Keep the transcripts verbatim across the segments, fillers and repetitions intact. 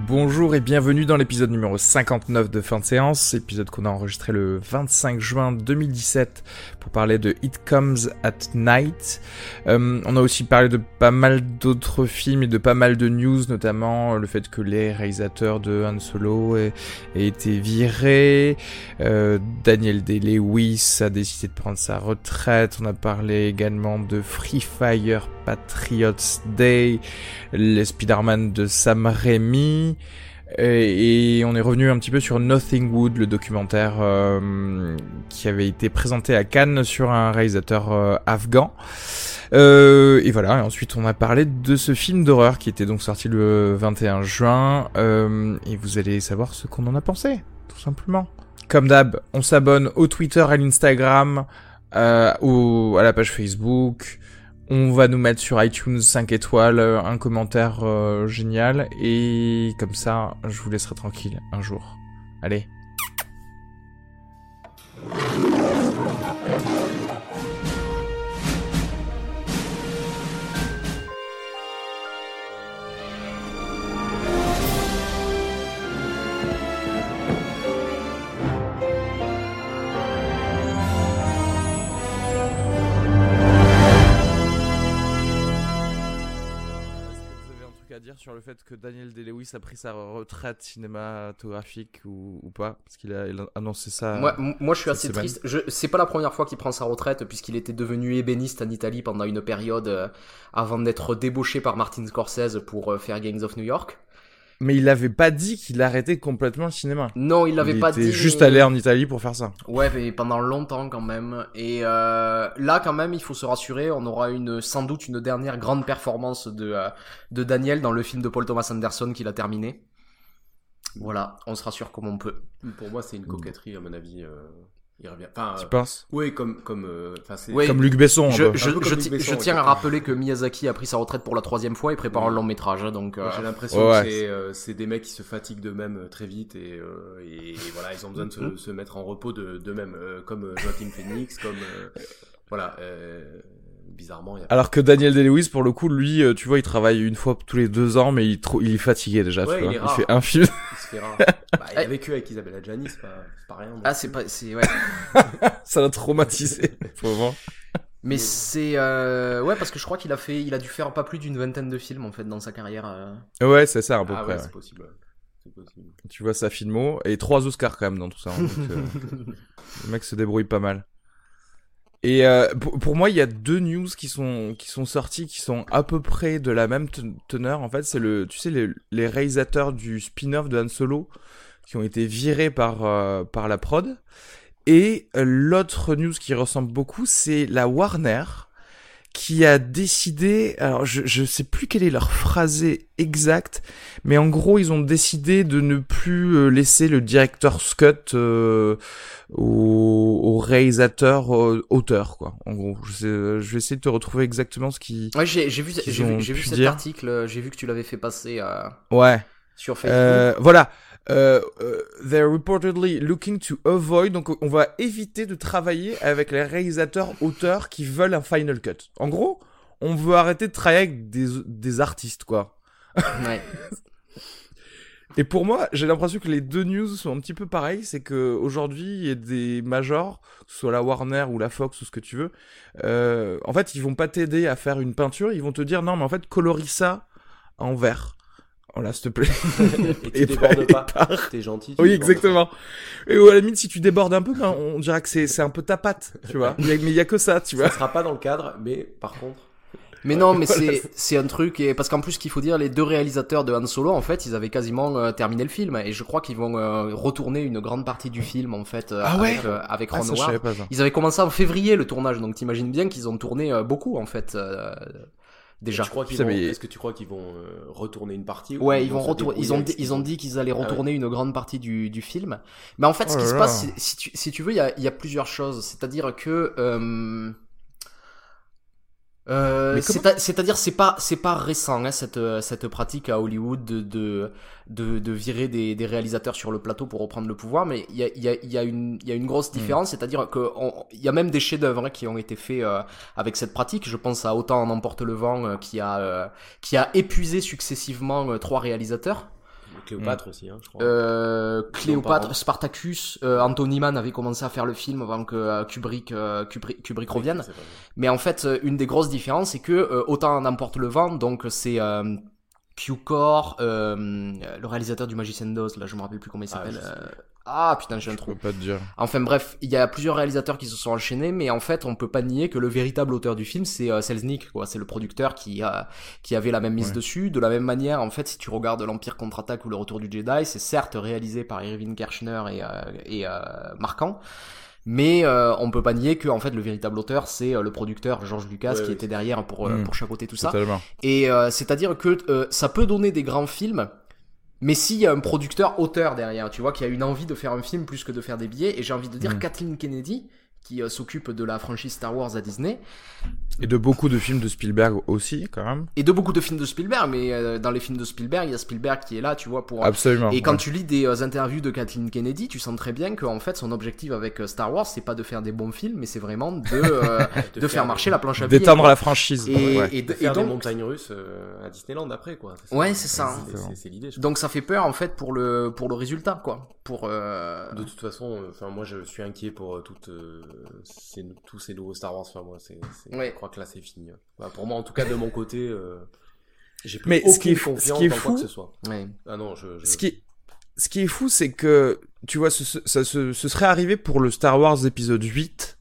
Bonjour et bienvenue dans l'épisode numéro cinquante-neuf de Fin de Séance, épisode qu'on a enregistré le vingt-cinq juin deux mille dix-sept pour parler de It Comes at Night. Euh, on a aussi parlé de pas mal d'autres films et de pas mal de news, notamment le fait que les réalisateurs de Han Solo aient, aient été virés, euh, Daniel Day-Lewis a décidé de prendre sa retraite, on a parlé également de Free Fire Patriots Day, les Spider-Man de Sam Raimi, et on est revenu un petit peu sur Nothing Wood, le documentaire euh, qui avait été présenté à Cannes sur un réalisateur euh, afghan. Euh, et voilà, et ensuite on a parlé de ce film d'horreur qui était donc sorti le vingt et un juin, euh, et vous allez savoir ce qu'on en a pensé, tout simplement. Comme d'hab, on s'abonne au Twitter, à l'Instagram, euh, au, à la page Facebook. On va nous mettre sur iTunes cinq étoiles, un commentaire euh, génial, et comme ça, je vous laisserai tranquille un jour. Allez. Sur le fait que Daniel Day-Lewis a pris sa retraite cinématographique ou, ou pas, parce qu'il a, il a annoncé ça. Moi, moi je suis assez semaine. triste. Je, c'est pas la première fois qu'il prend sa retraite, puisqu'il était devenu ébéniste en Italie pendant une période euh, avant d'être débauché par Martin Scorsese pour euh, faire Gangs of New York. Mais il avait pas dit qu'il arrêtait complètement le cinéma. Non, il l'avait il pas était dit. juste allé en Italie pour faire ça. Ouais, mais pendant longtemps quand même. Et euh, là, quand même, il faut se rassurer, on aura une sans doute une dernière grande performance de euh, de Daniel dans le film de Paul Thomas Anderson qu'il a terminé. Voilà, on se rassure comme on peut. Pour moi, c'est une coquetterie à mon avis. Euh... Il revient. Enfin, tu euh, penses? Oui, comme comme. Euh, c'est... Oui, comme Luc Besson. Je, un peu. je, un peu je, Luc ti- Besson, je tiens à exactement. rappeler que Miyazaki a pris sa retraite pour la troisième fois et prépare un long métrage. Donc, euh... Moi, j'ai l'impression ouais. que c'est, euh, c'est des mecs qui se fatiguent d'eux-mêmes très vite et, euh, et, et voilà, ils ont besoin de se, se mettre en repos de, d'eux-mêmes, euh, comme euh, Joaquin Phoenix, comme euh, voilà. Euh, bizarrement, il y a... Alors que Daniel Day-Lewis, pour le coup, lui, tu vois, il travaille une fois tous les deux ans, mais il, tro- il est fatigué déjà. Ouais, tu vois. il est Il rare. fait un film. Il se fait rare. Bah, il a vécu avec Isabelle Adjani, c'est pas, c'est pas rien. Donc. ah, c'est pas, c'est ouais. Ça l'a traumatisé. Faut voir. Mais c'est euh... ouais, parce que je crois qu'il a fait, il a dû faire pas plus d'une vingtaine de films en fait dans sa carrière. Euh... Ouais, c'est ça à peu Ah près. ouais, Ouais. c'est possible. Ouais. C'est possible. Tu vois sa filmo et trois Oscars quand même dans tout ça. Hein, donc, euh, le mec se débrouille pas mal. Et euh, pour, pour moi, il y a deux news qui sont qui sont sorties, qui sont à peu près de la même teneur. En fait, c'est le, tu sais, les, les réalisateurs du spin-off de Han Solo qui ont été virés par euh, par la prod. Et euh, l'autre news qui ressemble beaucoup, c'est la Warner qui a décidé, alors je je sais plus quel est leur phrasé exact, mais en gros ils ont décidé de ne plus euh, laisser le director's cut euh, au, au réalisateur euh, auteur quoi. En gros, je, sais, je vais essayer de te retrouver exactement ce qui. Ouais, j'ai, j'ai vu, j'ai vu, j'ai vu cet dire. article, j'ai vu que tu l'avais fait passer euh, Ouais. sur Facebook. Euh, voilà. Euh, euh, they're reportedly looking to avoid, donc on va éviter de travailler avec les réalisateurs auteurs qui veulent un final cut. En gros, on veut arrêter de travailler avec des, des artistes, quoi. Ouais. Et pour moi, j'ai l'impression que les deux news sont un petit peu pareils, c'est que aujourd'hui il y a des majors, que ce soit la Warner ou la Fox ou ce que tu veux, euh, en fait ils vont pas t'aider à faire une peinture, ils vont te dire non mais en fait colorie ça en vert. Voilà, s'il te plaît. Et tu Et débordes pas- pas. et pas. T'es gentil. tu Oui, débordes exactement. Et ou à la limite, si tu débordes un peu, ben, on dirait que c'est, c'est un peu ta patte, tu vois. Il y a- mais il y a que ça, tu pas. vois. Ça sera pas dans le cadre, mais par contre. Mais non, mais Voilà, c'est c'est un truc et parce qu'en plus qu'il faut dire les deux réalisateurs de Han Solo en fait ils avaient quasiment euh, terminé le film et je crois qu'ils vont euh, retourner une grande partie du film en fait euh, Ah ouais avec euh, avec Ah, Ron ça, je Howard. savais pas ça. Ils avaient commencé en février le tournage donc t'imagines bien qu'ils ont tourné euh, beaucoup en fait euh, déjà. Tu crois qu'ils Putain, vont... mais- Est-ce que tu crois qu'ils vont euh, retourner une partie ou Ouais, ils vont se retourner. Ils ont débrouiller dit, avec ce ils ont qu'ils dit qu'ils allaient Ah ouais. retourner une grande partie du du film. Mais en fait, ce Oh qui là se là. passe, c'est- si tu si tu veux, il y a il y a plusieurs choses. C'est-à-dire que euh, Euh, Mais comment- c'est à- c'est-à-dire c'est pas c'est pas récent hein, cette cette pratique à Hollywood de de de, de virer des, des réalisateurs sur le plateau pour reprendre le pouvoir, mais il y a il y a il y a une il y a une grosse différence, c'est-à-dire que on- il y a même des chefs-d'œuvre hein, qui ont été faits euh, avec cette pratique. Je pense à Autant en emporte le vent euh, qui a euh, qui a épuisé successivement euh, trois réalisateurs. Cléopâtre mmh. aussi, hein, je crois. Euh, Cléopâtre, Spartacus, euh, Anthony Mann avait commencé à faire le film avant que euh, Kubrick, euh, Kubrick, Kubrick revienne. Oui, mais en fait, une des grosses différences, c'est que euh, autant en emporte le vent, donc c'est euh, Q-Core, euh, le réalisateur du Magicien d'Oz, là je me rappelle plus comment il s'appelle. Ah, Ah putain, j'ai un trou. Je peux pas te dire. Enfin bref, il y a plusieurs réalisateurs qui se sont enchaînés, mais en fait, on peut pas nier que le véritable auteur du film, c'est euh, Selznick, quoi. C'est le producteur qui a qui avait la même mise ouais. dessus. De la même manière, en fait, si tu regardes l'Empire contre-attaque ou le Retour du Jedi, c'est certes réalisé par Irving Kershner et euh, et euh, Marquand, mais euh, on peut pas nier que en fait le véritable auteur c'est euh, le producteur George Lucas ouais, qui oui, était derrière pour euh, mmh. pour chapeauter tout Totalement. ça. Et euh, c'est-à-dire que euh, ça peut donner des grands films. Mais s'il y a un producteur auteur derrière, tu vois, qui a une envie de faire un film plus que de faire des billets, et j'ai envie de dire mmh. Kathleen Kennedy, qui euh, s'occupe de la franchise Star Wars à Disney. Et de beaucoup de films de Spielberg aussi, quand même. Et de beaucoup de films de Spielberg, mais euh, dans les films de Spielberg, il y a Spielberg qui est là, tu vois, pour... Absolument. Et quand ouais. tu lis des euh, interviews de Kathleen Kennedy, tu sens très bien qu'en fait, son objectif avec euh, Star Wars, c'est pas de faire des bons films, mais c'est vraiment de, euh, de, de faire, faire marcher la planche à billets. D'étendre la franchise. Et, ouais. et, de, de faire et donc... des montagnes russes euh, à Disneyland après, quoi. C'est ouais, c'est ça. C'est, c'est, c'est l'idée, je Donc ça fait peur, en fait, pour le, pour le résultat, quoi. Pour, euh... De toute façon, enfin, euh, moi, je suis inquiet pour euh, toutes, euh, ces, tous ces nouveaux Star Wars. Enfin, moi, c'est, c'est... Ouais. je crois que là, c'est fini. Bah, pour moi, en tout cas, de mon côté, euh, j'ai plus mais aucune ce qui est fou, confiance ce qui est dans fou, quoi que ce soit. Ouais. Ah non, je, je... Ce qui est, ce qui est fou, c'est que, tu vois, ce, ce, ça, ce, ce serait arrivé pour le Star Wars épisode huit.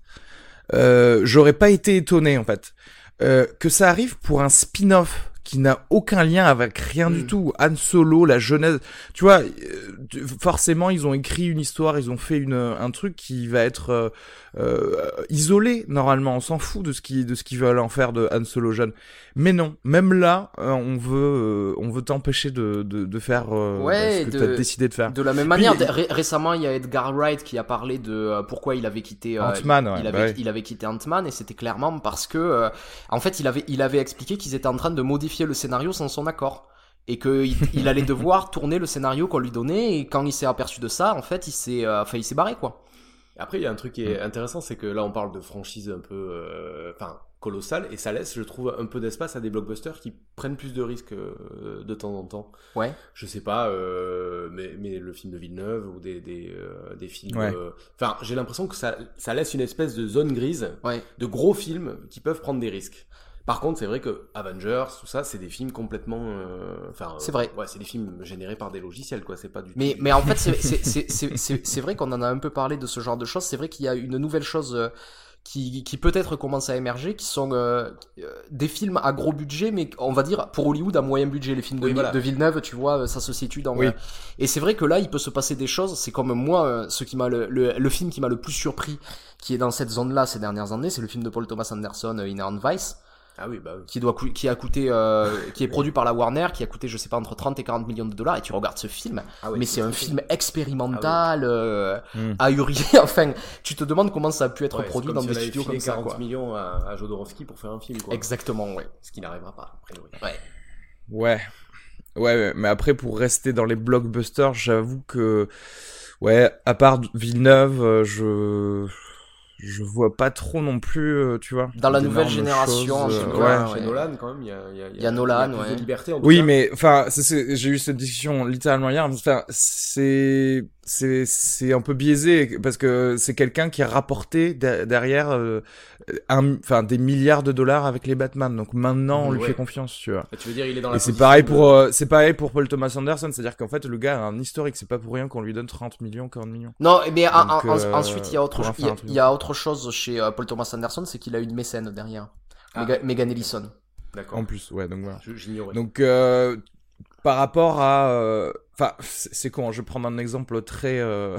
Euh, j'aurais pas été étonné, en fait. Euh, que ça arrive pour un spin-off qui n'a aucun lien avec rien mmh. du tout. Han Solo, la genèse, tu vois, euh, forcément ils ont écrit une histoire, ils ont fait une un truc qui va être euh, euh, isolé normalement. On s'en fout de ce qui de ce qu'ils veulent en faire de Han Solo jeune. Mais non, même là, euh, on veut euh, on veut t'empêcher de de, de faire euh, ouais, ce que de, t'as décidé de faire. De la même manière, Puis, ré- récemment il y a Edgar Wright qui a parlé de euh, pourquoi il avait quitté euh, Ant-Man. Il, ouais, il avait ouais. il avait quitté Ant-Man et c'était clairement parce que euh, en fait il avait il avait expliqué qu'ils étaient en train de modifier le scénario sans son accord et que il, il allait devoir tourner le scénario qu'on lui donnait et quand il s'est aperçu de ça en fait il s'est euh, enfin il s'est barré quoi. Après il y a un truc qui est intéressant, c'est que là on parle de franchise un peu enfin euh, colossale et ça laisse je trouve un peu d'espace à des blockbusters qui prennent plus de risques euh, de temps en temps. Ouais. Je sais pas euh, mais mais le film de Villeneuve ou des des euh, des films enfin ouais. euh, j'ai l'impression que ça ça laisse une espèce de zone grise ouais. de gros films qui peuvent prendre des risques. Par contre, c'est vrai que Avengers, tout ça, c'est des films complètement, enfin, euh, c'est vrai. Ouais, c'est des films générés par des logiciels, quoi. C'est pas du. Mais tout... mais en fait, c'est c'est c'est c'est c'est, c'est vrai qu'on en a un peu parlé de ce genre de choses. C'est vrai qu'il y a une nouvelle chose euh, qui qui peut-être commence à émerger, qui sont euh, des films à gros budget, mais on va dire pour Hollywood à moyen budget. Les films de, oui, voilà. de Villeneuve, tu vois, ça se situe dans. Oui. Euh, et c'est vrai que là, il peut se passer des choses. C'est comme moi, euh, ce qui m'a le, le le film qui m'a le plus surpris, qui est dans cette zone-là ces dernières années, c'est le film de Paul Thomas Anderson, Inherent Vice. Ah oui, bah oui. Qui doit cou- qui a coûté euh, qui est produit par la Warner, qui a coûté je sais pas entre trente et quarante millions de dollars et tu regardes ce film ah oui, mais c'est, c'est un c'est film expérimental ah oui. euh, mm. ahurissant enfin tu te demandes comment ça a pu être ouais, produit dans si des studios comme ça quarante quoi. millions à, à Jodorowsky pour faire un film quoi. Exactement ouais. Ce qui n'arrivera pas a priori. Ouais. Ouais. Ouais, mais après pour rester dans les blockbusters, j'avoue que ouais, à part Villeneuve, je je vois pas trop non plus, tu vois. Dans la nouvelle génération, choses, euh, ouais, ouais. ouais. Chez Nolan, quand même, il y a, il y a, il y a Nolan, il y a plus ouais. de liberté, en tout oui, cas. mais, enfin, c'est, c'est, j'ai eu cette discussion littéralement hier. Enfin, c'est, c'est, c'est un peu biaisé parce que c'est quelqu'un qui a rapporté de, derrière, euh, un, enfin, des milliards de dollars avec les Batman. Donc maintenant, on lui ouais. fait confiance, tu vois. Tu veux dire, il est dans la Et c'est pareil de... pour, euh, c'est pareil pour Paul Thomas Anderson. C'est-à-dire qu'en fait, le gars a un historique. C'est pas pour rien qu'on lui donne trente millions, quarante millions. Non, mais Donc, en, en, euh, ensuite, il y a autre, il y a, il y a truc. autre chose chez euh, Paul Thomas Anderson, c'est qu'il a une mécène derrière. Ah. Mega, Megan Ellison. D'accord. En plus, ouais, donc voilà. Je, j'ignorais. Donc, euh, par rapport à, enfin, euh, c'est, c'est con. Je vais prendre un exemple très, euh,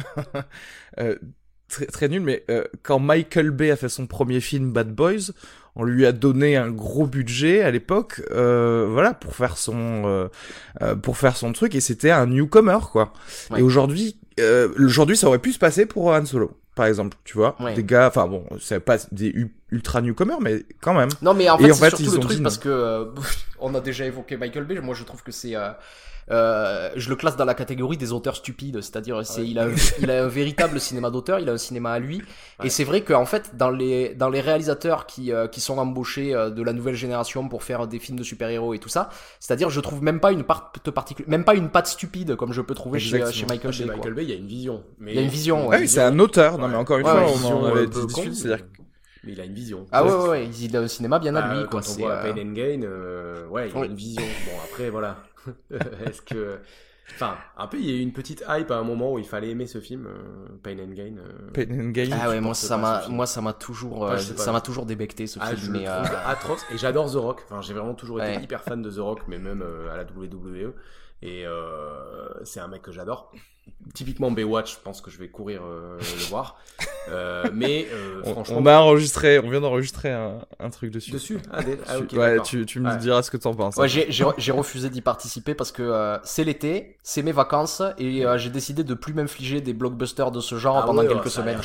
euh, très, très nul, mais euh, quand Michael Bay a fait son premier film Bad Boys, on lui a donné un gros budget à l'époque, euh, voilà, pour faire son, euh, euh, pour faire son truc, et c'était un newcomer, quoi. Ouais. Et aujourd'hui, euh, aujourd'hui, ça aurait pu se passer pour Han Solo, par exemple, tu vois, ouais. Des gars, enfin bon, c'est pas des ultra newcomers, mais quand même. Non, mais en fait, et c'est en fait, surtout le truc dit, parce que euh, on a déjà évoqué Michael Bay. Moi, je trouve que c'est euh, euh, je le classe dans la catégorie des auteurs stupides, c'est-à-dire c'est, ouais. il, a, il a un véritable cinéma d'auteur, il a un cinéma à lui, ouais. et c'est vrai qu'en fait dans les dans les réalisateurs qui euh, qui sont embauchés euh, de la nouvelle génération pour faire des films de super-héros et tout ça, c'est-à-dire je trouve même pas une part particulière, même pas une patte stupide comme je peux trouver chez, chez Michael chez Bay. Michael Bay, il y a une vision. Mais... Il y a une vision. Ouais, ouais, oui, c'est un auteur. Non, ouais. mais encore une ouais, fois, ouais, on en avait dit discuté, c'est-à-dire. Mais il a une vision. Ah ouais, ouais, ouais, il a un cinéma bien à bah, lui, quand quoi. on c'est, voit euh... Pain and Gain, euh, ouais, il a oui. une vision. Bon, après, voilà. Est-ce que... Enfin, un peu, il y a eu une petite hype à un moment où il fallait aimer ce film, euh, Pain and Gain. Euh... Pain and Gain. Ah ouais, moi ça m'a, moi ça m'a toujours, euh, enfin, ça m'a toujours débecté ce ah, film. Je mais le euh... atroce. Et j'adore The Rock. Enfin, j'ai vraiment toujours été ouais. hyper fan de The Rock, mais même euh, à la W W E. Et euh, c'est un mec que j'adore. Typiquement Baywatch, je pense que je vais courir euh, le voir. Euh, mais euh, on, franchement, on a enregistré, on vient d'enregistrer un, un truc dessus. Dessus. Ah, des... ah ok. Ouais, tu, tu me ouais. diras ce que t'en penses. Ouais, j'ai, j'ai, j'ai refusé d'y participer parce que euh, c'est l'été, c'est mes vacances et euh, j'ai décidé de plus m'infliger des blockbusters de ce genre ah pendant ouais, quelques ouais, semaines.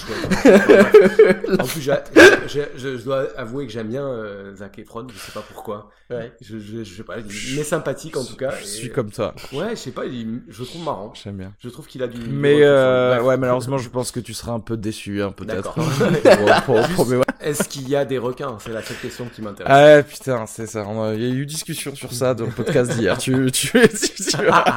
En plus, j'ai, j'ai, je, je dois avouer que j'aime bien euh, Zac Efron. Je sais pas pourquoi. Ouais. Je, je, je sais pas. Il est sympathique en tout cas. Je et... suis comme toi. Ouais, je sais pas. Il, je le trouve marrant. J'aime bien. Je trouve qu'il a du. Mais euh, ouais, malheureusement, je pense que tu seras un peu déçu, hein, peut-être. pour, pour, pour, mais ouais. Est-ce qu'il y a des requins? C'est la seule question qui m'intéresse. Ah putain, c'est ça. Il y a eu discussion sur ça dans le podcast d'hier. tu, tu, tu, tu...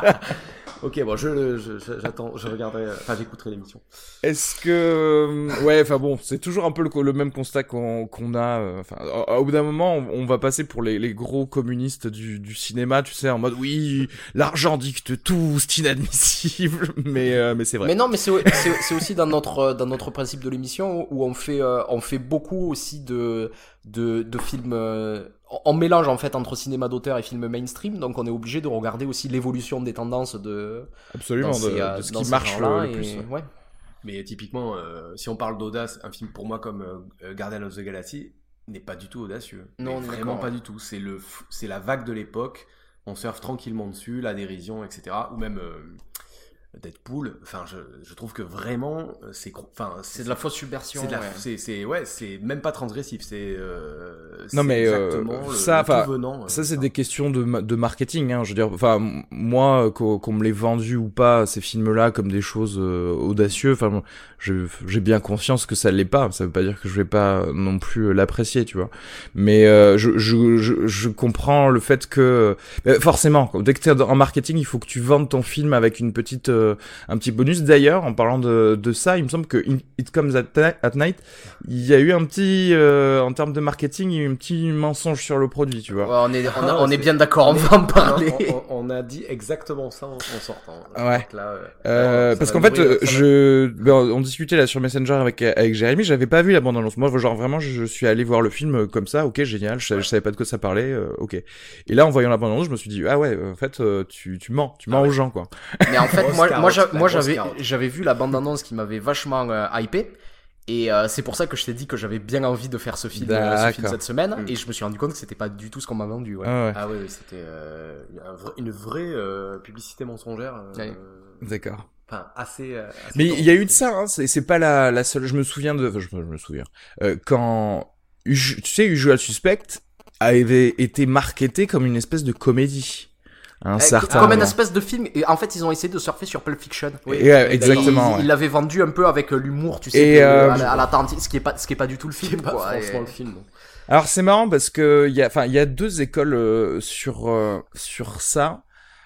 Ok, bon, je, je, je, j'attends, je regarderai, enfin, j'écouterai l'émission. Est-ce que, ouais, enfin bon, c'est toujours un peu le, le même constat qu'on, qu'on a. Enfin, euh, au bout d'un moment, on, on va passer pour les, les gros communistes du, du cinéma, tu sais, en mode oui, l'argent dicte tout, c'est inadmissible, mais euh, mais c'est vrai. Mais non, mais c'est, c'est, c'est aussi dans notre dans notre principe de l'émission où on fait euh, on fait beaucoup aussi de de de films. Euh, on mélange en fait entre cinéma d'auteur et film mainstream, donc on est obligé de regarder aussi l'évolution des tendances de absolument ces, de, euh, de ce qui marche le, le et... plus. Ouais. Mais typiquement, euh, si on parle d'audace, un film pour moi comme euh, Guardian of the Galaxy n'est pas du tout audacieux. Non, vraiment pas du tout. C'est le c'est la vague de l'époque. On surfe tranquillement dessus, la dérision, et cetera. Ou même euh, Deadpool, enfin je, je trouve que vraiment c'est enfin c'est, c'est de la fausse subversion. C'est de la, ouais. c'est c'est ouais, c'est même pas transgressif, c'est euh, non c'est mais exactement euh, le, ça le tout venant, ça euh, c'est ça. des questions de de marketing hein, je veux dire enfin moi qu'on, qu'on me l'ait vendu ou pas ces films-là comme des choses euh, audacieuses, enfin je, j'ai bien conscience que ça l'est pas, ça veut pas dire que je vais pas non plus l'apprécier, tu vois. Mais euh, je, je je je comprends le fait que forcément dès que t'es en marketing, il faut que tu vendes ton film avec une petite euh, un petit bonus. D'ailleurs, en parlant de, de ça, il me semble que It Comes at, at Night, il y a eu un petit, euh, en termes de marketing, il y a eu un petit mensonge sur le produit, tu vois. Ouais, on est, on, a, on est bien d'accord, on va en parler. On, on, on a dit exactement ça en, en sortant. Ouais. Là, euh, euh, parce qu'en fait, euh, je, ben, on discutait là sur Messenger avec avec Jérémy, j'avais pas vu la bande-annonce. Moi, genre vraiment, je, je suis allé voir le film comme ça. Ok, génial. Je, ouais. je savais pas de quoi ça parlait. Euh, ok. Et là, en voyant la bande-annonce, je me suis dit ah ouais, en fait, euh, tu tu mens, tu mens ah ouais. aux gens quoi. Mais en fait, moi, moi, j'a, moi, j'avais j'avais vu la bande-annonce qui m'avait vachement euh, hypé. Et euh, c'est pour ça que je t'ai dit que j'avais bien envie de faire ce film, euh, ce film cette semaine. Mmh. Et je me suis rendu compte que c'était pas du tout ce qu'on m'a vendu. Ouais. Ah ouais, ah ouais c'était euh, une vraie euh, publicité mensongère. Euh, ouais. D'accord. Enfin, assez, assez. Mais il y a eu de ça. Hein, c'est, c'est pas la, la seule. Je me souviens de. Enfin, je, me, je me souviens euh, quand tu sais, Usual Suspect avait été marketé comme une espèce de comédie. Un certain comme une espèce de film, et en fait ils ont essayé de surfer sur Pulp Fiction. Oui, et ouais, exactement. Ils ouais. il l'avaient vendu un peu avec l'humour, tu sais, et que, euh, à, la, à la Tarantino, ce qui est pas, ce qui est pas du tout le film, pas quoi. Franchement et... le film. Alors c'est marrant parce que il y a, enfin il y a deux écoles euh, sur euh, sur ça.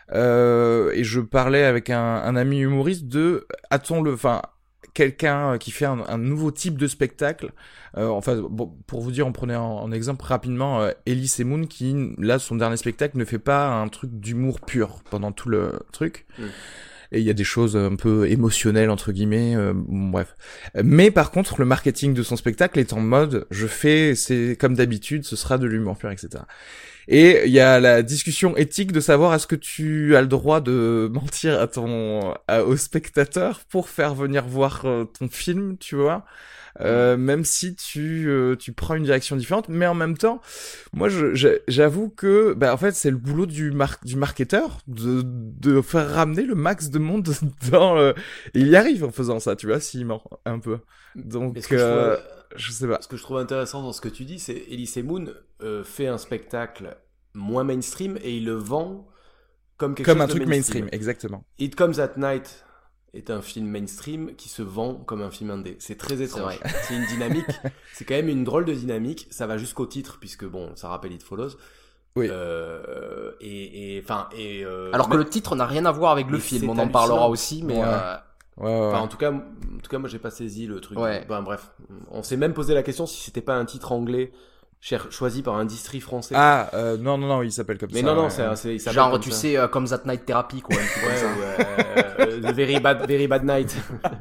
Euh, et je parlais avec un, un ami humoriste de, a-t-on le, enfin quelqu'un qui fait un, un nouveau type de spectacle. Euh, enfin, bon, pour vous dire, on prenait en, en exemple rapidement euh, Elise Moon qui, là, son dernier spectacle ne fait pas un truc d'humour pur pendant tout le truc. Mmh. Et il y a des choses un peu émotionnelles, entre guillemets, euh, bref. Mais par contre, le marketing de son spectacle est en mode, je fais, c'est comme d'habitude, ce sera de l'humour pur, et cetera. Et il y a la discussion éthique de savoir est-ce que tu as le droit de mentir à ton, à, au spectateur pour faire venir voir euh, ton film, tu vois. Euh, même si tu euh, tu prends une direction différente, mais en même temps, moi je, je j'avoue que bah en fait c'est le boulot du mar- du marketeur de de faire ramener le max de monde dans le... Et il y arrive en faisant ça, tu vois, s'il ment un peu. Donc euh, je, trouve, je sais pas. Ce que je trouve intéressant dans ce que tu dis, c'est Elise Moon euh, fait un spectacle moins mainstream et il le vend comme quelque Comme chose un de truc mainstream. mainstream, exactement. It Comes at Night est un film mainstream qui se vend comme un film indé. C'est très étrange. C'est vrai. C'est une dynamique. C'est quand même une drôle de dynamique. Ça va jusqu'au titre puisque bon, ça rappelle It Follows. Oui. Euh, et et enfin et. Euh, Alors que même- le titre n'a rien à voir avec le Et film, c'est on en parlera hallucinant. aussi, mais Ouais. euh, Ouais, ouais, ouais. Enfin, en tout cas, en tout cas, moi j'ai pas saisi le truc. Ouais. Ben, bref, on s'est même posé la question si c'était pas un titre anglais cher- choisi par un district français. Ah, euh, non, non, non, il s'appelle comme Mais ça. non, non, ouais. c'est, c'est il s'appelle genre comme tu ça. sais euh, comme That Night Therapy quoi. Un truc comme Ouais, ça. ou, euh, euh, The Very Bad, Very Bad Night.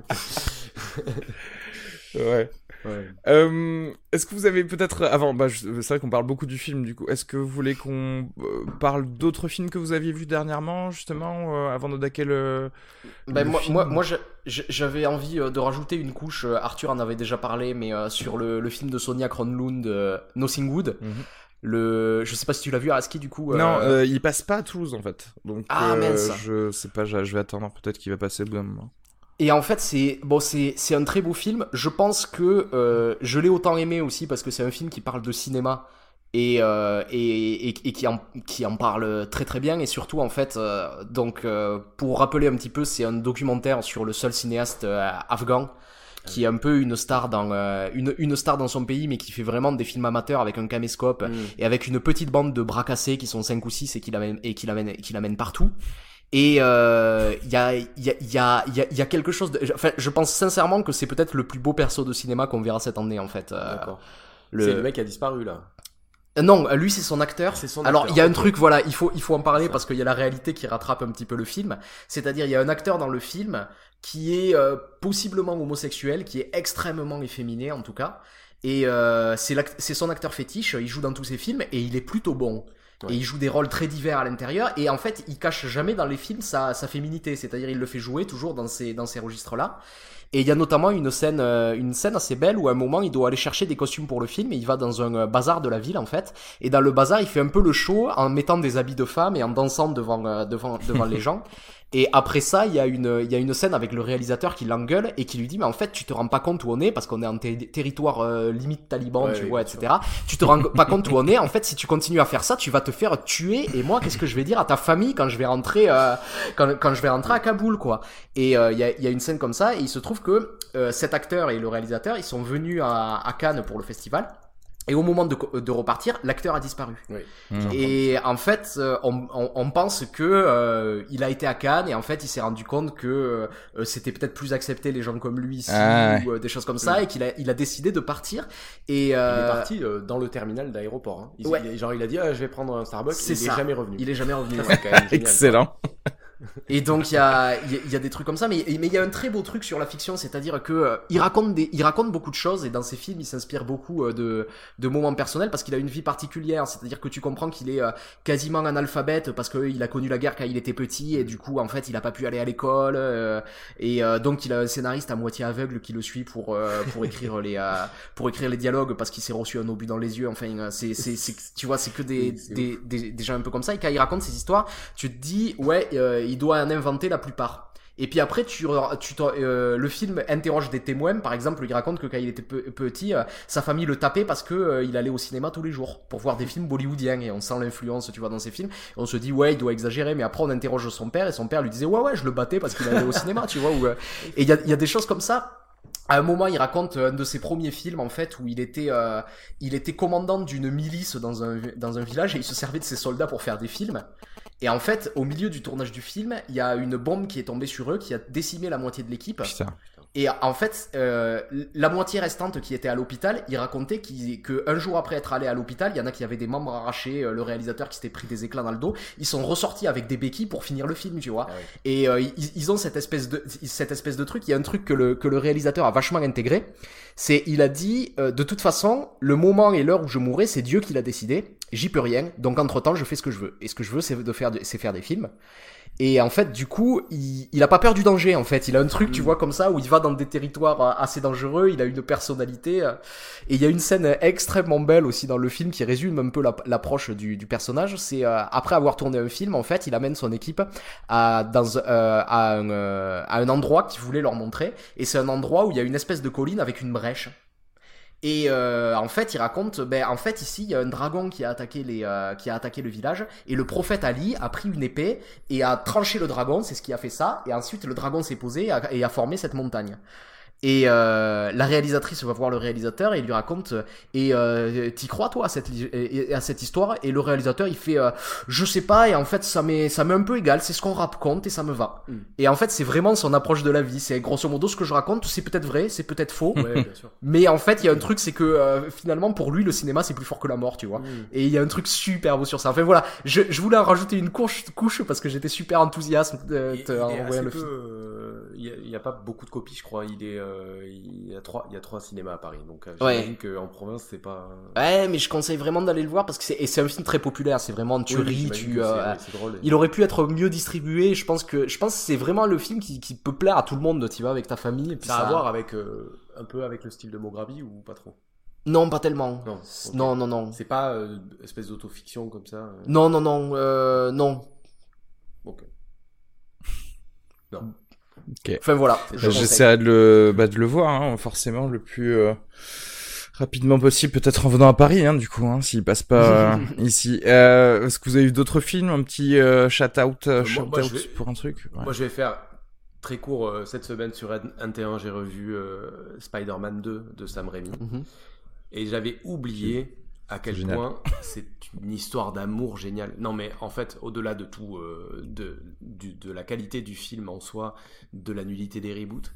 Ouais. Ouais. Euh, est-ce que vous avez peut-être avant, bah, je- c'est vrai qu'on parle beaucoup du film du coup. Est-ce que vous voulez qu'on euh, parle d'autres films que vous aviez vus dernièrement justement euh, avant d'attaquer le, Ben, le moi, film moi, moi, je- je- j'avais envie euh, de rajouter une couche. euh, Arthur en avait déjà parlé, mais euh, sur le, le film de Sonia Kronlund, euh, Nothing Wood. Mhm. Le, je sais pas si tu l'as vu, Araski, du coup. euh, Non, euh, il passe pas à Toulouse en fait. Donc Ah, euh, mince. je sais pas, je je vais attendre. Peut-être qu'il va passer au bout d'un moment. Et en fait, c'est bon, c'est c'est un très beau film. Je pense que euh, je l'ai autant aimé aussi parce que c'est un film qui parle de cinéma et euh, et, et, et qui en qui en parle très très bien. Et surtout en fait, euh, donc euh, pour rappeler un petit peu, c'est un documentaire sur le seul cinéaste euh, afghan qui est un peu une star dans euh, une une star dans son pays, mais qui fait vraiment des films amateurs avec un caméscope Mm. et avec une petite bande de bras cassés qui sont cinq ou six et qui l'amènent et qui l'amènent qui l'amènent partout. Et euh, il y a il y a il y a il y a il y a quelque chose de, enfin je pense sincèrement que c'est peut-être le plus beau perso de cinéma qu'on verra cette année en fait. Euh, D'accord. le... C'est le mec qui a disparu là. Euh, Non, lui c'est son acteur. C'est son Alors acteur, il y a un ok. truc, voilà, il faut il faut en parler Ça. parce qu'il y a la réalité qui rattrape un petit peu le film. C'est-à-dire il y a un acteur dans le film qui est euh, possiblement homosexuel, qui est extrêmement efféminé en tout cas. Et euh, c'est l'act- c'est son acteur fétiche. Il joue dans tous ses films et il est plutôt bon. Ouais. Et il joue des rôles très divers à l'intérieur. Et en fait, il cache jamais dans les films sa, sa féminité. C'est-à-dire, il le fait jouer toujours dans ces, dans ces registres-là. Et il y a notamment une scène, euh, une scène assez belle où à un moment, il doit aller chercher des costumes pour le film et il va dans un euh, bazar de la ville, en fait. Et dans le bazar, il fait un peu le show en mettant des habits de femme et en dansant devant, euh, devant, devant les gens. Et après ça, il y a une, il y a une scène avec le réalisateur qui l'engueule et qui lui dit, mais en fait, tu te rends pas compte où on est parce qu'on est en ter- territoire euh, limite taliban, Ouais, tu oui, vois, bien et cetera. Tu te rends pas compte où on est. En fait, si tu continues à faire ça, tu vas te faire tuer. Et moi, qu'est-ce que je vais dire à ta famille quand je vais rentrer, euh, quand, quand je vais rentrer à Kaboul, quoi. Et euh, il y a, il y a une scène comme ça. Et il se trouve que euh, cet acteur et le réalisateur, ils sont venus à, à Cannes pour le festival. Et au moment de, de repartir, l'acteur a disparu. Oui. Mmh. Et en fait, euh, on, on, on pense que euh, il a été à Cannes et en fait, il s'est rendu compte que euh, c'était peut-être plus accepté les gens comme lui ici Ah ouais. ou euh, des choses comme ça Oui. et qu'il a, il a décidé de partir. Et Il euh, est parti euh, dans le terminal d'aéroport. Hein. Il, Ouais. il- genre il a dit ah, je vais prendre un Starbucks. C'est il ça. est jamais revenu. il est jamais revenu. Ça, ouais. c'est quand même génial, Excellent. Et donc il y a il y, a- il y a des trucs comme ça, mais mais il y a un très beau truc sur la fiction, c'est-à-dire que euh, il raconte des il raconte beaucoup de choses et dans ses films il s'inspire beaucoup euh, de de moments personnels parce qu'il a une vie particulière, c'est-à-dire que tu comprends qu'il est euh, quasiment analphabète parce que il a connu la guerre quand il était petit et du coup en fait il a pas pu aller à l'école euh, et euh, donc il a un scénariste à moitié aveugle qui le suit pour euh, pour écrire les euh, pour écrire les dialogues parce qu'il s'est reçu un obus dans les yeux, enfin euh, c'est c'est c'est tu vois c'est que des Oui, c'est des, des des gens un peu comme ça et quand il raconte ces histoires tu te dis ouais euh, il doit en inventer la plupart. Et puis après, tu, tu euh, le film interroge des témoins. Par exemple, il raconte que quand il était pe- petit, euh, sa famille le tapait parce que euh, il allait au cinéma tous les jours pour voir des films bollywoodiens. Et on sent l'influence, tu vois, dans ces films. Et on se dit ouais, il doit exagérer. Mais après, on interroge son père et son père lui disait ouais ouais, je le battais parce qu'il allait au cinéma, tu vois. Ou, euh, et il y a, il y a des choses comme ça. À un moment, il raconte un de ses premiers films en fait où il était, euh, il était commandant d'une milice dans un dans un village et il se servait de ses soldats pour faire des films. Et en fait, au milieu du tournage du film, il y a une bombe qui est tombée sur eux, qui a décimé la moitié de l'équipe. Putain. Et en fait, euh, la moitié restante qui était à l'hôpital, il racontait qu'il, que un jour après être allé à l'hôpital, il y en a qui avaient des membres arrachés, euh, le réalisateur qui s'était pris des éclats dans le dos, ils sont ressortis avec des béquilles pour finir le film, tu vois. Ah ouais. Et euh, ils, ils ont cette espèce de cette espèce de truc. Il y a un truc que le que le réalisateur a vachement intégré. C'est il a dit euh, de toute façon, le moment et l'heure où je mourrai, c'est Dieu qui l'a décidé. J'y peux rien. Donc entre temps, je fais ce que je veux. Et ce que je veux, c'est de faire de- c'est faire des films. Et en fait, du coup, il, il a pas peur du danger, en fait. Il a un truc, tu vois, comme ça, où il va dans des territoires euh, assez dangereux, il a une personnalité. euh, Et il y a une scène extrêmement belle aussi dans le film qui résume un peu la- l'approche du, du personnage. C'est, euh, après avoir tourné un film, en fait, il amène son équipe à, dans, euh, à, un, euh, à un endroit qu'il voulait leur montrer. Et c'est un endroit où il y a une espèce de colline avec une brèche. Et euh, en fait, il raconte, ben en fait ici il y a un dragon qui a attaqué les, euh, qui a attaqué le village, et le prophète Ali a pris une épée et a tranché le dragon, c'est ce qui a fait ça, et ensuite le dragon s'est posé et a, et a formé cette montagne. Et euh, la réalisatrice va voir le réalisateur et il lui raconte et euh, t'y crois toi à cette à cette histoire, et le réalisateur il fait euh, je sais pas, et en fait ça m'est ça m'est un peu égal, c'est ce qu'on raconte et ça me va. Mm. Et en fait c'est vraiment son approche de la vie, c'est grosso modo ce que je raconte, c'est peut-être vrai, c'est peut-être faux, ouais, bien sûr. Mais en fait il y a un truc, c'est que euh, finalement pour lui le cinéma c'est plus fort que la mort, tu vois. Mm. Et il y a un truc super beau sur ça. Enfin voilà, je je voulais en rajouter une couche couche parce que j'étais super enthousiaste euh, en voyant le film. Il euh, y, y a pas beaucoup de copies, je crois. Il est euh, il y a trois il y a trois cinémas à Paris, donc euh, j'imagine ouais. qu'en province c'est pas. Ouais, mais je conseille vraiment d'aller le voir parce que c'est et c'est un film très populaire, c'est vraiment tu oui, ris, tu euh, c'est, c'est drôle, il aurait pu être mieux distribué, je pense que je pense que c'est vraiment le film qui qui peut plaire à tout le monde, tu vois, avec ta famille. Et puis ça, ça a à voir avec euh, un peu avec le style de Mograbi ou pas trop? Non, pas tellement. Non, okay. non, non, non. C'est pas euh, espèce d'autofiction comme ça. Euh... Non, non, non, euh, non. Ok. Non. Okay. Enfin voilà. J'essaierai de le, bah, de le voir, hein, forcément, le plus euh, rapidement possible, peut-être en venant à Paris, hein, du coup, hein, s'il passe pas euh, ici. Euh, est-ce que vous avez eu d'autres films, un petit euh, shout-out, euh, shout-out vais... pour un truc? Ouais. Moi, je vais faire très court euh, cette semaine sur N T un. J'ai revu euh, Spider-Man deux de Sam Raimi, mm-hmm. et j'avais oublié à quel c'est point c'est une histoire d'amour géniale. Non, mais en fait, au-delà de tout, euh, de, du, de la qualité du film en soi, de la nullité des reboots,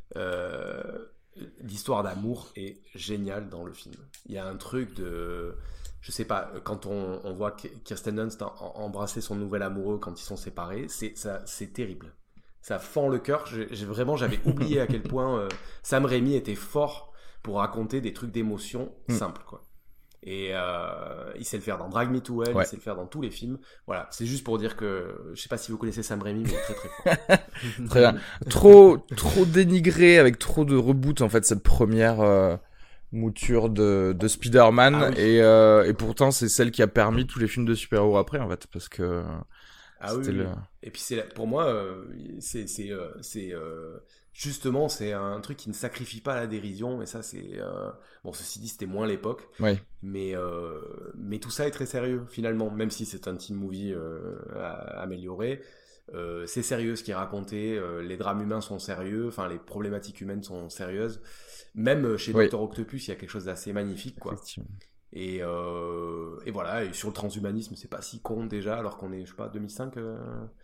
euh, l'histoire d'amour est géniale dans le film. Il y a un truc de... Je sais pas, quand on, on voit Kirsten Dunst embrasser son nouvel amoureux quand ils sont séparés, c'est, ça, c'est terrible. Ça fend le cœur. J'ai, j'ai vraiment, j'avais oublié à quel point euh, Sam Raimi était fort pour raconter des trucs d'émotion mm. simples, quoi. Et euh, il sait le faire dans Drag Me to Hell, ouais. il sait le faire dans tous les films. Voilà, c'est juste pour dire que je sais pas si vous connaissez Sam Raimi, mais il est très très fort. Très bien. Trop trop dénigré avec trop de reboot en fait cette première euh, mouture de de Spider-Man ah, oui. et euh, et pourtant c'est celle qui a permis tous les films de super-héros après en fait parce que ah oui, le... oui. Et puis c'est pour moi euh, c'est c'est euh, c'est euh, justement c'est un truc qui ne sacrifie pas la dérision, et ça c'est euh... bon, ceci dit c'était moins l'époque, oui. mais euh... mais tout ça est très sérieux finalement, même si c'est un teen movie euh, amélioré, euh, c'est sérieux ce qui est raconté, euh, les drames humains sont sérieux, enfin les problématiques humaines sont sérieuses, même chez oui. Docteur Octopus il y a quelque chose d'assez magnifique, quoi. Et, euh, et voilà, et sur le transhumanisme, c'est pas si con déjà, alors qu'on est, je sais pas, deux mille cinq. Euh,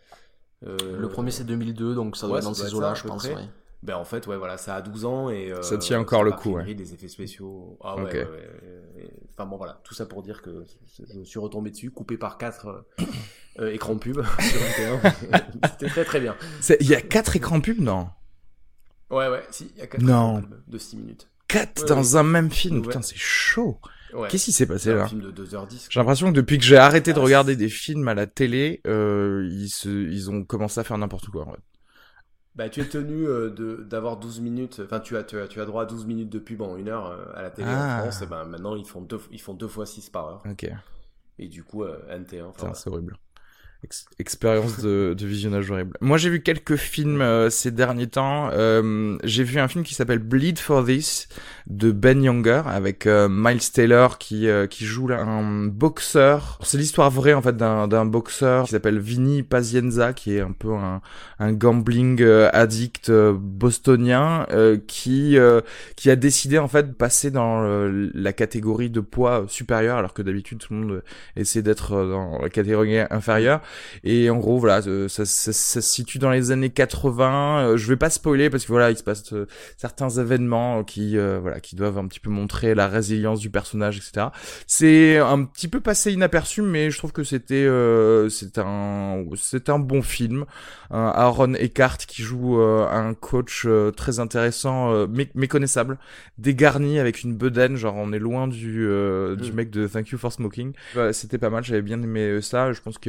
euh, le premier c'est deux mille deux, donc ça doit ouais, être dans ces eaux-là, je pense. Ouais. Ben en fait, ouais, voilà, ça a douze ans et euh, ça tient encore le coup, ouais. Des effets spéciaux. Ah ouais, okay. ouais, ouais, ouais. Enfin bon, voilà, tout ça pour dire que je suis retombé dessus, coupé par quatre euh, écrans pub sur N T un. C'était très très bien. Il y a quatre écrans pub, non? Ouais, ouais, si, il y a quatre non. écrans pub de six minutes. quatre ouais, dans ouais. un même film, ouais. Putain, c'est chaud. Ouais. Qu'est-ce qui s'est passé là? Un film de deux heures dix. J'ai l'impression que depuis que j'ai arrêté ah, de regarder c'est... des films à la télé, euh, ils se, ils ont commencé à faire n'importe quoi. En fait. Bah, tu es tenu euh, de d'avoir douze minutes. Enfin, tu as, tu as, tu as droit à douze minutes de pub en une heure euh, à la télé ah. en France. Et ben maintenant ils font deux, ils font deux fois six par heure. Ok. Et du coup, euh, N T un. Putain, c'est horrible. Ex- expérience de, de visionnage horrible. Moi, j'ai vu quelques films euh, ces derniers temps. Euh, j'ai vu un film qui s'appelle Bleed for This de Ben Younger avec euh, Miles Taylor qui euh, qui joue là, un boxeur. C'est l'histoire vraie en fait d'un d'un boxeur qui s'appelle Vinny Pazienza, qui est un peu un un gambling euh, addict euh, bostonien euh, qui euh, qui a décidé en fait de passer dans euh, la catégorie de poids supérieur, alors que d'habitude tout le monde essaie d'être dans la catégorie inférieure. Et en gros voilà, ça, ça, ça, ça se situe dans les années quatre-vingts. Je vais pas spoiler parce que voilà, il se passe euh, certains événements qui euh, voilà qui doivent un petit peu montrer la résilience du personnage, et cetera. C'est un petit peu passé inaperçu, mais je trouve que c'était euh, c'est un c'est un bon film. Un Aaron Eckhart qui joue euh, un coach euh, très intéressant, euh, mé- méconnaissable, dégarni avec une bedaine, genre on est loin du euh, mmh. du mec de Thank You for Smoking. Ouais, c'était pas mal, j'avais bien aimé ça. Je pense que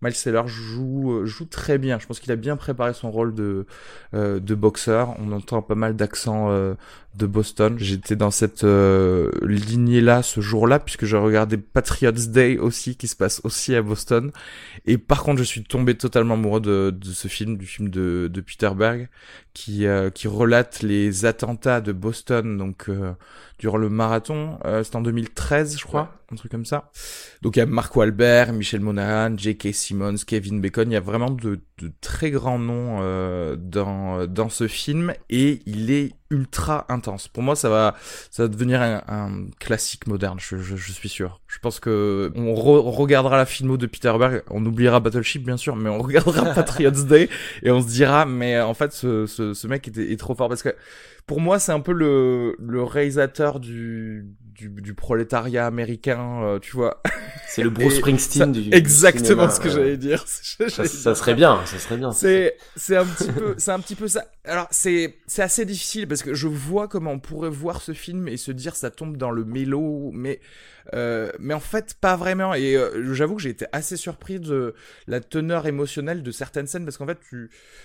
Miles Teller joue joue très bien. Je pense qu'il a bien préparé son rôle de euh, de boxeur. On entend pas mal d'accents euh, de Boston. J'étais dans cette euh, lignée-là ce jour-là puisque j'ai regardé Patriots Day aussi qui se passe aussi à Boston. Et par contre, je suis tombé totalement amoureux de de ce film, du film de de Peter Berg qui euh, qui relate les attentats de Boston donc euh, durant le marathon. Euh, c'était en deux mille treize, je crois. Ouais. Un truc comme ça. Donc il y a Mark Wahlberg, Michelle Monaghan, J K. Simmons, Kevin Bacon. Il y a vraiment de, de très grands noms euh, dans dans ce film et il est ultra intense. Pour moi, ça va ça va devenir un, un classique moderne. Je, je, je suis sûr. Je pense que on, re, on regardera la filmo de Peter Berg, on oubliera Battleship bien sûr, mais on regardera Patriots Day et on se dira mais en fait ce ce, ce mec est, est trop fort parce que pour moi c'est un peu le le réalisateur du Du, du prolétariat américain, euh, tu vois. C'est le Bruce Springsteen ça, du exactement du cinéma, ce que euh, j'allais dire. Ça, ça serait bien, ça serait bien. C'est c'est un petit peu c'est un petit peu ça. Alors c'est c'est assez difficile parce que je vois comment on pourrait voir ce film et se dire ça tombe dans le mélo, mais euh, mais en fait pas vraiment. Et euh, j'avoue que j'ai été assez surpris de la teneur émotionnelle de certaines scènes parce qu'en fait tu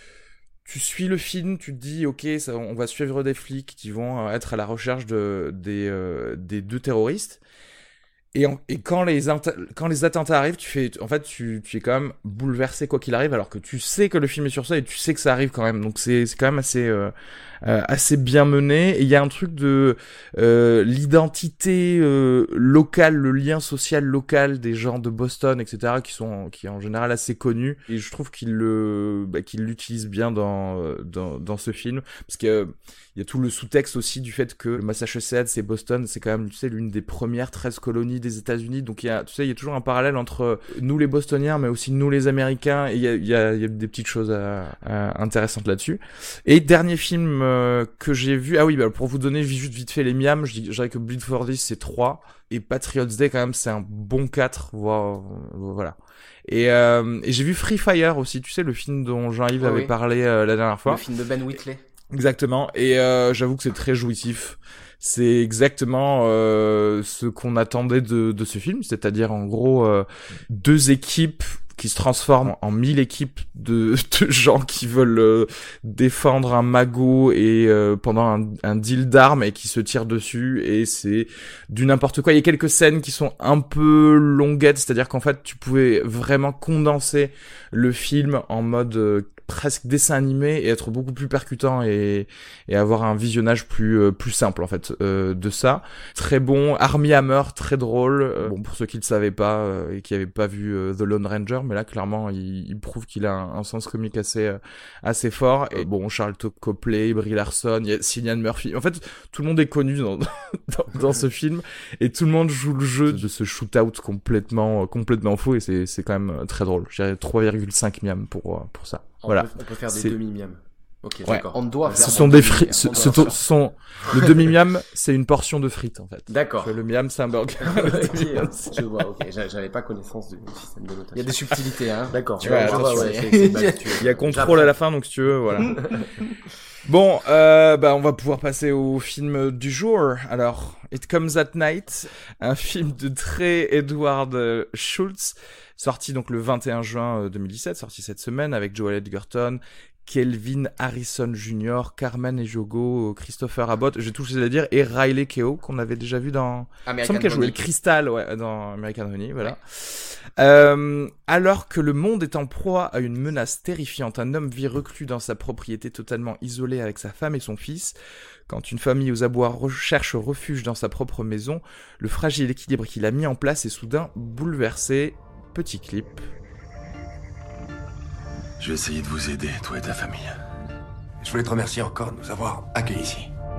Tu suis le film, tu te dis ok, ça, on va suivre des flics qui vont être à la recherche de des euh, des deux terroristes. Et, en, et quand les quand les attentats arrivent, tu fais en fait tu tu es quand même bouleversé quoi qu'il arrive, alors que tu sais que le film est sur ça et tu sais que ça arrive quand même. Donc c'est c'est quand même assez euh, euh, assez bien mené. Et il y a un truc de euh, l'identité euh, locale, le lien social local des gens de Boston, et cetera, qui sont qui est en général assez connus. Et je trouve qu'il le bah, qu'il l'utilise bien dans dans dans ce film parce que il y a tout le sous-texte aussi du fait que le Massachusetts et Boston, c'est quand même, tu sais, l'une des premières treize colonies des États-Unis. Donc il y a, tu sais, il y a toujours un parallèle entre nous les Bostoniens, mais aussi nous les Américains. Et il y a, il y a, il y a des petites choses à, à, intéressantes là-dessus. Et dernier film euh, que j'ai vu, ah oui, bah, pour vous donner juste vite fait les miams, je, dis, je dirais que Bleed for This c'est trois et Patriots Day quand même c'est un bon quatre, voire, voilà. Et, euh, et j'ai vu Free Fire aussi, tu sais, le film dont Jean-Yves oh, avait oui. parlé euh, la dernière fois. Le film de Ben Wheatley. Exactement, et euh, j'avoue que c'est très jouissif. C'est exactement euh, ce qu'on attendait de, de ce film, c'est-à-dire en gros euh, deux équipes qui se transforment en mille équipes de, de gens qui veulent euh, défendre un magot et euh, pendant un, un deal d'armes et qui se tirent dessus, et c'est du n'importe quoi. Il y a quelques scènes qui sont un peu longuettes, c'est-à-dire qu'en fait tu pouvais vraiment condenser le film en mode euh, presque dessin animé et être beaucoup plus percutant et et avoir un visionnage plus euh, plus simple en fait euh, de ça. Très bon. Armie Hammer, très drôle. Euh, bon, pour ceux qui le savaient pas euh, et qui avaient pas vu euh, The Lone Ranger, mais là clairement il, il prouve qu'il a un, un sens comique assez euh, assez fort. Et bon, Charlton Copley, Brie Larson, il y a Cillian Murphy. En fait, tout le monde est connu dans dans, dans ce film et tout le monde joue le jeu de ce shootout complètement complètement fou, et c'est c'est quand même très drôle. Je dirais trois virgule cinq miam pour pour ça. On voilà. Peut, on peut faire des c'est... demi-miam. Ok, ouais. d'accord. On doit faire. Ce sont des frites. Ce, ce, ce sont le demi-miam, c'est une portion de frites en fait. D'accord. Le miam, c'est un burger. Okay, je vois. Ok, j'avais pas connaissance du système de notation. Il y a des subtilités, hein. D'accord. Tu vois, vois, ouais, c'est, c'est, c'est, tu... Il y a contrôle à la fin, donc si tu veux, voilà. Bon, euh, bah on va pouvoir passer au film du jour. Alors, It Comes at Night, un film de Trey Edward Schultz, sorti donc le vingt et un juin deux mille dix-sept, sorti cette semaine avec Joel Edgerton, Kelvin Harrison junior, Carmen Ejogo, Christopher Abbott, j'ai tout ce à dire, et Riley Keough, qu'on avait déjà vu dans... American Honey. Qui a joué le cristal, ouais, dans American Honey, voilà. Ouais. Euh, alors que le monde est en proie à une menace terrifiante, un homme vit reclus dans sa propriété totalement isolé avec sa femme et son fils. Quand une famille aux abois recherche refuge dans sa propre maison, le fragile équilibre qu'il a mis en place est soudain bouleversé. Petit clip. Je vais essayer de vous aider, toi et ta famille. Je voulais te remercier encore de nous avoir accueillis ici.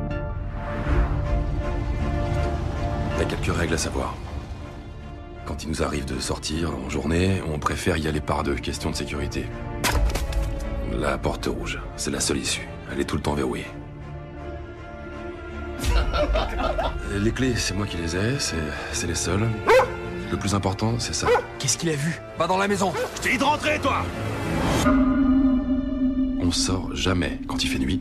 Il y a quelques règles à savoir. Quand il nous arrive de sortir en journée, on préfère y aller par deux, question de sécurité. La porte rouge, c'est la seule issue. Elle est tout le temps verrouillée. Les clés, c'est moi qui les ai, c'est, c'est les seules. Le plus important, c'est ça. Qu'est-ce qu'il a vu? Va dans la maison. Je t'ai dit de rentrer, toi! On sort jamais quand il fait nuit.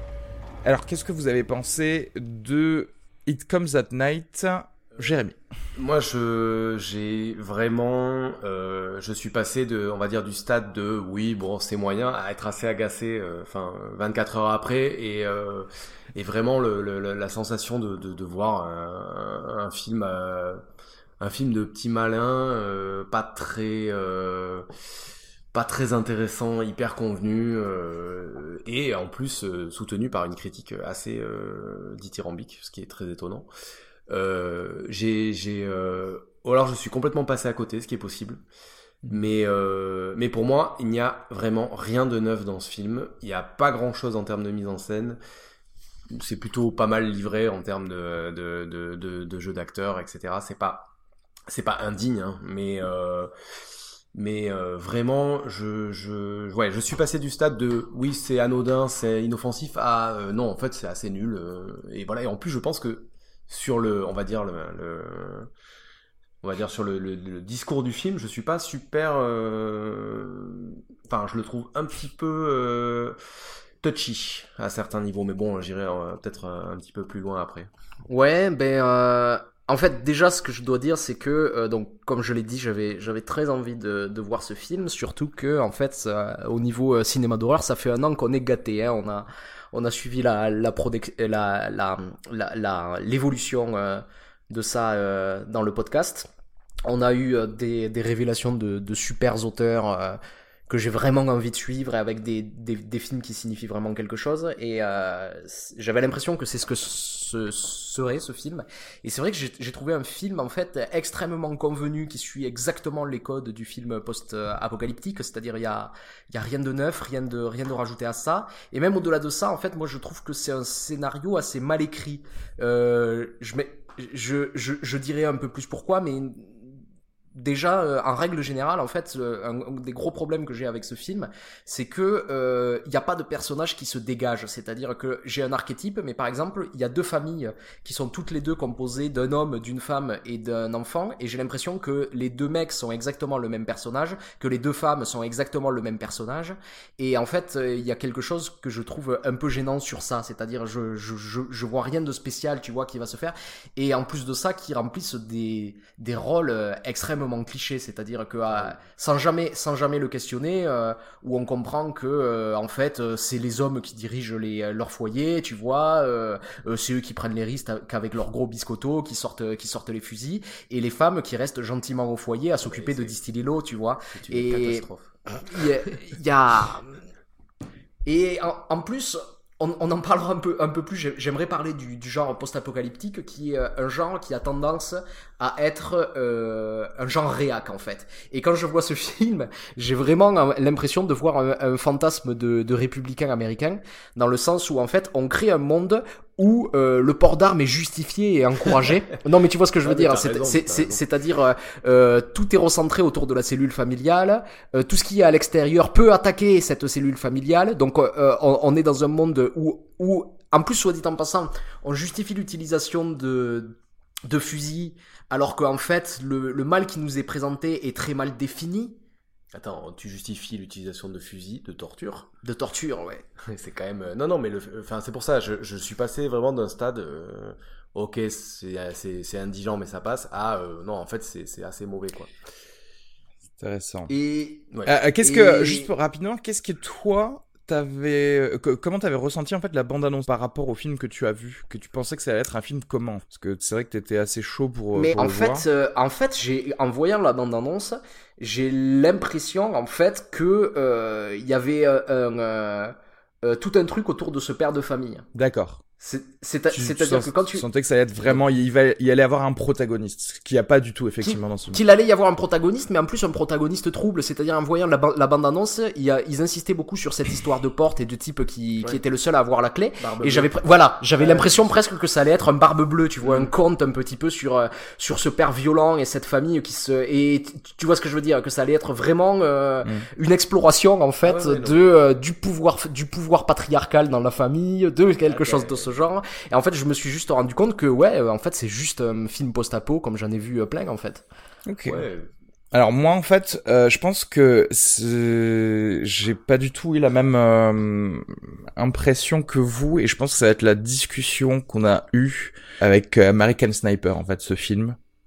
Alors, qu'est-ce que vous avez pensé de It Comes at Night, Jérémy? Moi, je j'ai vraiment, euh, je suis passé de, on va dire, du stade de oui, bon, c'est moyen, à être assez agacé. Enfin, euh, vingt-quatre heures après, et euh, et vraiment le, le, la sensation de de, de voir un, un film, euh, un film de petit malin, euh, pas très, euh, pas très intéressant, hyper convenu, euh, et en plus euh, soutenu par une critique assez euh, dithyrambique, ce qui est très étonnant. Euh, j'ai, j'ai, euh... ou alors je suis complètement passé à côté, ce qui est possible. Mais, euh... mais pour moi, il n'y a vraiment rien de neuf dans ce film. Il n'y a pas grand-chose en termes de mise en scène. C'est plutôt pas mal livré en termes de, de, de, de, de jeu d'acteur, et cetera. C'est pas, c'est pas indigne, hein, mais, euh... mais euh, vraiment, je, je, ouais, je suis passé du stade de oui, c'est anodin, c'est inoffensif, à euh, non, en fait, c'est assez nul. Euh... Et voilà. Et en plus, je pense que sur le, on va dire le, le on va dire sur le, le, le discours du film, je suis pas super, euh... enfin, je le trouve un petit peu euh, touchy à certains niveaux, mais bon, j'irai euh, peut-être un, un petit peu plus loin après. Ouais, ben, euh, en fait, déjà, ce que je dois dire, c'est que, euh, donc, comme je l'ai dit, j'avais, j'avais très envie de, de voir ce film, surtout que, en fait, ça, au niveau euh, cinéma d'horreur, ça fait un an qu'on est gâté, hein, on a On a suivi la la produc- la la la, la l'évolution euh, de ça euh, dans le podcast. On a eu euh, des des révélations de de super auteurs euh, que j'ai vraiment envie de suivre, et avec des des des films qui signifient vraiment quelque chose, et euh, j'avais l'impression que c'est ce que ce serait ce film. Et c'est vrai que j'ai j'ai trouvé un film en fait extrêmement convenu, qui suit exactement les codes du film post-apocalyptique, c'est-à-dire il y a il y a rien de neuf, rien de rien de rajouté à ça. Et même au-delà de ça, en fait, moi je trouve que c'est un scénario assez mal écrit. Euh, je mets je je je dirais un peu plus pourquoi, mais déjà, euh, en règle générale, en fait, euh, un, un des gros problèmes que j'ai avec ce film, c'est que euh, il y a pas de personnage qui se dégage. C'est-à-dire que j'ai un archétype, mais par exemple, il y a deux familles qui sont toutes les deux composées d'un homme, d'une femme et d'un enfant, et j'ai l'impression que les deux mecs sont exactement le même personnage, que les deux femmes sont exactement le même personnage, et en fait, il y a quelque chose que je trouve un peu gênant sur ça. C'est-à-dire, je je je, je vois rien de spécial, tu vois, qui va se faire, et en plus de ça, qui remplissent des des rôles extrêmement cliché, c'est-à-dire que euh, sans jamais sans jamais le questionner, euh, où on comprend que euh, en fait euh, c'est les hommes qui dirigent les leur foyer, tu vois, euh, euh, c'est eux qui prennent les risques qu'avec leurs gros biscottos, qui sortent qui sortent les fusils, et les femmes qui restent gentiment au foyer à s'occuper ouais, de distiller l'eau, tu vois. C'est une et catastrophe. Il y a, y a... et en, en plus On, on en parlera un peu, un peu plus. J'aimerais parler du, du genre post-apocalyptique, qui est un genre qui a tendance à être euh, un genre réac, en fait. Et quand je vois ce film, j'ai vraiment l'impression de voir un, un fantasme de, de républicain américain, dans le sens où en fait on crée un monde où euh, le port d'armes est justifié et encouragé. Non, mais tu vois ce que je veux ah, dire. C'est, c'est, c'est, c'est-à-dire euh, tout est recentré autour de la cellule familiale. Euh, tout ce qui est à l'extérieur peut attaquer cette cellule familiale. Donc euh, on, on est dans un monde où, où, en plus, soit dit en passant, on justifie l'utilisation de de fusils, alors qu'en fait le, le mal qui nous est présenté est très mal défini. Attends, tu justifies l'utilisation de fusils, de torture. De torture, ouais. C'est quand même... Non, non, mais le... enfin, c'est pour ça, je, je suis passé vraiment d'un stade... Euh... Ok, c'est, c'est, c'est indigent, mais ça passe. Ah, euh, non, en fait, c'est, c'est assez mauvais, quoi. C'est intéressant. Et... Ouais. Euh, qu'est-ce Et... que... Juste pour, rapidement, qu'est-ce que toi... T'avais, comment t'avais ressenti en fait la bande-annonce par rapport au film que tu as vu, que tu pensais que ça allait être un film comment? Parce que c'est vrai que t'étais assez chaud pour. Mais pour en le fait, voir. Euh, en fait, j'ai, en voyant la bande-annonce, j'ai l'impression en fait que euh, il y avait euh, un, euh, euh, tout un truc autour de ce père de famille. D'accord. C'est, c'est, tu, c'est-à-dire tu que quand tu sentais que ça allait être vraiment, il, va, il allait avoir un protagoniste, qu'il n'y a pas du tout effectivement qu'il, dans ce film. Qu'il allait y avoir un protagoniste, mais en plus un protagoniste trouble, c'est-à-dire en voyant la, la bande-annonce, il y a, ils insistaient beaucoup sur cette histoire de porte et de type qui, ouais. qui était le seul à avoir la clé. Barbe et bleue. j'avais, voilà, j'avais ouais, l'impression ouais. presque que ça allait être un barbe bleue, tu vois, mmh. un conte un petit peu sur sur ce père violent et cette famille qui se, et tu vois ce que je veux dire, que ça allait être vraiment euh, mmh. une exploration en fait ah ouais, ouais, de euh, du pouvoir du pouvoir patriarcal dans la famille, de quelque okay. chose de ce genre. Et en fait, je me suis juste rendu compte que ouais, en fait, c'est juste un film post-apo comme j'en ai vu plein en fait. Ok. Ouais. Alors moi en fait, euh, je pense que c'est... j'ai pas du tout eu la même euh, impression que vous, et je pense que ça va être la discussion qu'on a eue avec American Sniper en fait, ce film.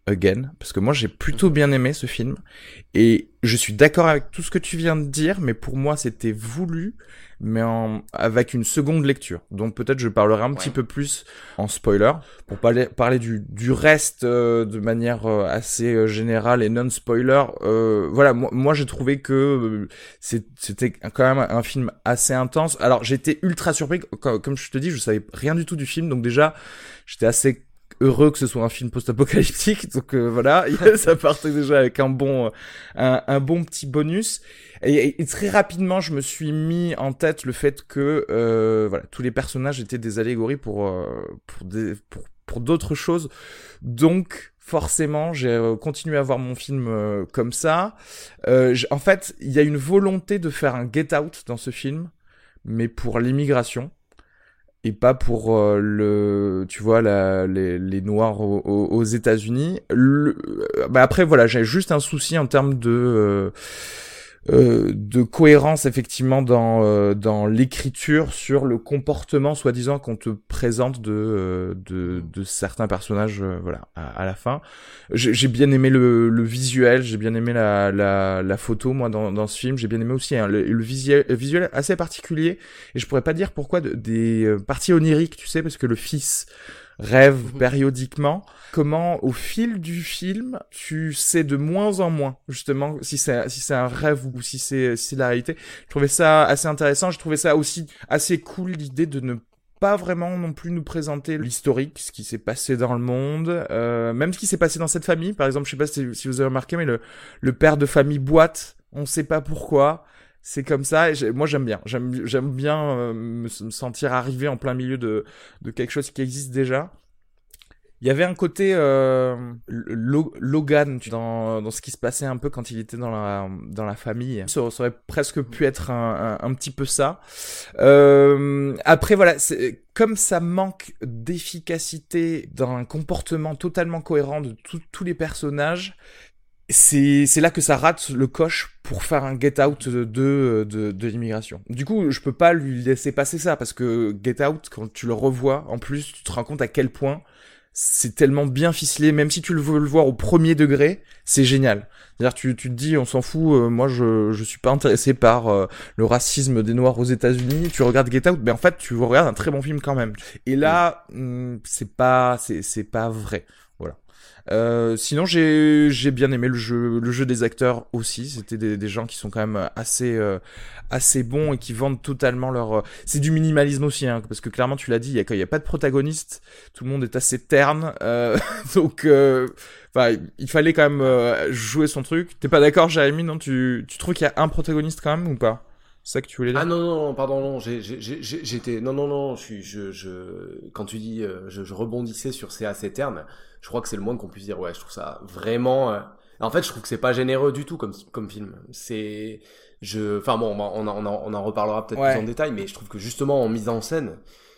again, parce que moi j'ai plutôt bien aimé ce film, et je suis d'accord avec tout ce que tu viens de dire, mais pour moi c'était voulu, mais en, avec une seconde lecture. Donc peut-être je parlerai un ouais. petit peu plus en spoiler, pour parler, parler du, du reste euh, de manière euh, assez euh, générale et non-spoiler. Euh, voilà, moi, moi j'ai trouvé que euh, c'est, c'était quand même un film assez intense. Alors j'étais ultra surpris, comme, comme je te dis, je savais rien du tout du film, donc déjà j'étais assez heureux que ce soit un film post-apocalyptique, donc euh, voilà, ça partait déjà avec un bon, un, un bon petit bonus. Et, et très rapidement, je me suis mis en tête le fait que euh, voilà, tous les personnages étaient des allégories pour euh, pour des pour pour d'autres choses. Donc forcément, j'ai euh, continué à voir mon film euh, comme ça. Euh, en fait, il y a une volonté de faire un Get Out dans ce film, mais pour l'immigration. Et pas pour euh, le, tu vois, la, les, les Noirs aux, aux États-Unis. Le, bah après, voilà, j'ai juste un souci en termes de euh, euh, de cohérence effectivement dans euh, dans l'écriture sur le comportement soi-disant qu'on te présente de euh, de de certains personnages, euh, voilà, à, à la fin. J'ai, j'ai bien aimé le le visuel, j'ai bien aimé la la la photo moi dans dans ce film, j'ai bien aimé aussi hein, le, le visuel le visuel assez particulier, et je pourrais pas dire pourquoi de, des euh, parties oniriques, tu sais, parce que le fils rêve mmh. périodiquement. Comment au fil du film tu sais de moins en moins justement si c'est si c'est un rêve ou si c'est si c'est la réalité. Je trouvais ça assez intéressant, je trouvais ça aussi assez cool l'idée de ne pas vraiment non plus nous présenter l'historique, ce qui s'est passé dans le monde, euh, même ce qui s'est passé dans cette famille. Par exemple, je sais pas si, si vous avez remarqué, mais le le père de famille boite, on sait pas pourquoi. C'est comme ça, et moi j'aime bien, j'aime j'aime bien euh, me, me sentir arrivé en plein milieu de de quelque chose qui existe déjà. Il y avait un côté euh, Logan dans dans ce qui se passait un peu quand il était dans la dans la famille. Ça, ça aurait presque pu être un un, un petit peu ça. Euh, après voilà, c'est, comme ça manque d'efficacité dans un comportement totalement cohérent de tous les personnages. C'est c'est là que ça rate le coche pour faire un Get Out de de de, de l'immigration. Du coup, je peux pas lui laisser passer ça, parce que Get Out, quand tu le revois, en plus, tu te rends compte à quel point c'est tellement bien ficelé. Même si tu le veux le voir au premier degré, c'est génial. C'est-à-dire tu tu te dis on s'en fout, euh, moi je je suis pas intéressé par euh, le racisme des Noirs aux États-Unis. Tu regardes Get Out, mais en fait tu regardes un très bon film quand même. Et là, oui. hum, c'est pas c'est c'est pas vrai. Voilà. Euh, sinon j'ai j'ai bien aimé le jeu le jeu des acteurs aussi. C'était des des gens qui sont quand même assez euh, assez bons et qui vendent totalement leur. C'est du minimalisme aussi, hein, parce que clairement tu l'as dit, il y a il y a pas de protagoniste, tout le monde est assez terne, euh, donc euh, enfin il fallait quand même euh, jouer son truc. T'es pas d'accord, Jérémy? Non, tu tu trouves qu'il y a un protagoniste quand même ou pas? C'est ça que tu voulais dire? Ah non non non pardon non j'ai j'ai j'ai j'étais non non non je suis je je quand tu dis euh, je, je rebondissais sur c'est assez terne, je crois que c'est le moins qu'on puisse dire. Ouais, je trouve ça vraiment euh... en fait je trouve que c'est pas généreux du tout comme comme film. C'est je enfin bon on en on en on en reparlera peut-être ouais. plus en détail, mais je trouve que justement en mise en scène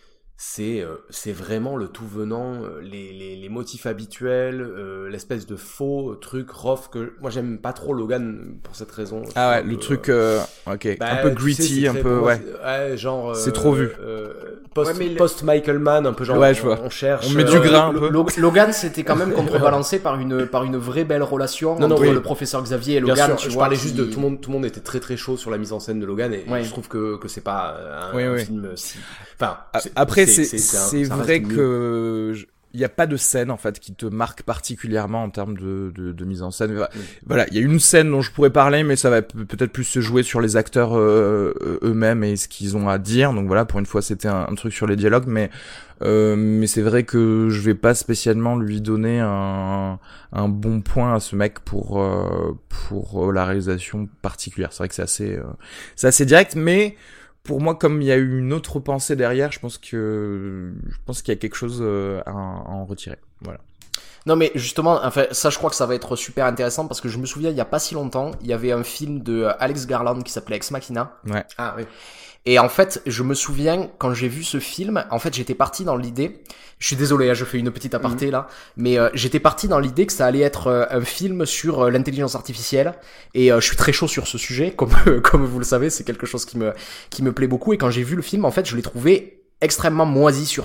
c'est euh, c'est vraiment le tout venant, euh, les les les motifs habituels, euh, l'espèce de faux truc rough que moi j'aime pas trop Logan pour cette raison. Ah ouais, le peu, truc euh, OK, bah, un peu gritty, sais, un peu ouais. Ouais, genre c'est euh, trop vu. Euh, post ouais, post Michael Mann, un peu genre ouais, je vois. On, on cherche on met du grain euh, un peu. Logan c'était quand même contrebalancé par une par une vraie belle relation non, entre non, oui. le professeur Xavier et Logan. Bien sûr, tu je vois, parlais qui... juste de tout le monde tout le monde était très très chaud sur la mise en scène de Logan, et ouais. je trouve que que c'est pas un, oui, un oui. film si enfin après c'est c'est, c'est, c'est, c'est vrai que il y a pas de scène en fait qui te marque particulièrement en termes de, de, de mise en scène. Mm. Voilà, il y a une scène dont je pourrais parler, mais ça va p- peut-être plus se jouer sur les acteurs euh, eux-mêmes et ce qu'ils ont à dire. Donc voilà, pour une fois c'était un, un truc sur les dialogues, mais euh, mais c'est vrai que je vais pas spécialement lui donner un un bon point à ce mec pour euh, pour la réalisation particulière. C'est vrai que c'est assez euh, c'est assez direct, mais pour moi, comme il y a eu une autre pensée derrière, je pense que je pense qu'il y a quelque chose à, à en retirer. Voilà. Non mais justement, enfin ça je crois que ça va être super intéressant, parce que je me souviens il y a pas si longtemps, il y avait un film de Alex Garland qui s'appelait Ex Machina. Ouais. Ah oui. Et en fait, je me souviens quand j'ai vu ce film, en fait, j'étais parti dans l'idée. Je suis désolé, hein, je fais une petite aparté mmh. là, mais euh, j'étais parti dans l'idée que ça allait être euh, un film sur euh, l'intelligence artificielle, et euh, je suis très chaud sur ce sujet, comme euh, comme vous le savez, c'est quelque chose qui me qui me plaît beaucoup. Et quand j'ai vu le film, en fait, je l'ai trouvé extrêmement moisi sur ça.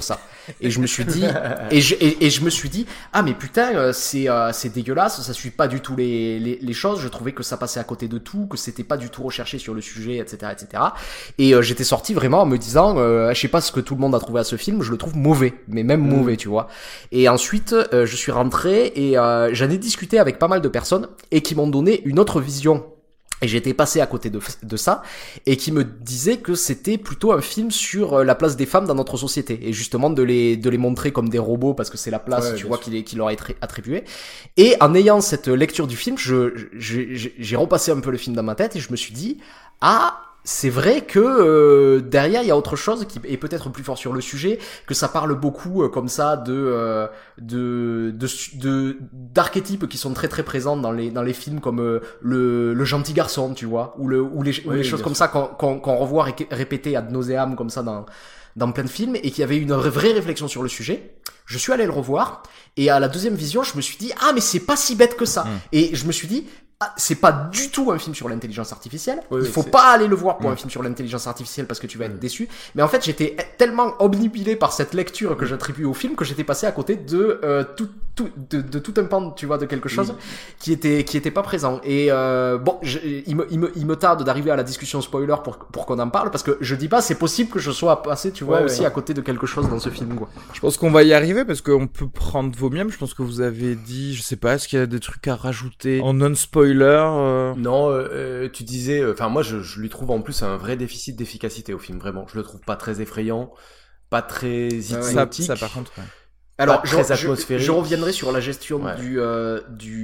Et je me suis dit, et je, et, et je me suis dit, ah mais putain, euh, c'est euh, c'est dégueulasse, ça suit pas du tout les, les les choses. Je trouvais que ça passait à côté de tout, que c'était pas du tout recherché sur le sujet, et cetera, et cetera. Et euh, j'étais sorti vraiment en me disant, euh, je sais pas ce que tout le monde a trouvé à ce film, je le trouve mauvais, mais même mmh. mauvais, tu vois. Et ensuite, euh, je suis rentré et euh, j'en ai discuté avec pas mal de personnes et qui m'ont donné une autre vision. Et j'étais passé à côté de, de ça, et qui me disait que c'était plutôt un film sur la place des femmes dans notre société, et justement de les de les montrer comme des robots parce que c'est la place, ouais, tu vois, qui, qui leur est attribuée. Et en ayant cette lecture du film, je, je, je j'ai repassé un peu le film dans ma tête et je me suis dit, ah, c'est vrai que euh, derrière il y a autre chose qui est peut-être plus fort sur le sujet, que ça parle beaucoup euh, comme ça de, euh, de de de d'archétypes qui sont très très présents dans les dans les films, comme euh, le le gentil garçon, tu vois, ou le ou les, oui, ou les choses comme sûr. ça qu'on qu'on qu'on revoit ré- répétées ad nauseam comme ça dans dans plein de films, et qu'il y avait une vraie réflexion sur le sujet. Je suis allé le revoir, et à la deuxième vision, je me suis dit, ah mais c'est pas si bête que ça. Mmh. Et je me suis dit, ah, c'est pas du tout un film sur l'intelligence artificielle. Oui, il faut c'est... pas aller le voir pour mmh. un film sur l'intelligence artificielle parce que tu vas être mmh. déçu. Mais en fait, j'étais tellement obnubilé par cette lecture que j'attribue au film que j'étais passé à côté de euh, tout, tout, de, de tout un pan, tu vois, de quelque chose mmh. qui était qui était pas présent. Et euh, bon, je, il me il me il me tarde d'arriver à la discussion spoiler pour pour qu'on en parle, parce que je dis pas c'est possible que je sois passé, tu vois, ouais, aussi ouais. à côté de quelque chose dans ce film, quoi. Je pense qu'on va y arriver parce qu'on peut prendre vos miams. Je pense que vous avez dit, je sais pas, est-ce qu'il y a des trucs à rajouter en non spoiler? Euh... Non, euh, tu disais, enfin euh, moi je, je lui trouve en plus un vrai déficit d'efficacité au film, vraiment. Je le trouve pas très effrayant, pas très hypnotique. Ça, ça par contre. Ouais. Alors, je, je, je reviendrai sur la gestion ouais. du, euh,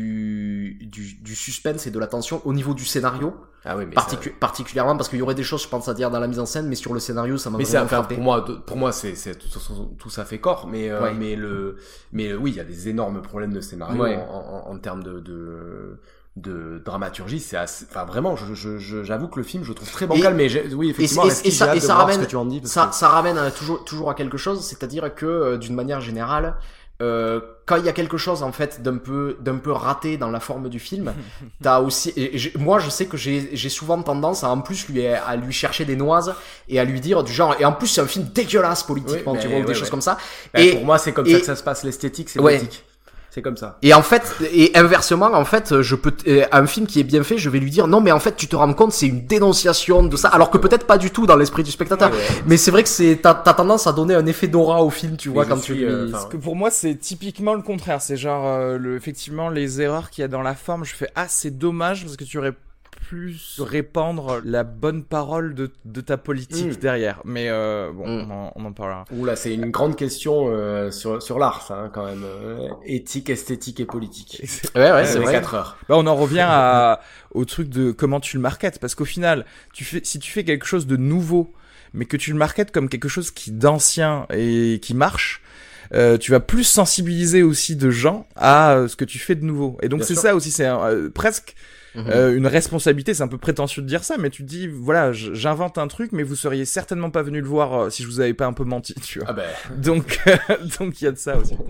du, du, du suspense et de la tension au niveau du scénario. Ah oui, mais Particu- ça... particulièrement parce qu'il y aurait des choses, je pense, à dire dans la mise en scène, mais sur le scénario, ça m'a mais vraiment c'est, frappé. Pour moi, pour moi, c'est, c'est tout, tout, tout ça fait corps, mais, euh, ouais. mais le, mais oui, il y a des énormes problèmes de scénario ouais. en, en, en termes de, de, de dramaturgie. C'est assez, enfin vraiment, je, je, je, j'avoue que le film, je trouve très bancal, et, mais j'ai, oui, effectivement, et, et, et ça, et ça ramène, ce que tu en dis, ça, que... ça ramène à toujours, toujours à quelque chose, c'est-à-dire que, euh, d'une manière générale, Euh, quand il y a quelque chose en fait d'un peu d'un peu raté dans la forme du film, t'as aussi, et, et, moi je sais que j'ai j'ai souvent tendance à en plus lui à lui chercher des noises et à lui dire du genre, et en plus c'est un film dégueulasse politiquement, oui, tu vois, ouais, des ouais. choses comme ça. Bah, et pour moi c'est comme et, ça que ça se passe, l'esthétique c'est ouais. politique. C'est comme ça. Et en fait, et inversement, en fait, je peux, t- un film qui est bien fait, je vais lui dire, non, mais en fait, tu te rends compte, c'est une dénonciation de ça, alors que peut-être pas du tout dans l'esprit du spectateur. Ouais, ouais. Mais c'est vrai que c'est, t'as, t'as tendance à donner un effet d'aura au film, tu vois, mais quand tu lui... Euh, Parce que pour moi, c'est typiquement le contraire. C'est genre, euh, le, effectivement, les erreurs qu'il y a dans la forme, je fais, ah, c'est dommage, parce que tu aurais plus répandre la bonne parole de, de ta politique mmh. derrière. Mais euh, bon, mmh. on, en, on en parlera. Oula, c'est une grande question euh, sur, sur l'art, ça, hein, quand même. Euh, éthique, esthétique et politique. Ouais, ouais, c'est vrai. quatre heures. Bah, on en revient à, au truc de comment tu le marketes. Parce qu'au final, tu fais, si tu fais quelque chose de nouveau, mais que tu le marketes comme quelque chose qui d'ancien et qui marche, Euh, tu vas plus sensibiliser aussi de gens à euh, ce que tu fais de nouveau. Et donc Bien c'est sûr. ça aussi, c'est euh, presque mmh. euh, une responsabilité. C'est un peu prétentieux de dire ça, mais tu te dis, voilà, j'invente un truc, mais vous seriez certainement pas venu le voir euh, si je vous avais pas un peu menti, tu vois. Ah ben. Donc, euh, donc il y a de ça aussi.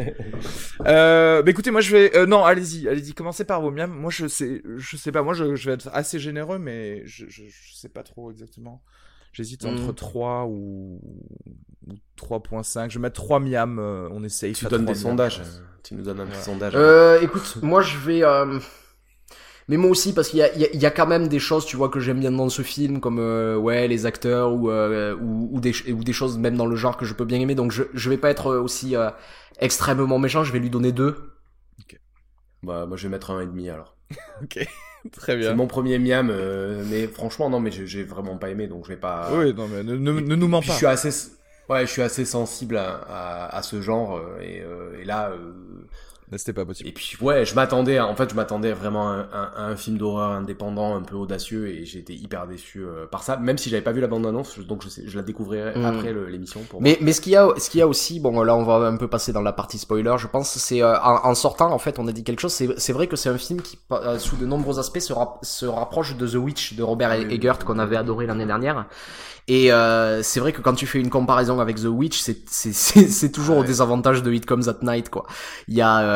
euh, bah écoutez, moi je vais, euh, non, allez-y, allez-y, commencez par vos miams. Moi je sais, je sais pas, moi je, je vais être assez généreux, mais je, je, je sais pas trop exactement. J'hésite entre mmh. trois ou, ou trois virgule cinq. Je vais mettre trois miams, euh, on essaye. Tu donnes des miams. sondages. Tu nous donnes un petit ouais. sondage. Euh, écoute, moi je vais... Euh... Mais moi aussi, parce qu'il y a, il y, a, il y a quand même des choses, tu vois, que j'aime bien dans ce film, comme euh, ouais, les acteurs ou, euh, ou, ou, des, ou des choses même dans le genre que je peux bien aimer. Donc je, je vais pas être aussi euh, extrêmement méchant, je vais lui donner deux. Ok. Bah moi je vais mettre un et demi alors. Ok. Très bien. C'est mon premier miam, euh, mais franchement non, mais j'ai, j'ai vraiment pas aimé, donc je vais pas. Oui, non mais ne, ne, ne nous mens pas. Je suis assez, ouais, je suis assez sensible à, à, à ce genre et, euh, et là. Euh... Là, c'était pas possible. Et puis ouais, je m'attendais, à, en fait, je m'attendais vraiment à un, à un film d'horreur indépendant, un peu audacieux, et j'ai été hyper déçu euh, par ça, même si j'avais pas vu la bande-annonce, donc je sais, je la découvrirai mmh. après le, l'émission. Pour mais mais ce qu'il y a, ce qu'il y a aussi, bon là on va un peu passer dans la partie spoiler, je pense, c'est euh, en, en sortant en fait, on a dit quelque chose, c'est c'est vrai que c'est un film qui euh, sous de nombreux aspects se, ra- se rapproche de The Witch de Robert mmh. Eggert qu'on avait adoré l'année dernière. Et euh, c'est vrai que quand tu fais une comparaison avec The Witch, c'est c'est c'est, c'est toujours ah ouais. au désavantage de It Comes at Night, quoi. Il y a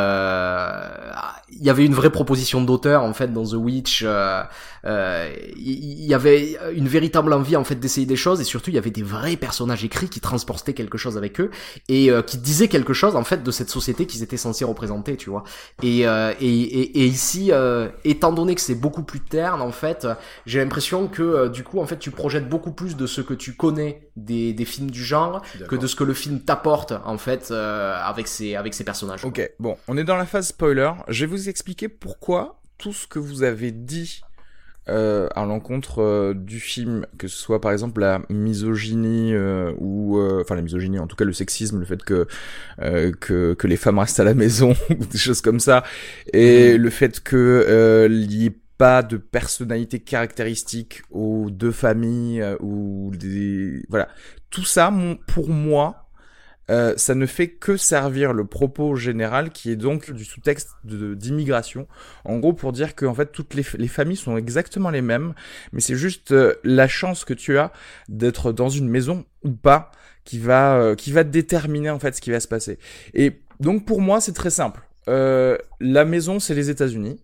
euh, il y avait une vraie proposition d'auteur en fait dans The Witch. Euh, euh, il y avait une véritable envie en fait d'essayer des choses et surtout il y avait des vrais personnages écrits qui transportaient quelque chose avec eux et euh, qui disaient quelque chose en fait de cette société qu'ils étaient censés représenter, tu vois. Et euh, et, et, et ici, euh, étant donné que c'est beaucoup plus terne en fait, j'ai l'impression que euh, du coup en fait tu projettes beaucoup plus de ce que tu connais des des films du genre D'accord. que de ce que le film t'apporte en fait euh, avec ses avec ses personnages. Ok, bon, on est dans la phase spoiler. Je vais vous expliquer pourquoi tout ce que vous avez dit euh, à l'encontre euh, du film, que ce soit par exemple la misogynie euh, ou euh, enfin la misogynie, en tout cas le sexisme, le fait que euh, que que les femmes restent à la maison ou des choses comme ça, et mmh. le fait que euh, il y ait pas de personnalité caractéristique aux deux familles euh, ou des voilà, tout ça mon, pour moi Euh, ça ne fait que servir le propos général qui est donc du sous-texte de, d'immigration. En gros, pour dire que en fait toutes les, les familles sont exactement les mêmes, mais c'est juste euh, la chance que tu as d'être dans une maison ou pas qui va euh, qui va déterminer en fait ce qui va se passer. Et donc pour moi, c'est très simple. Euh, la maison, c'est les États-Unis.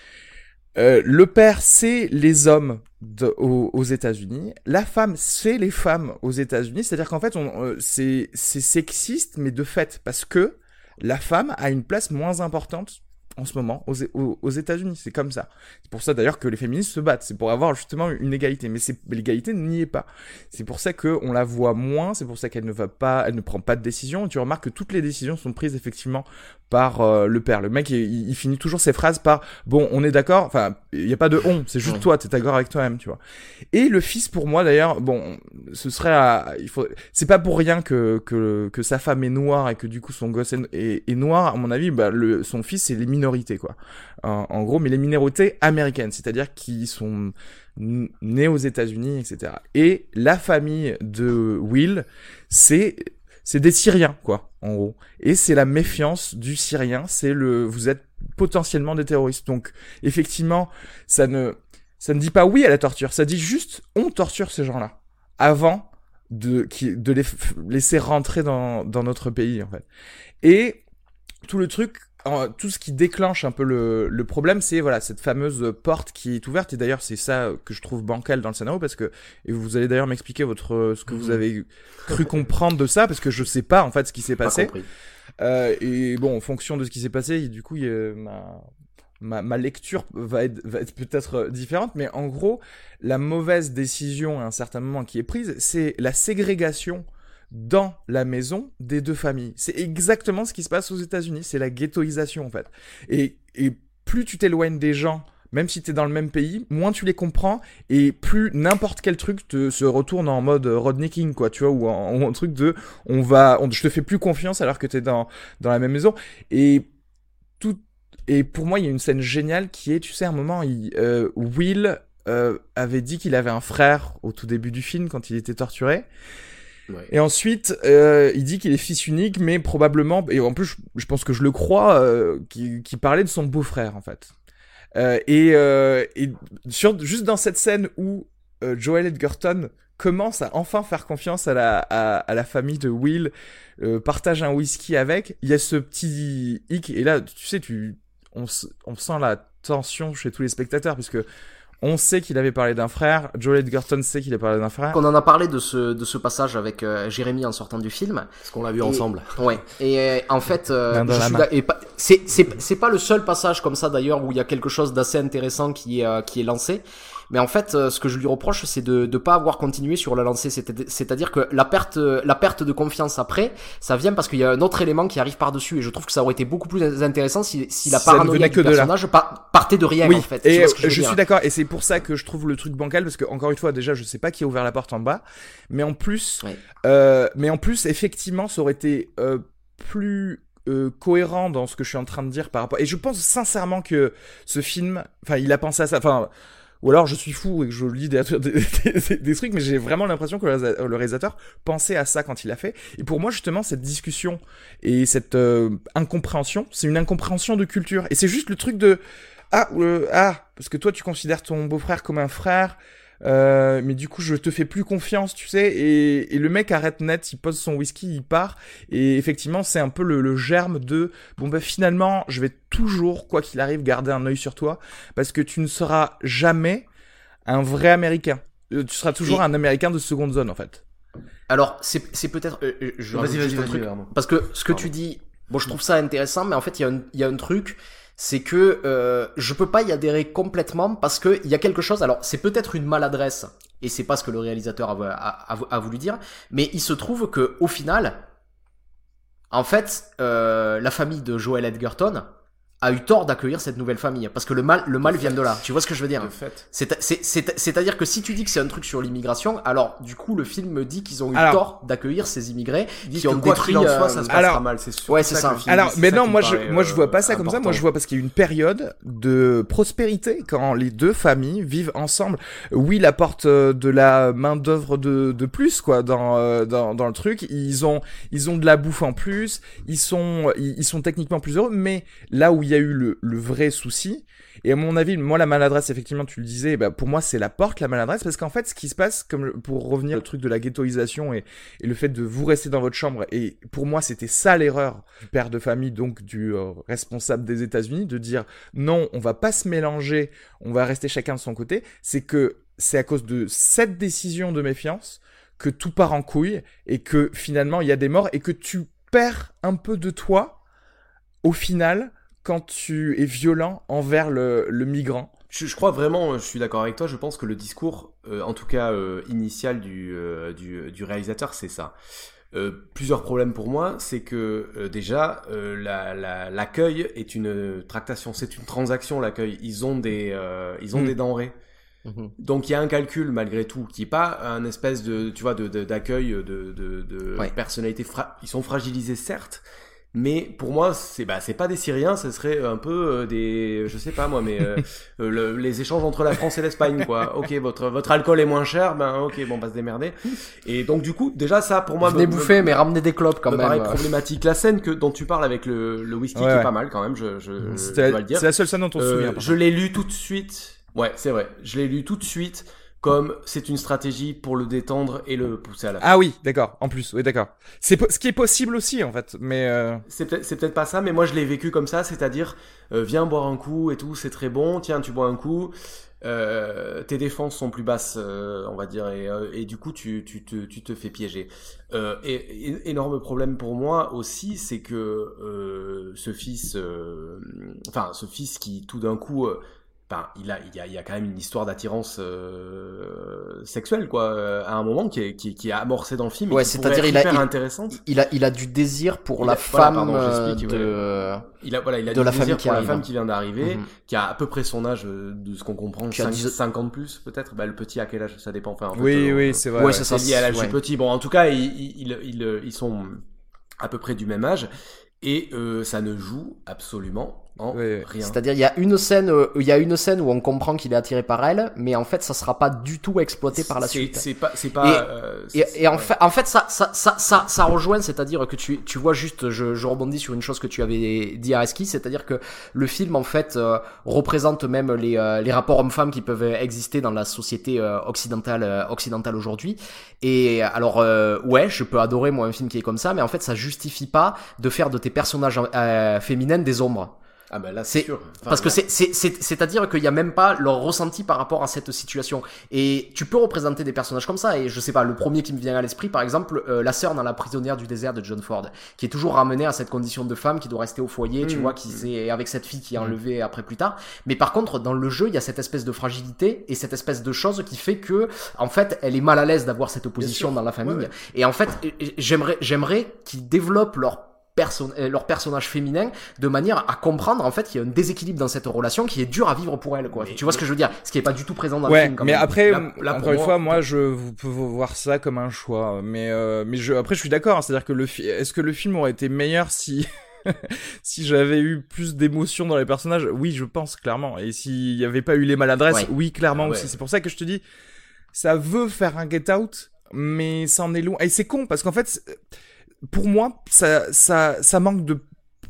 Euh, le père, c'est les hommes de, aux, aux États-Unis. La femme, c'est les femmes aux États-Unis. C'est-à-dire qu'en fait, on, euh, c'est, c'est sexiste, mais de fait, parce que la femme a une place moins importante en ce moment aux, aux, aux États-Unis. C'est comme ça. C'est pour ça d'ailleurs que les féministes se battent. C'est pour avoir justement une égalité. Mais c'est, l'égalité n'y est pas. C'est pour ça que on la voit moins. C'est pour ça qu'elle ne va pas, elle ne prend pas de décision. Et tu remarques que toutes les décisions sont prises effectivement par euh, le père. Le mec, il, il finit toujours ses phrases par bon, on est d'accord. Enfin, il y a pas de on. C'est juste toi. T'es d'accord avec toi-même, tu vois. Et le fils, pour moi d'ailleurs, bon, ce serait, à, il faut. C'est pas pour rien que que que sa femme est noire et que du coup son gosse est, est, est noir. À mon avis, bah le son fils, c'est les minorités, quoi. En, en gros, mais les minorités américaines, c'est-à-dire qui sont nés aux États-Unis, et cetera. Et la famille de Will, c'est c'est des Syriens, quoi, en gros. Et c'est la méfiance du Syrien, c'est le, vous êtes potentiellement des terroristes. Donc, effectivement, ça ne, ça ne dit pas oui à la torture, ça dit juste, on torture ces gens-là. Avant de, qui, de les f- laisser rentrer dans, dans notre pays, en fait. Et, tout le truc, tout ce qui déclenche un peu le, le problème, c'est voilà cette fameuse porte qui est ouverte. Et d'ailleurs, c'est ça que je trouve bancal dans le scénario, parce que et vous allez d'ailleurs m'expliquer votre ce que vous avez cru comprendre de ça, parce que je sais pas en fait ce qui s'est passé. Euh, et bon, en fonction de ce qui s'est passé, du coup, il y a, ma ma ma lecture va être va être peut-être différente, mais en gros, la mauvaise décision à un certain moment qui est prise, c'est la ségrégation dans la maison des deux familles. C'est exactement ce qui se passe aux États-Unis, c'est la ghettoisation en fait. Et, et plus tu t'éloignes des gens, même si t'es dans le même pays, moins tu les comprends et plus n'importe quel truc te, se retourne en mode Rodney King, quoi, tu vois, ou en, ou un truc de on va, on, je te fais plus confiance alors que t'es dans, dans la même maison. Et tout, et pour moi, il y a une scène géniale qui est, tu sais, à un moment, il, euh, Will euh, avait dit qu'il avait un frère au tout début du film quand il était torturé. Ouais. Et ensuite, euh, il dit qu'il est fils unique, mais probablement, et en plus, je, je pense que je le crois, euh, qu'il, qu'il parlait de son beau-frère, en fait. Euh, et euh, et sur, juste dans cette scène où euh, Joel Edgerton commence à enfin faire confiance à la, à, à la famille de Will, euh, partage un whisky avec, il y a ce petit hic, et là, tu sais, tu, on, on sent la tension chez tous les spectateurs, puisque on sait qu'il avait parlé d'un frère, Joel Edgerton sait qu'il a parlé d'un frère. On en a parlé de ce de ce passage avec euh, Jérémy en sortant du film. Parce qu'on l'a vu et, ensemble. Ouais. Et euh, en fait, euh, je suis là, et pas, c'est c'est c'est pas le seul passage comme ça d'ailleurs où il y a quelque chose d'assez intéressant qui est euh, qui est lancé. Mais en fait, euh, ce que je lui reproche, c'est de de pas avoir continué sur la lancée. C'est, c'est-à-dire que la perte la perte de confiance après, ça vient parce qu'il y a un autre élément qui arrive par dessus. Et je trouve que ça aurait été beaucoup plus intéressant si si la paranoïa du personnage par, partait de rien, oui, en fait. Et je, je suis d'accord. Et c'est pour ça que je trouve le truc bancal, parce que encore une fois, déjà, je sais pas qui a ouvert la porte en bas, mais en plus, ouais. euh, mais en plus, effectivement, ça aurait été euh, plus Euh, cohérent dans ce que je suis en train de dire par rapport. Et je pense sincèrement que ce film, enfin, il a pensé à ça. Enfin, ou alors je suis fou et que je lis des, des, des, des trucs, mais j'ai vraiment l'impression que le réalisateur pensait à ça quand il l'a fait. Et pour moi, justement, cette discussion et cette euh, incompréhension, c'est une incompréhension de culture. Et c'est juste le truc de ah euh, ah parce que toi tu considères ton beau-frère comme un frère. Euh, mais du coup, je te fais plus confiance, tu sais. Et, et le mec arrête net, il pose son whisky, il part. Et effectivement, c'est un peu le, le germe de bon bah finalement, je vais toujours, quoi qu'il arrive, garder un œil sur toi parce que tu ne seras jamais un vrai Américain. Euh, tu seras toujours et... un Américain de seconde zone, en fait. Alors, c'est c'est peut-être. Euh, je vas-y, vas-y, vas-y. Parce que ce que pardon. tu dis, bon, je trouve ça intéressant, mais en fait, il y a un, il y a un truc. C'est que euh, je peux pas y adhérer complètement parce que il y a quelque chose. Alors c'est peut-être une maladresse et c'est pas ce que le réalisateur a, a, a, a voulu dire, mais il se trouve que au final, en fait, euh, la famille de Joel Edgerton a eu tort d'accueillir cette nouvelle famille parce que le mal, le mal vient de là. Tu vois ce que je veux dire ? De fait. C'est, c'est, c'est, c'est-à-dire que si tu dis que c'est un truc sur l'immigration, alors du coup le film me dit qu'ils ont eu alors, tort d'accueillir ces immigrés qui qui ont quoi détruit. Qu'il en soit, euh, ça se passera alors, mal, c'est sûr. Ouais, c'est ça. ça Alors, dit, mais c'est non, ça moi qui je, paraît, moi je vois pas ça euh, comme ça. Moi important. je vois parce qu'il y a une période de prospérité quand les deux familles vivent ensemble. Oui, la porte de la main d'œuvre de, de plus quoi dans, euh, dans dans le truc. Ils ont ils ont de la bouffe en plus. Ils sont ils, ils sont techniquement plus heureux. Mais là où il y a eu le, le vrai souci. Et à mon avis, moi la maladresse, effectivement, tu le disais, bah pour moi c'est la porte, la maladresse, parce qu'en fait, ce qui se passe, comme pour revenir au truc de la ghettoisation et, et le fait de vous rester dans votre chambre, et pour moi c'était ça l'erreur du père de famille, donc du euh, responsable des États-Unis, de dire non, on va pas se mélanger, on va rester chacun de son côté. C'est que c'est à cause de cette décision de méfiance que tout part en couille et que finalement il y a des morts et que tu perds un peu de toi au final. Quand tu es violent envers le, le migrant. Je, je crois vraiment, je suis d'accord avec toi, je pense que le discours, euh, en tout cas euh, initial du, euh, du, du réalisateur, c'est ça. Euh, plusieurs problèmes pour moi, c'est que euh, déjà, euh, la, la, l'accueil est une tractation, c'est une transaction l'accueil. Ils ont des, euh, ils ont mmh. des denrées. Mmh. Donc il y a un calcul malgré tout, qui est pas un espèce de, tu vois, de, de, d'accueil de, de, de ouais. personnalité. Fra- ils sont fragilisés certes. Mais pour moi, c'est bah c'est pas des Syriens, ce serait un peu euh, des, je sais pas moi, mais euh, euh, le, les échanges entre la France et l'Espagne, quoi. Ok, votre votre alcool est moins cher, ben ok, bon, on va se démerder. Et donc du coup, déjà ça pour moi, venez me, bouffer, me, mais ramenez des clopes quand me même. paraît problématique. La scène que dont tu parles avec le le whisky ouais, qui ouais. est pas mal quand même, je je, je la, dois le dire. C'est la seule scène dont on se euh, souvient. Je l'ai lu tout de suite. Ouais, c'est vrai. Je l'ai lu tout de suite. Comme c'est une stratégie pour le détendre et le pousser à la fin. Ah oui, d'accord. En plus, oui, d'accord. C'est po- ce qui est possible aussi, en fait. Mais euh... c'est peut-être c'est peut-être pas ça, mais moi je l'ai vécu comme ça, c'est-à-dire euh, viens boire un coup et tout, c'est très bon. Tiens, tu bois un coup. Euh, tes défenses sont plus basses, euh, on va dire, et, euh, et du coup tu tu te tu te fais piéger. Euh, et, et énorme problème pour moi aussi, c'est que euh, ce fils, euh, enfin ce fils qui tout d'un coup euh, Enfin, il a, il y a, il y a quand même une histoire d'attirance euh, sexuelle, quoi, euh, à un moment qui est, qui, qui est amorcée dans le film. Ouais, et qui c'est-à-dire il être a, hyper il, intéressante. Il a, il a du désir pour il la a, femme voilà, pardon, euh, de, ouais. il a, voilà, il a de du la désir famille qui pour arrive. la femme qui vient d'arriver, mm-hmm. qui a à peu près son âge, de ce qu'on comprend, cinq, dix... cinquante plus peut-être. Bah, le petit à quel âge, ça dépend. Enfin, en fait, oui, euh, oui, c'est vrai. Ouais, ouais. c'est ça. C'est lié à l'âge ouais. du petit. Bon, en tout cas, ils, ils, ils, ils, ils sont à peu près du même âge. Et euh, ça ne joue absolument en oui, rien. C'est-à-dire, il y a une scène, euh, il y a une scène où on comprend qu'il est attiré par elle, mais en fait, ça sera pas du tout exploité par la c'est, suite. C'est pas, c'est pas. Et, euh, c'est, et, c'est, et en ouais. fait, en fait, ça, ça, ça, ça, ça rejoint, c'est-à-dire que tu, tu vois juste, je, je rebondis sur une chose que tu avais dit à Reski, c'est-à-dire que le film, en fait, euh, représente même les, euh, les rapports hommes-femmes qui peuvent exister dans la société euh, occidentale, euh, occidentale aujourd'hui. Et alors, euh, ouais, je peux adorer moi un film qui est comme ça, mais en fait, ça justifie pas de faire de tes personnages euh, féminines des ombres. Ah ben là c'est, c'est sûr. Enfin, parce là... que c'est c'est c'est c'est-à-dire qu'il y a même pas leur ressenti par rapport à cette situation. Et tu peux représenter des personnages comme ça. Et je sais pas, le premier qui me vient à l'esprit, par exemple, euh, la sœur dans La prisonnière du désert de John Ford, qui est toujours ramenée à cette condition de femme qui doit rester au foyer, mmh, tu vois, qui mmh. c'est avec cette fille qui est enlevée mmh. après plus tard. Mais par contre, dans le jeu, il y a cette espèce de fragilité et cette espèce de chose qui fait que, en fait, elle est mal à l'aise d'avoir cette opposition dans la famille. Ouais, ouais. Et en fait, j'aimerais j'aimerais qu'ils développent leur Perso- leur personnage féminin de manière à comprendre en fait qu'il y a un déséquilibre dans cette relation qui est dur à vivre pour elle, quoi. Mais, tu vois mais... ce que je veux dire, ce qui est pas du tout présent dans ouais, le film quand mais même. après là, là, encore une moi, fois moi je vous peux voir ça comme un choix, mais euh, mais je après je suis d'accord, hein, c'est-à-dire que le fi- est-ce que le film aurait été meilleur si si j'avais eu plus d'émotions dans les personnages? Oui, je pense clairement. Et s'il y avait pas eu les maladresses, ouais. oui, clairement ah, ouais. aussi. C'est pour ça que je te dis, ça veut faire un Get Out, mais ça en est loin. Et c'est con parce qu'en fait, pour moi, ça, ça, ça manque de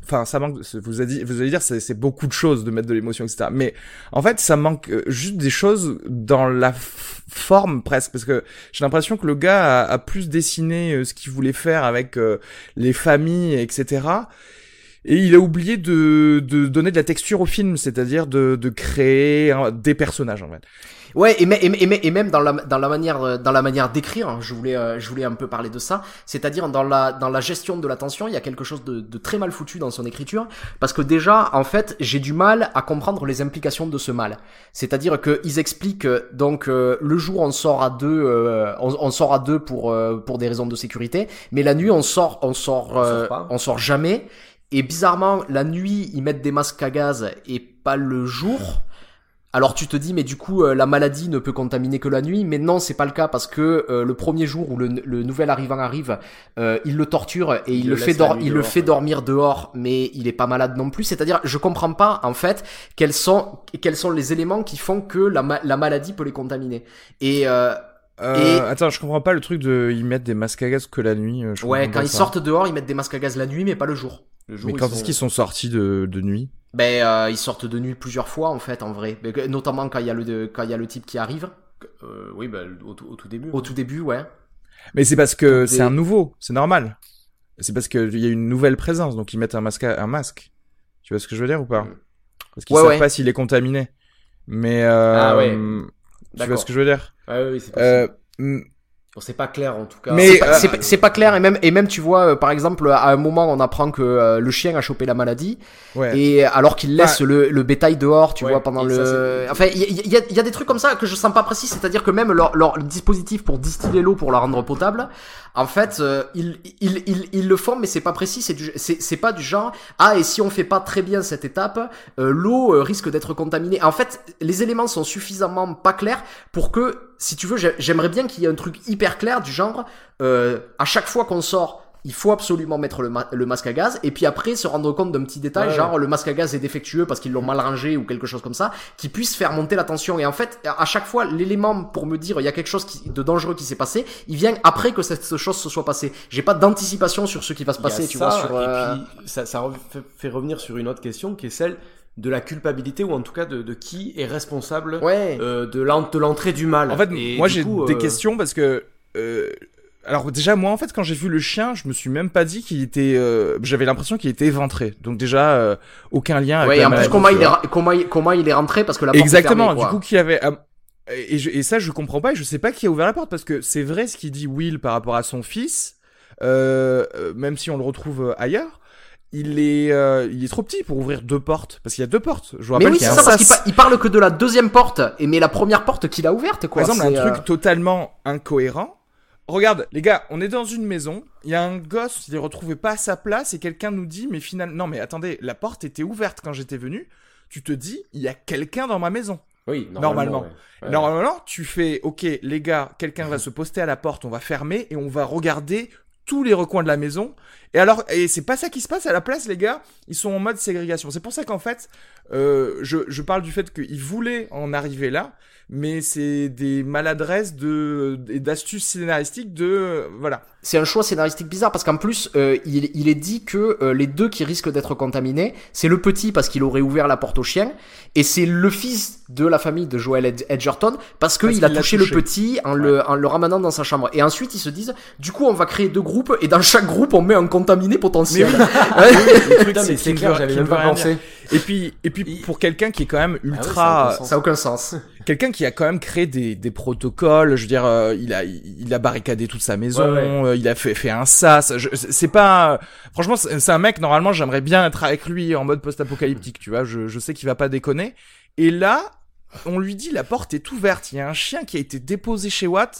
enfin ça manque, vous allez dire, vous allez dire c'est, c'est beaucoup de choses de mettre de l'émotion, et cetera. Mais en fait ça manque juste des choses dans la f- forme presque, parce que j'ai l'impression que le gars a, a plus dessiné ce qu'il voulait faire avec euh, les familles, et cetera. Et il a oublié de, de donner de la texture au film, c'est-à-dire de, de créer hein, des personnages en fait. Ouais, et, et, et, et même dans la dans la manière dans la manière d'écrire, hein, je voulais euh, je voulais un peu parler de ça, c'est-à-dire dans la dans la gestion de l'attention, il y a quelque chose de, de très mal foutu dans son écriture, parce que déjà en fait j'ai du mal à comprendre les implications de ce mal. C'est-à-dire que ils expliquent donc euh, le jour on sort à deux, euh, on, on sort à deux pour euh, pour des raisons de sécurité, mais la nuit on sort on sort euh, on, sort on sort jamais. Et bizarrement la nuit ils mettent des masques à gaz et pas le jour. Alors tu te dis mais du coup euh, la maladie ne peut contaminer que la nuit, mais non c'est pas le cas parce que euh, le premier jour où le, le nouvel arrivant arrive, euh, il le torture et il, il le fait dor- il dehors, le fait ouais. dormir dehors, mais il est pas malade non plus. C'est-à-dire je comprends pas en fait quels sont quels sont les éléments qui font que la ma- la maladie peut les contaminer. Et euh, Euh, et... Attends, je comprends pas le truc de ils mettent des masques à gaz que la nuit. Je ouais, quand ils ça. sortent dehors, ils mettent des masques à gaz la nuit, mais pas le jour. Le jour mais quand sont... est-ce qu'ils sont sortis de, de nuit? Ben, euh, ils sortent de nuit plusieurs fois en fait, en vrai. Notamment quand il y a le de, quand il y a le type qui arrive. Euh, oui, ben au, au tout début. Au tout début, ouais. Mais c'est parce que Des... c'est un nouveau, c'est normal. C'est parce que il y a une nouvelle présence, donc ils mettent un masque, à... un masque. Tu vois ce que je veux dire ou pas? Parce qu'ils ouais, savent ouais. pas s'il est contaminé. Mais euh, ah ouais. Tu D'accord. vois ce que je veux dire? Ouais, oui, c'est possible. Euh, Bon, c'est pas clair en tout cas. Mais c'est pas, euh, c'est, c'est pas clair et même et même tu vois euh, par exemple à un moment on apprend que euh, le chien a chopé la maladie ouais. et alors qu'il laisse ouais. le, le bétail dehors, tu ouais. vois pendant et le. Ça, enfin il y, y a il y a des trucs comme ça que je sens pas précis, c'est-à-dire que même leur leur dispositif pour distiller l'eau pour la rendre potable, en fait euh, ils ils ils ils le font mais c'est pas précis, c'est du c'est c'est pas du genre ah et si on fait pas très bien cette étape euh, l'eau euh, risque d'être contaminée. En fait les éléments sont suffisamment pas clairs pour que si tu veux, j'aimerais bien qu'il y ait un truc hyper clair du genre, euh, à chaque fois qu'on sort, il faut absolument mettre le, ma- le masque à gaz, et puis après se rendre compte d'un petit détail, ouais, genre ouais. le masque à gaz est défectueux parce qu'ils l'ont mal rangé ou quelque chose comme ça, qui puisse faire monter la tension. Et en fait, à chaque fois, l'élément pour me dire il y a quelque chose qui, de dangereux qui s'est passé, il vient après que cette chose se soit passée. J'ai pas d'anticipation sur ce qui va se passer, tu ça, vois. Sur, euh... Et puis ça, ça fait revenir sur une autre question qui est celle de la culpabilité, ou en tout cas de, de qui est responsable ouais. euh, de, l'en, de l'entrée du mal. En fait, et moi j'ai coup, des euh... questions parce que euh, alors déjà moi en fait quand j'ai vu le chien, je me suis même pas dit qu'il était euh, j'avais l'impression qu'il était éventré. Donc déjà euh, aucun lien avec ouais, la et en maladie, plus comment il est comment il, comment il est rentré parce que la porte exactement, est fermée, quoi. Du coup qu'il avait euh, et, je, et ça je comprends pas et je sais pas qui a ouvert la porte parce que c'est vrai ce qu'il dit Will par rapport à son fils euh, même si on le retrouve ailleurs. Il est, euh, il est trop petit pour ouvrir deux portes. Parce qu'il y a deux portes. Je vous rappelle mais oui, qu'il y a c'est un ça, sas. parce qu'il pa- il parle que de la deuxième porte. Et mais la première porte qu'il a ouverte, quoi. Par exemple, c'est, un truc euh... totalement incohérent. Regarde, les gars, on est dans une maison. Il y a un gosse, il est retrouvé pas à sa place et quelqu'un nous dit, mais finalement, non, mais attendez, la porte était ouverte quand j'étais venu. Tu te dis, il y a quelqu'un dans ma maison. Oui, normalement. Normalement, ouais. Ouais. normalement tu fais, ok, les gars, quelqu'un va se poster à la porte, on va fermer et on va regarder tous les recoins de la maison. Et alors, et c'est pas ça qui se passe à la place, les gars. Ils sont en mode ségrégation. C'est pour ça qu'en fait, euh, je, je parle du fait qu'ils voulaient en arriver là, mais c'est des maladresses de, et d'astuces scénaristiques de, euh, voilà. C'est un choix scénaristique bizarre parce qu'en plus, euh, il, il est dit que euh, les deux qui risquent d'être contaminés, c'est le petit parce qu'il aurait ouvert la porte au chien, et c'est le fils de la famille de Joel Ed- Edgerton parce qu'il a touché, touché le petit en, ouais. le, en le ramenant dans sa chambre. Et ensuite, ils se disent, du coup, on va créer deux groupes et dans chaque groupe, on met un contaminé potentiel. Mais oui, le truc, c'est, c'est clair, j'avais même pas pensé. Et puis, et puis pour quelqu'un qui est quand même ultra, ah ouais, ça a aucun sens. Ça a aucun sens. Quelqu'un qui a quand même créé des, des protocoles, je veux dire, euh, il a, il a barricadé toute sa maison, ouais, ouais. Euh, il a fait, fait un sas. Je, c'est pas, franchement, c'est, c'est un mec. Normalement, j'aimerais bien être avec lui en mode post-apocalyptique, tu vois. Je, je sais qu'il va pas déconner. Et là, on lui dit la porte est ouverte. Il y a un chien qui a été déposé chez Watt.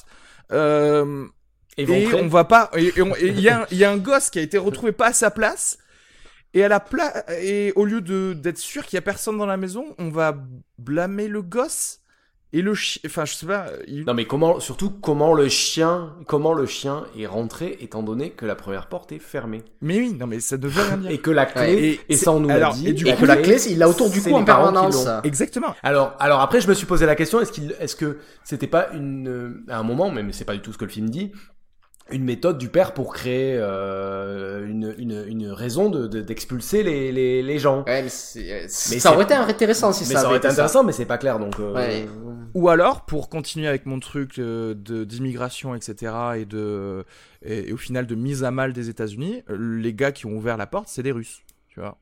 Euh, et, et on va pas. Et il y a, il y a un gosse qui a été retrouvé pas à sa place. Et à la pla- et au lieu de d'être sûr qu'il y a personne dans la maison, on va blâmer le gosse et le chien. Enfin, je sais pas. Il... Non, mais comment, surtout comment le chien, comment le chien est rentré, étant donné que la première porte est fermée. Mais oui, non, mais ça devait rien dire. Et que la clé, ouais, et, et ça on nous alors, l'a dit. Et, du et coup, que la clé, il l'a autour du cou en permanence. Exactement. Alors, alors après, je me suis posé la question, est-ce qu'il, est-ce que c'était pas une, à un moment, mais c'est pas du tout ce que le film dit. une méthode du père pour créer euh, une, une, une raison de, de, d'expulser les, les, les gens. Ouais, mais, c'est, c'est, mais ça c'est... aurait été intéressant si mais ça, ça aurait été été intéressant, ça. mais c'est pas clair, donc... Euh... Ouais. Ou alors, pour continuer avec mon truc euh, de, d'immigration, et cetera, et, de, et, et au final de mise à mal des États-Unis, les gars qui ont ouvert la porte, c'est des Russes, tu vois.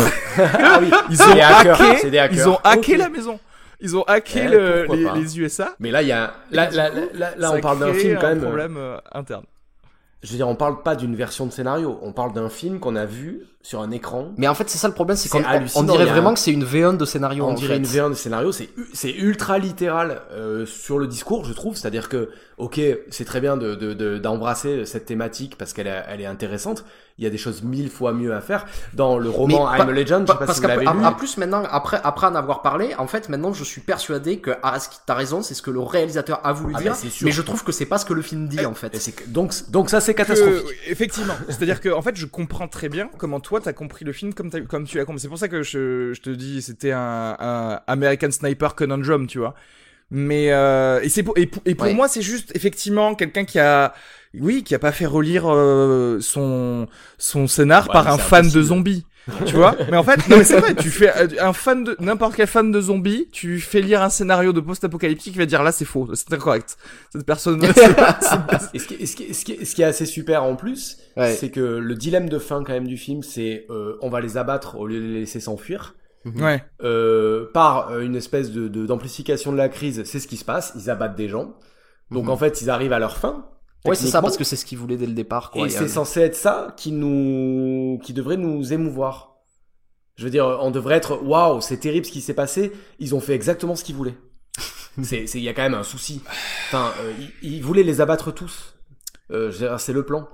ah oui, ils ont c'est des hackers, hacké, c'est des hackers. Ils ont hacké okay. la maison. Ils ont hacké eh, le, les, pas. les U S A. Mais là, il y a, là, là, là, là, là on parle d'un film quand un même. problème euh, interne. Je veux dire, on parle pas d'une version de scénario, on parle d'un film qu'on a vu sur un écran. Mais en fait, c'est ça le problème, c'est, c'est qu'on on dirait vraiment a... que c'est une V un de scénario. On en dirait fait. une V un de scénario, c'est c'est ultra littéral euh, sur le discours, je trouve. C'est-à-dire que, ok, c'est très bien de, de, de d'embrasser cette thématique parce qu'elle est, elle est intéressante. Il y a des choses mille fois mieux à faire dans le roman Mais I'm pa- a Legend. Pa- je sais pas parce si vous l'avez qu'à lu. à plus maintenant, après, après en avoir parlé, en fait, maintenant, je suis persuadé que Araski, t'as raison, c'est ce que le réalisateur a voulu Ah dire, bah, c'est sûr. mais je trouve que c'est pas ce que le film dit, en fait. Et c'est, donc, donc ça, c'est catastrophique. Que, effectivement. C'est-à-dire que, en fait, je comprends très bien comment toi, t'as compris le film comme, t'as, comme tu l'as compris. C'est pour ça que je, je te dis, c'était un, un American Sniper Conundrum, tu vois. Mais, euh, et c'est pour, et pour, et pour ouais. moi, c'est juste, effectivement, quelqu'un qui a, oui, qui a pas fait relire euh, son son scénar ouais, par un fan impossible. de zombies, tu vois. Mais en fait, non mais c'est vrai, tu fais un fan de n'importe quel fan de zombies, tu fais lire un scénario de post-apocalyptique, il va dire là c'est faux, c'est incorrect. Cette personne. c'est pas, c'est pas... Et ce qui, ce, qui, ce, qui, ce qui est assez super en plus, ouais. c'est que le dilemme de fin quand même du film, c'est euh, on va les abattre au lieu de les laisser s'enfuir. Ouais. Euh, par une espèce de, de d'amplification de la crise, c'est ce qui se passe. Ils abattent des gens. Donc mm-hmm. en fait, ils arrivent à leur fin. Ouais, c'est ça, parce que c'est ce qu'ils voulaient dès le départ, quoi. Et c'est a... censé être ça qui nous, qui devrait nous émouvoir. Je veux dire, on devrait être, waouh, c'est terrible ce qui s'est passé. Ils ont fait exactement ce qu'ils voulaient. c'est, c'est, il y a quand même un souci. Enfin, euh, ils, ils voulaient les abattre tous. Euh, c'est le plan.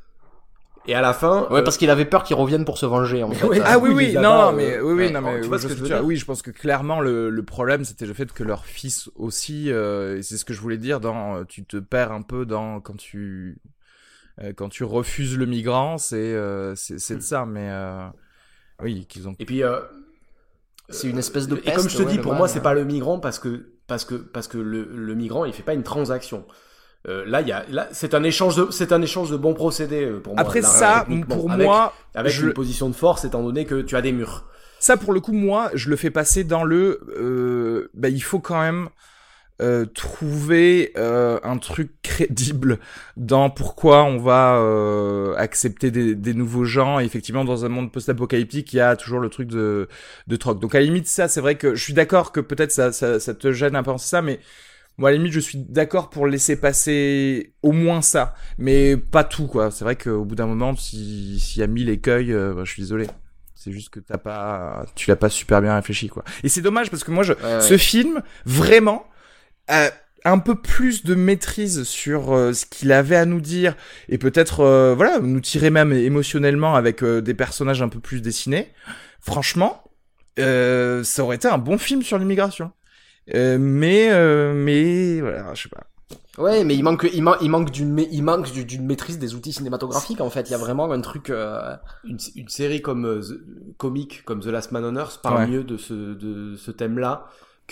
Et à la fin, ouais, euh... parce qu'il avait peur qu'ils reviennent pour se venger. En fait. Ouais, ah oui, oui, non, non, mais oui, oui, ouais, non, mais tu vois ce que je veux dire. Oui, je pense que clairement le, le problème, c'était le fait que leur fils aussi, euh, et c'est ce que je voulais dire dans, tu te perds un peu dans quand tu, euh, quand tu refuses le migrant, c'est, euh, c'est, c'est de ça, mais euh, oui, qu'ils ont. Et puis, euh, c'est une espèce de peste. Et comme je te ouais, dis, pour mal, moi, ouais. c'est pas le migrant parce que parce que parce que le, le migrant, il fait pas une transaction. Euh, là, il y a, là, c'est un échange de, c'est un échange de bons procédés pour moi. Après là, ça, pour avec, moi, avec je... une position de force, étant donné que tu as des murs. Ça, pour le coup, moi, je le fais passer dans le, euh, bah, il faut quand même euh, trouver euh, un truc crédible dans pourquoi on va euh, accepter des, des nouveaux gens. Et effectivement, dans un monde post-apocalyptique, il y a toujours le truc de, de troc. Donc, à la limite, ça, c'est vrai que je suis d'accord que peut-être ça, ça, ça te gêne à penser ça, mais moi, à la limite, je suis d'accord pour laisser passer au moins ça, mais pas tout, quoi. C'est vrai qu'au bout d'un moment, si, s'il y a mille écueils, euh, bah, je suis désolé. C'est juste que t'as pas, tu l'as pas super bien réfléchi, quoi. Et c'est dommage parce que moi, je, ouais, ce ouais. film, vraiment, a un peu plus de maîtrise sur euh, ce qu'il avait à nous dire et peut-être, euh, voilà, nous tirer même émotionnellement avec euh, des personnages un peu plus dessinés. Franchement, euh, ça aurait été un bon film sur l'immigration. Euh, mais euh, mais voilà, je sais pas. Ouais, mais il manque il, man- il manque d'une il manque d'une maîtrise des outils cinématographiques en fait. Il y a vraiment un truc euh... une, une série comme euh, The, comique comme The Last Man on Earth parle ouais. mieux de ce de ce thème-là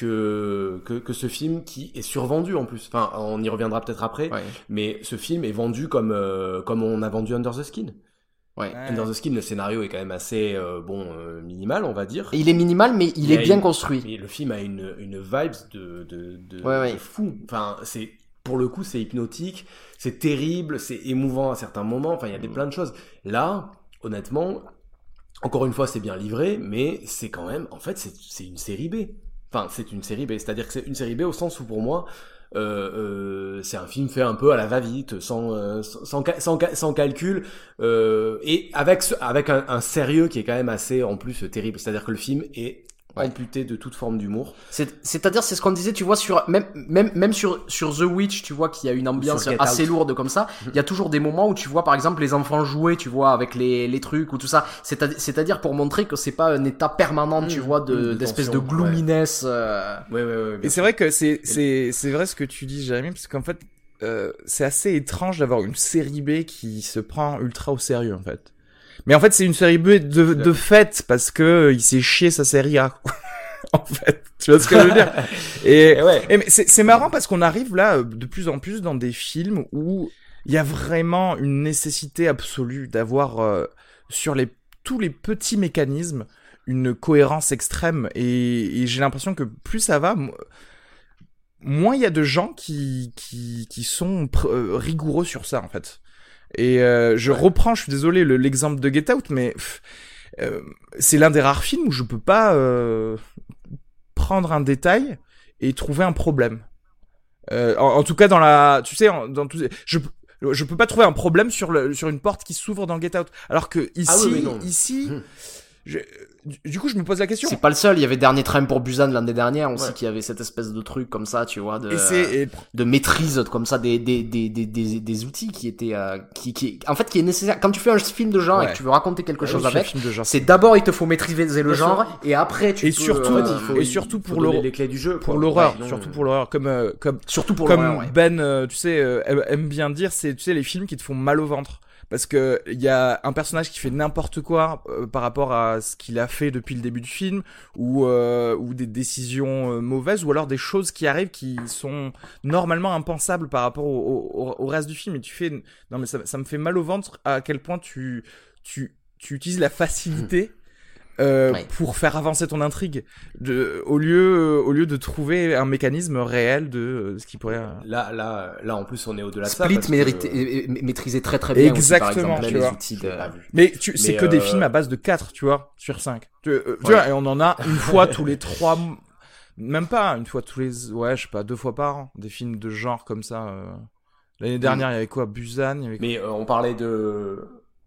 que que que ce film qui est survendu en plus. Enfin, on y reviendra peut-être après, ouais. mais ce film est vendu comme euh, comme on a vendu Under the Skin. Ouais. Under the Skin, le scénario est quand même assez euh, bon euh, minimal, on va dire. Il est minimal, mais il, il est bien une, construit. Mais le film a une une vibes de de de, ouais, ouais. de fou. Enfin, c'est pour le coup, c'est hypnotique, c'est terrible, c'est émouvant à certains moments. Enfin, il y a des plein de choses. Là, honnêtement, encore une fois, c'est bien livré, mais c'est quand même, en fait, c'est c'est une série B. Enfin, c'est une série B. C'est-à-dire que c'est une série B au sens où pour moi. Euh, euh, c'est un film fait un peu à la va-vite, sans euh, sans, sans sans calcul, euh, et avec avec un, un sérieux qui est quand même assez en plus terrible. C'est-à-dire que le film est ouais. amputé de toute forme d'humour. C'est, c'est-à-dire, c'est ce qu'on disait, tu vois, sur même même même sur sur The Witch, tu vois qu'il y a une ambiance assez Out. lourde comme ça. Il y a toujours des moments où tu vois, par exemple, les enfants jouer, tu vois, avec les les trucs ou tout ça. C'est-à-dire, c'est-à-dire pour montrer que c'est pas un état permanent, mmh, tu vois, de, mmh, de d'espèce tension, de gloominess. Ouais. Euh... Ouais, ouais, ouais, Et c'est vrai que c'est c'est c'est vrai ce que tu dis, Jérémy, parce qu'en fait, euh, c'est assez étrange d'avoir une série B qui se prend ultra au sérieux, en fait. Mais en fait, c'est une série B de, de fait parce que il s'est chié sa série A. En fait, tu vois ce que je veux dire. Et, et, ouais. et mais c'est, c'est marrant parce qu'on arrive là de plus en plus dans des films où il y a vraiment une nécessité absolue d'avoir euh, sur les tous les petits mécanismes une cohérence extrême et, et j'ai l'impression que plus ça va, mo- moins il y a de gens qui qui qui sont pr- euh, rigoureux sur ça en fait. Et euh, je Ouais. reprends, je suis désolé, le, l'exemple de Get Out, mais pff, euh, c'est l'un des rares films où je peux pas euh, prendre un détail et trouver un problème. Euh, en, en tout cas dans la, tu sais, en- dans tout, je je peux pas trouver un problème sur le sur une porte qui s'ouvre dans Get Out, alors que ici Ah oui, mais non. ici, Hum. je, du, du coup je me pose la question. C'est pas le seul, il y avait Dernier Train pour Busan l'année dernière aussi, Ouais. qui avait cette espèce de truc comme ça, tu vois, de, Et c'est et- de maîtrise comme ça des, des, des, des, des, des outils qui étaient, euh, qui, qui, en fait, qui est nécessaire. Quand tu fais un film de genre et Ouais. que tu veux raconter quelque Ah chose oui, ce avec, film de genre. c'est d'abord il te faut maîtriser le Bien genre sûr. et après tu Et peux, surtout- euh, En fait, il faut- et surtout il faut pour donner le- les clés du jeu. pour quoi. l'horreur, Ouais, sinon- surtout pour l'horreur, comme euh, comme surtout pour comme l'horreur, ouais. Ben, euh, tu sais, euh, aime bien dire, c'est tu sais les films qui te font mal au ventre. Parce que il y a un personnage qui fait n'importe quoi euh, par rapport à ce qu'il a fait depuis le début du film, ou euh, ou des décisions euh, mauvaises, ou alors des choses qui arrivent qui sont normalement impensables par rapport au, au, au reste du film. Et tu fais, non mais ça, ça me fait mal au ventre à quel point tu tu tu utilises la facilité. Euh, Ouais. pour faire avancer ton intrigue, de, au lieu au lieu de trouver un mécanisme réel de euh, ce qui pourrait. euh, Là, là, là, en plus, on est au-delà de ça. Split parce que- mérité- euh, maîtrisait très très bien Exactement, aussi, par exemple, tu les vois. outils Je de... l'ai pas vu. Mais tu, c'est Mais, que des euh, films à base de quatre, tu vois, sur cinq. Tu, euh, tu Ouais. vois, et on en a une fois tous les trois, m- même pas, une fois tous les, ouais, je sais pas, deux fois par an, des films de genre comme ça. euh. L'année dernière, il y avait quoi, Busan, il y avait Mais euh, on parlait de.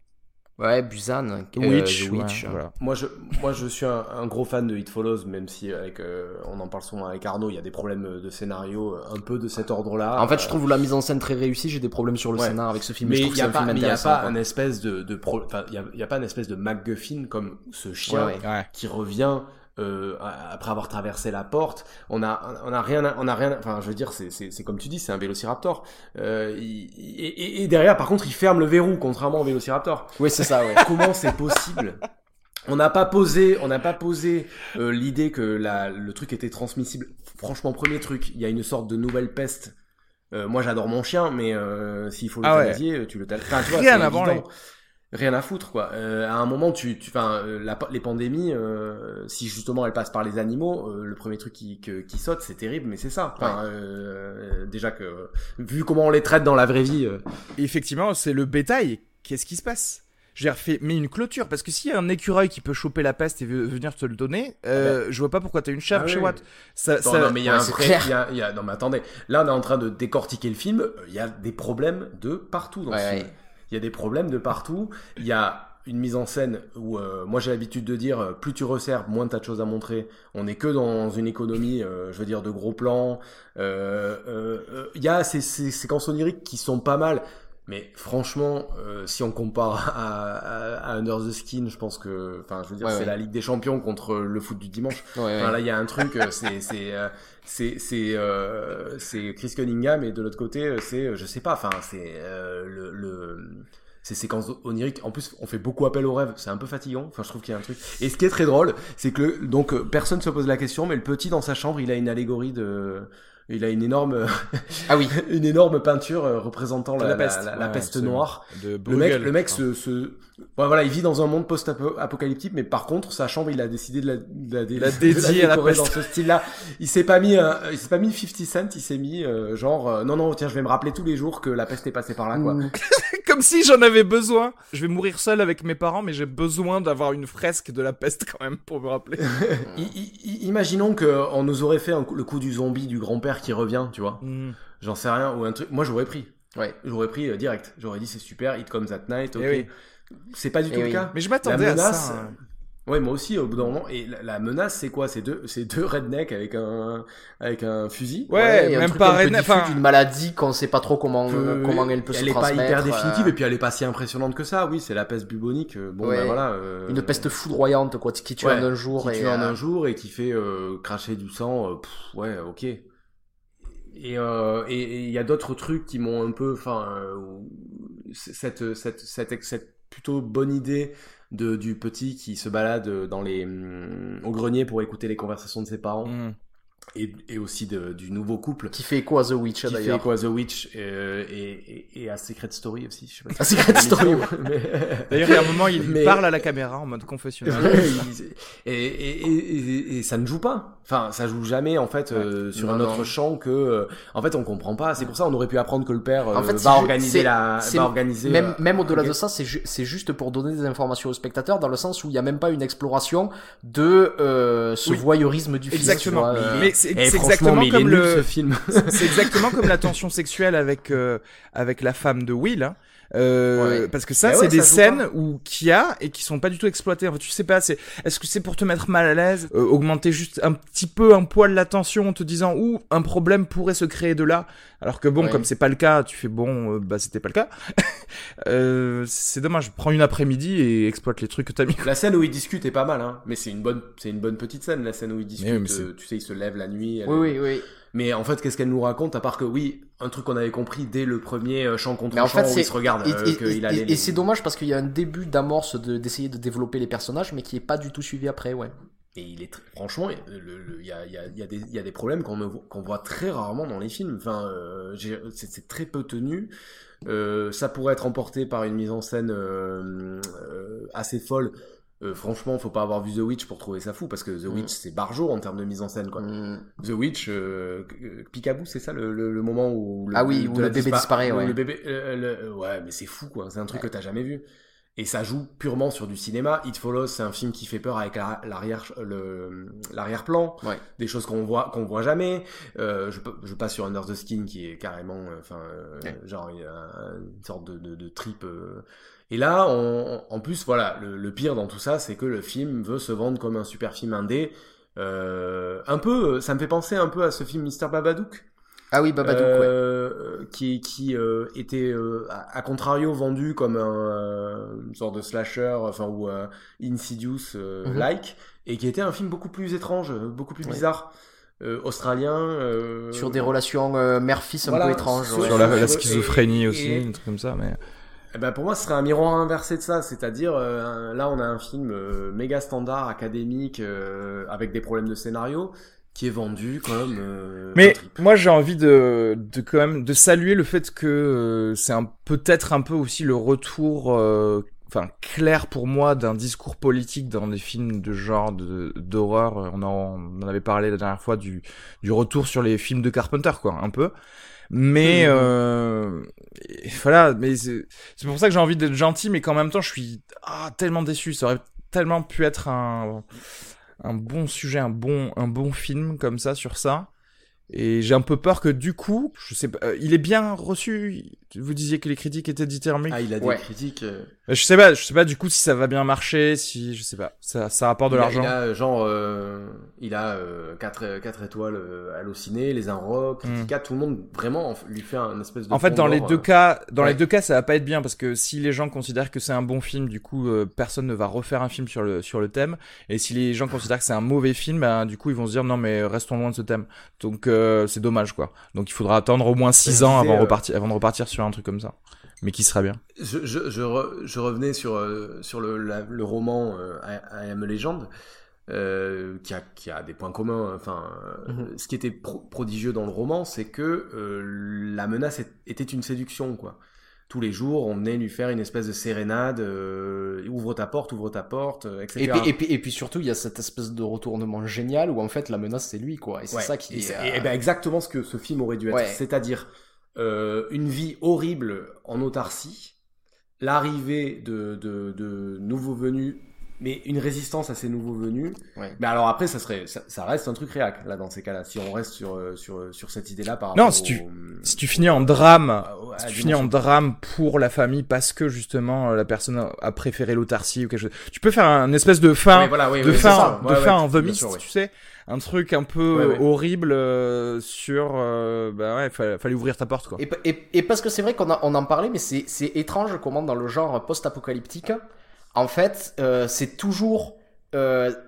Ouais, Busan, euh, Witch, The ouais, Witch. voilà. Moi, je, moi, je suis un, un gros fan de It Follows, même si avec, euh, on en parle souvent avec Arnaud, il y a des problèmes de scénario euh, un peu de cet ordre-là. En fait, je Euh, trouve la mise en scène très réussie. J'ai des problèmes sur le Ouais. scénar avec ce film. Mais je il trouve n'y que a c'est un pas, film mais il y a intéressant, pas quoi. un espèce de, de pro, enfin, il y a, il y a pas un espèce de MacGuffin comme ce chien Ouais, ouais. Ouais. qui revient euh, après avoir traversé la porte. On a, on a rien, on a rien. Enfin, je veux dire, c'est, c'est, c'est comme tu dis, c'est un Vélociraptor. Euh, il- et, et, et derrière, par contre, il ferme le verrou, contrairement au Vélociraptor. Ouais, c'est ça, ouais. Comment c'est possible? On n'a pas posé, on n'a pas posé euh, l'idée que la, le truc était transmissible. Franchement, premier truc, il y a une sorte de nouvelle peste. Euh, moi, j'adore mon chien, mais euh, s'il faut Ah ouais. l'euthanasier, tu le. Enfin, tu vois, Rien c'est à branler. évident. Rien à foutre, quoi. Euh, à un moment, tu, tu, enfin, euh, la, les pandémies, euh, si justement elles passent par les animaux, euh, le premier truc qui, que, qui saute, c'est terrible, mais c'est ça. Enfin, euh, déjà que vu comment on les traite dans la vraie vie. euh, Et effectivement, c'est le bétail. Qu'est-ce qui se passe? J'ai refait, mais une clôture, parce que s'il y a un écureuil qui peut choper la peste et ve- venir te le donner, euh, je vois pas pourquoi t'as une chèvre Ah chez oui. Watt. Ça, Non, ça- non, mais il y a ouais, un c'est vrai, clair. il y a, il y a, non, mais attendez. Là, on est en train de décortiquer le film. Il y a des problèmes de partout dans Ouais, ce ouais. film. Il y a des problèmes de partout. Il y a une mise en scène où, euh, moi, j'ai l'habitude de dire, euh, plus tu resserres, moins t'as de choses à montrer. On est que dans une économie, euh, je veux dire, de gros plans. Euh, euh, euh, il y a ces, ces séquences oniriques qui sont pas mal. Mais franchement, euh, si on compare à, à, à Under the Skin, je pense que, enfin, je veux dire, Ouais, c'est ouais. la Ligue des Champions contre le foot du dimanche. Ouais, ouais. Enfin, là, il y a un truc, euh, c'est c'est euh, c'est c'est euh, c'est Chris Cunningham et de l'autre côté, euh, c'est euh, je sais pas. Enfin, c'est euh, le le ces séquences oniriques. En plus, on fait beaucoup appel au rêve. C'est un peu fatigant. Enfin, je trouve qu'il y a un truc. Et ce qui est très drôle, c'est que donc euh, personne se pose la question, mais le petit dans sa chambre, il a une allégorie de il a une énorme Ah oui. une énorme peinture euh, représentant la, La la peste. peste, la, la Ouais, peste absolument. noire. de Le mec, Bruegel, le mec je crois. se, se, ouais, voilà, il vit dans un monde post-apocalyptique, mais par contre, sa chambre, il a décidé de la, de la, dé- La de dédier à la décorer peste. dans ce style-là. Il s'est pas mis, euh, il s'est pas mis cinquante cents, il s'est mis, euh, genre, euh, non, non, tiens, je vais me rappeler tous les jours que la peste est passée par là, quoi. Mm. Comme si j'en avais besoin. Je vais mourir seul avec mes parents, mais j'ai besoin d'avoir une fresque de la peste quand même pour me rappeler. I- i- i- imaginons que on nous aurait fait un coup- le coup du zombie du grand-père qui revient, tu vois. Mm. J'en sais rien, ou un truc. Moi, j'aurais pris. Ouais. J'aurais pris euh, direct. J'aurais dit, c'est super, It Comes at Night, ok. Eh oui. C'est pas du Eh tout le oui. cas. Mais je La m'attendais à menace, ça. hein. ouais, moi aussi, au bout d'un moment. Et la, la menace, c'est quoi? C'est deux, c'est deux rednecks avec un, avec un fusil. Ouais, il y a un même truc pas un peu redneck, diffus enfin- d'une maladie qu'on sait pas trop comment, Que- comment elle peut se elle est pas transmettre. hyper définitive, euh, et puis elle est pas si impressionnante que ça. Oui, c'est la peste bubonique. euh, Bon, Ouais. ben voilà. euh, Une peste foudroyante, quoi, qui tue ouais, en un jour. qui et, tue en euh, un jour et qui fait euh, cracher du sang. euh, pff, ouais, ok. Et euh, et et il y a d'autres trucs qui m'ont un peu, enfin, euh, cette, cette cette cette plutôt bonne idée de du petit qui se balade dans les hum, au grenier pour écouter les conversations de ses parents. Mm. et, et aussi de, du nouveau couple qui fait écho à The Witch qui d'ailleurs. fait écho à The Witch euh, et, et, et à Secret Story aussi, je sais pas si à Secret Story ouais. mais... D'ailleurs il y a un moment il mais... parle à la caméra en mode confessionnal et, et, et, et, et ça ne joue pas, enfin ça joue jamais en fait euh, ouais. sur non, un autre non. champ que euh, en fait on comprend pas, c'est pour ça on aurait pu apprendre que le père euh, en fait, va organiser la va organiser même, euh, même au-delà okay. de ça c'est, ju- c'est juste pour donner des informations aux spectateurs dans le sens où il y a même pas une exploration de euh, ce oui. voyeurisme du film. Exactement. Vois, euh... Mais c'est, c'est exactement mais comme nul, le ce film. C'est exactement comme la tension sexuelle avec euh, avec la femme de Will. Hein. Euh, ouais. Parce que ça, mais c'est ouais, des ça scènes où qu'il y a et qui sont pas du tout exploitées. En fait, tu sais pas, c'est est-ce que c'est pour te mettre mal à l'aise, euh, augmenter juste un petit peu, un poil la tension en te disant ouh un problème pourrait se créer de là. Alors que bon, ouais. comme c'est pas le cas, tu fais bon, euh, bah c'était pas le cas. euh, c'est dommage. Prends une après-midi et exploite les trucs que t'as mis. La scène où ils discutent est pas mal, hein. Mais c'est une bonne, c'est une bonne petite scène. La scène où ils discutent, oui, euh, tu sais, ils se lèvent la nuit. Elle... Oui, oui, oui. Mais en fait, qu'est-ce qu'elle nous raconte à part que oui, un truc qu'on avait compris dès le premier chant contre mais en chant fait, où ils se regardent. Et, euh, et, qu'il et, allait et, les... et c'est dommage parce qu'il y a un début d'amorce de, d'essayer de développer les personnages, mais qui est pas du tout suivi après, ouais. Et il est très, franchement, il y a, y a, y a des, il y a des problèmes qu'on, ne, qu'on voit très rarement dans les films. Enfin, euh, j'ai, c'est, c'est très peu tenu. Euh, ça pourrait être emporté par une mise en scène euh, euh, assez folle. Euh, franchement, faut pas avoir vu The Witch pour trouver ça fou, parce que The Witch, mmh. c'est barjo en termes de mise en scène, quoi. Mmh. The Witch, euh, Picaboo, c'est ça le, le, le moment où le, ah oui, où le bébé dispa- disparaît, ouais. Le bébé, euh, le, ouais, mais c'est fou, quoi. C'est un truc ouais. que t'as jamais vu. Et ça joue purement sur du cinéma. It Follows, c'est un film qui fait peur avec la, l'arrière, le, l'arrière-plan, ouais. des choses qu'on voit, qu'on voit jamais. Euh, je, je passe sur Under the Skin, qui est carrément, enfin, euh, ouais. genre il y a une sorte de, de, de trip. Euh. Et là, on, en plus, voilà, le, le pire dans tout ça, c'est que le film veut se vendre comme un super film indé. Euh, un peu, ça me fait penser un peu à ce film Mister Babadook. Ah oui, Babadook, euh, ouais. Qui, qui euh, était, euh, à, à contrario, vendu comme un, euh, une sorte de slasher, enfin, ou euh, Insidious-like, euh, mm-hmm. et qui était un film beaucoup plus étrange, beaucoup plus ouais. bizarre. Euh, australien. Euh... Sur des relations euh, mère-fils un voilà, peu étranges. Sur, ouais. sur la, la schizophrénie et, aussi, et... un truc comme ça, mais... Eh ben pour moi, ce serait un miroir inversé de ça, c'est-à-dire euh, là, on a un film euh, méga standard, académique, euh, avec des problèmes de scénario, qui est vendu comme. Euh, Mais moi, j'ai envie de, de quand même de saluer le fait que euh, c'est un peut-être un peu aussi le retour, euh, enfin clair pour moi, d'un discours politique dans des films de genre de d'horreur. On en, on en avait parlé la dernière fois du du retour sur les films de Carpenter, quoi, un peu. Mais mmh. euh, voilà, mais c'est, c'est pour ça que j'ai envie d'être gentil, mais qu'en même temps je suis ah, tellement déçu. Ça aurait tellement pu être un un bon sujet, un bon un bon film comme ça sur ça. Et j'ai un peu peur que du coup, je sais pas, euh, il est bien reçu. Vous disiez que les critiques étaient dithyrambiques. Ah, il a des ouais. critiques. Euh... Je sais pas, je sais pas du coup si ça va bien marcher, si je sais pas, ça, ça rapporte de il l'argent. A, il a genre, euh, il a euh, quatre quatre étoiles euh, Allociné, les Inrocks, Critica, mm. tout le monde vraiment lui fait un espèce de. En fait, dans les deux euh... cas, dans ouais. les deux cas, ça va pas être bien parce que si les gens considèrent que c'est un bon film, du coup, euh, personne ne va refaire un film sur le sur le thème. Et si les gens considèrent que c'est un mauvais film, ben du coup, ils vont se dire non mais restons loin de ce thème. Donc euh, c'est dommage quoi. Donc il faudra attendre au moins six ans avant, euh... repartir, avant de repartir sur un truc comme ça. Mais qui sera bien. Je, je, je, re, je revenais sur, euh, sur le, la, le roman euh, I, I Am a Legend, euh, qui, a, qui a des points communs. Enfin, mm-hmm. Ce qui était pro- prodigieux dans le roman, c'est que euh, la menace est, était une séduction, quoi. Tous les jours, on venait lui faire une espèce de sérénade, euh, ouvre ta porte, ouvre ta porte, euh, et cetera. Et puis, et, puis, et puis surtout, il y a cette espèce de retournement génial où en fait la menace c'est lui, quoi. Et c'est ouais. ça qui et est. C'est, euh... et ben exactement ce que ce film aurait dû être. Ouais. C'est-à-dire euh, une vie horrible en autarcie, l'arrivée de, de, de nouveaux venus, mais une résistance à ces nouveaux venus. Ouais. Mais alors après, ça serait, ça, ça reste un truc réac, là, dans ces cas-là. Si on reste sur, sur, sur cette idée-là par rapport Non, si au, tu, si tu finis en drame, à, à si tu finis en drame pour la famille parce que, justement, la personne a préféré l'autarcie ou quelque chose. Tu peux faire un espèce de fin, oui, voilà, oui, de oui, fin, ouais, de ouais, fin ouais, en The Mist, sûr, ouais. tu sais. Un truc un peu ouais, ouais. horrible euh, sur, euh, bah ouais, fallait, fallait ouvrir ta porte, quoi. Et, et, et parce que c'est vrai qu'on a, on en parlait, mais c'est, c'est étrange comment dans le genre post-apocalyptique, en fait, euh, c'est toujours, euh,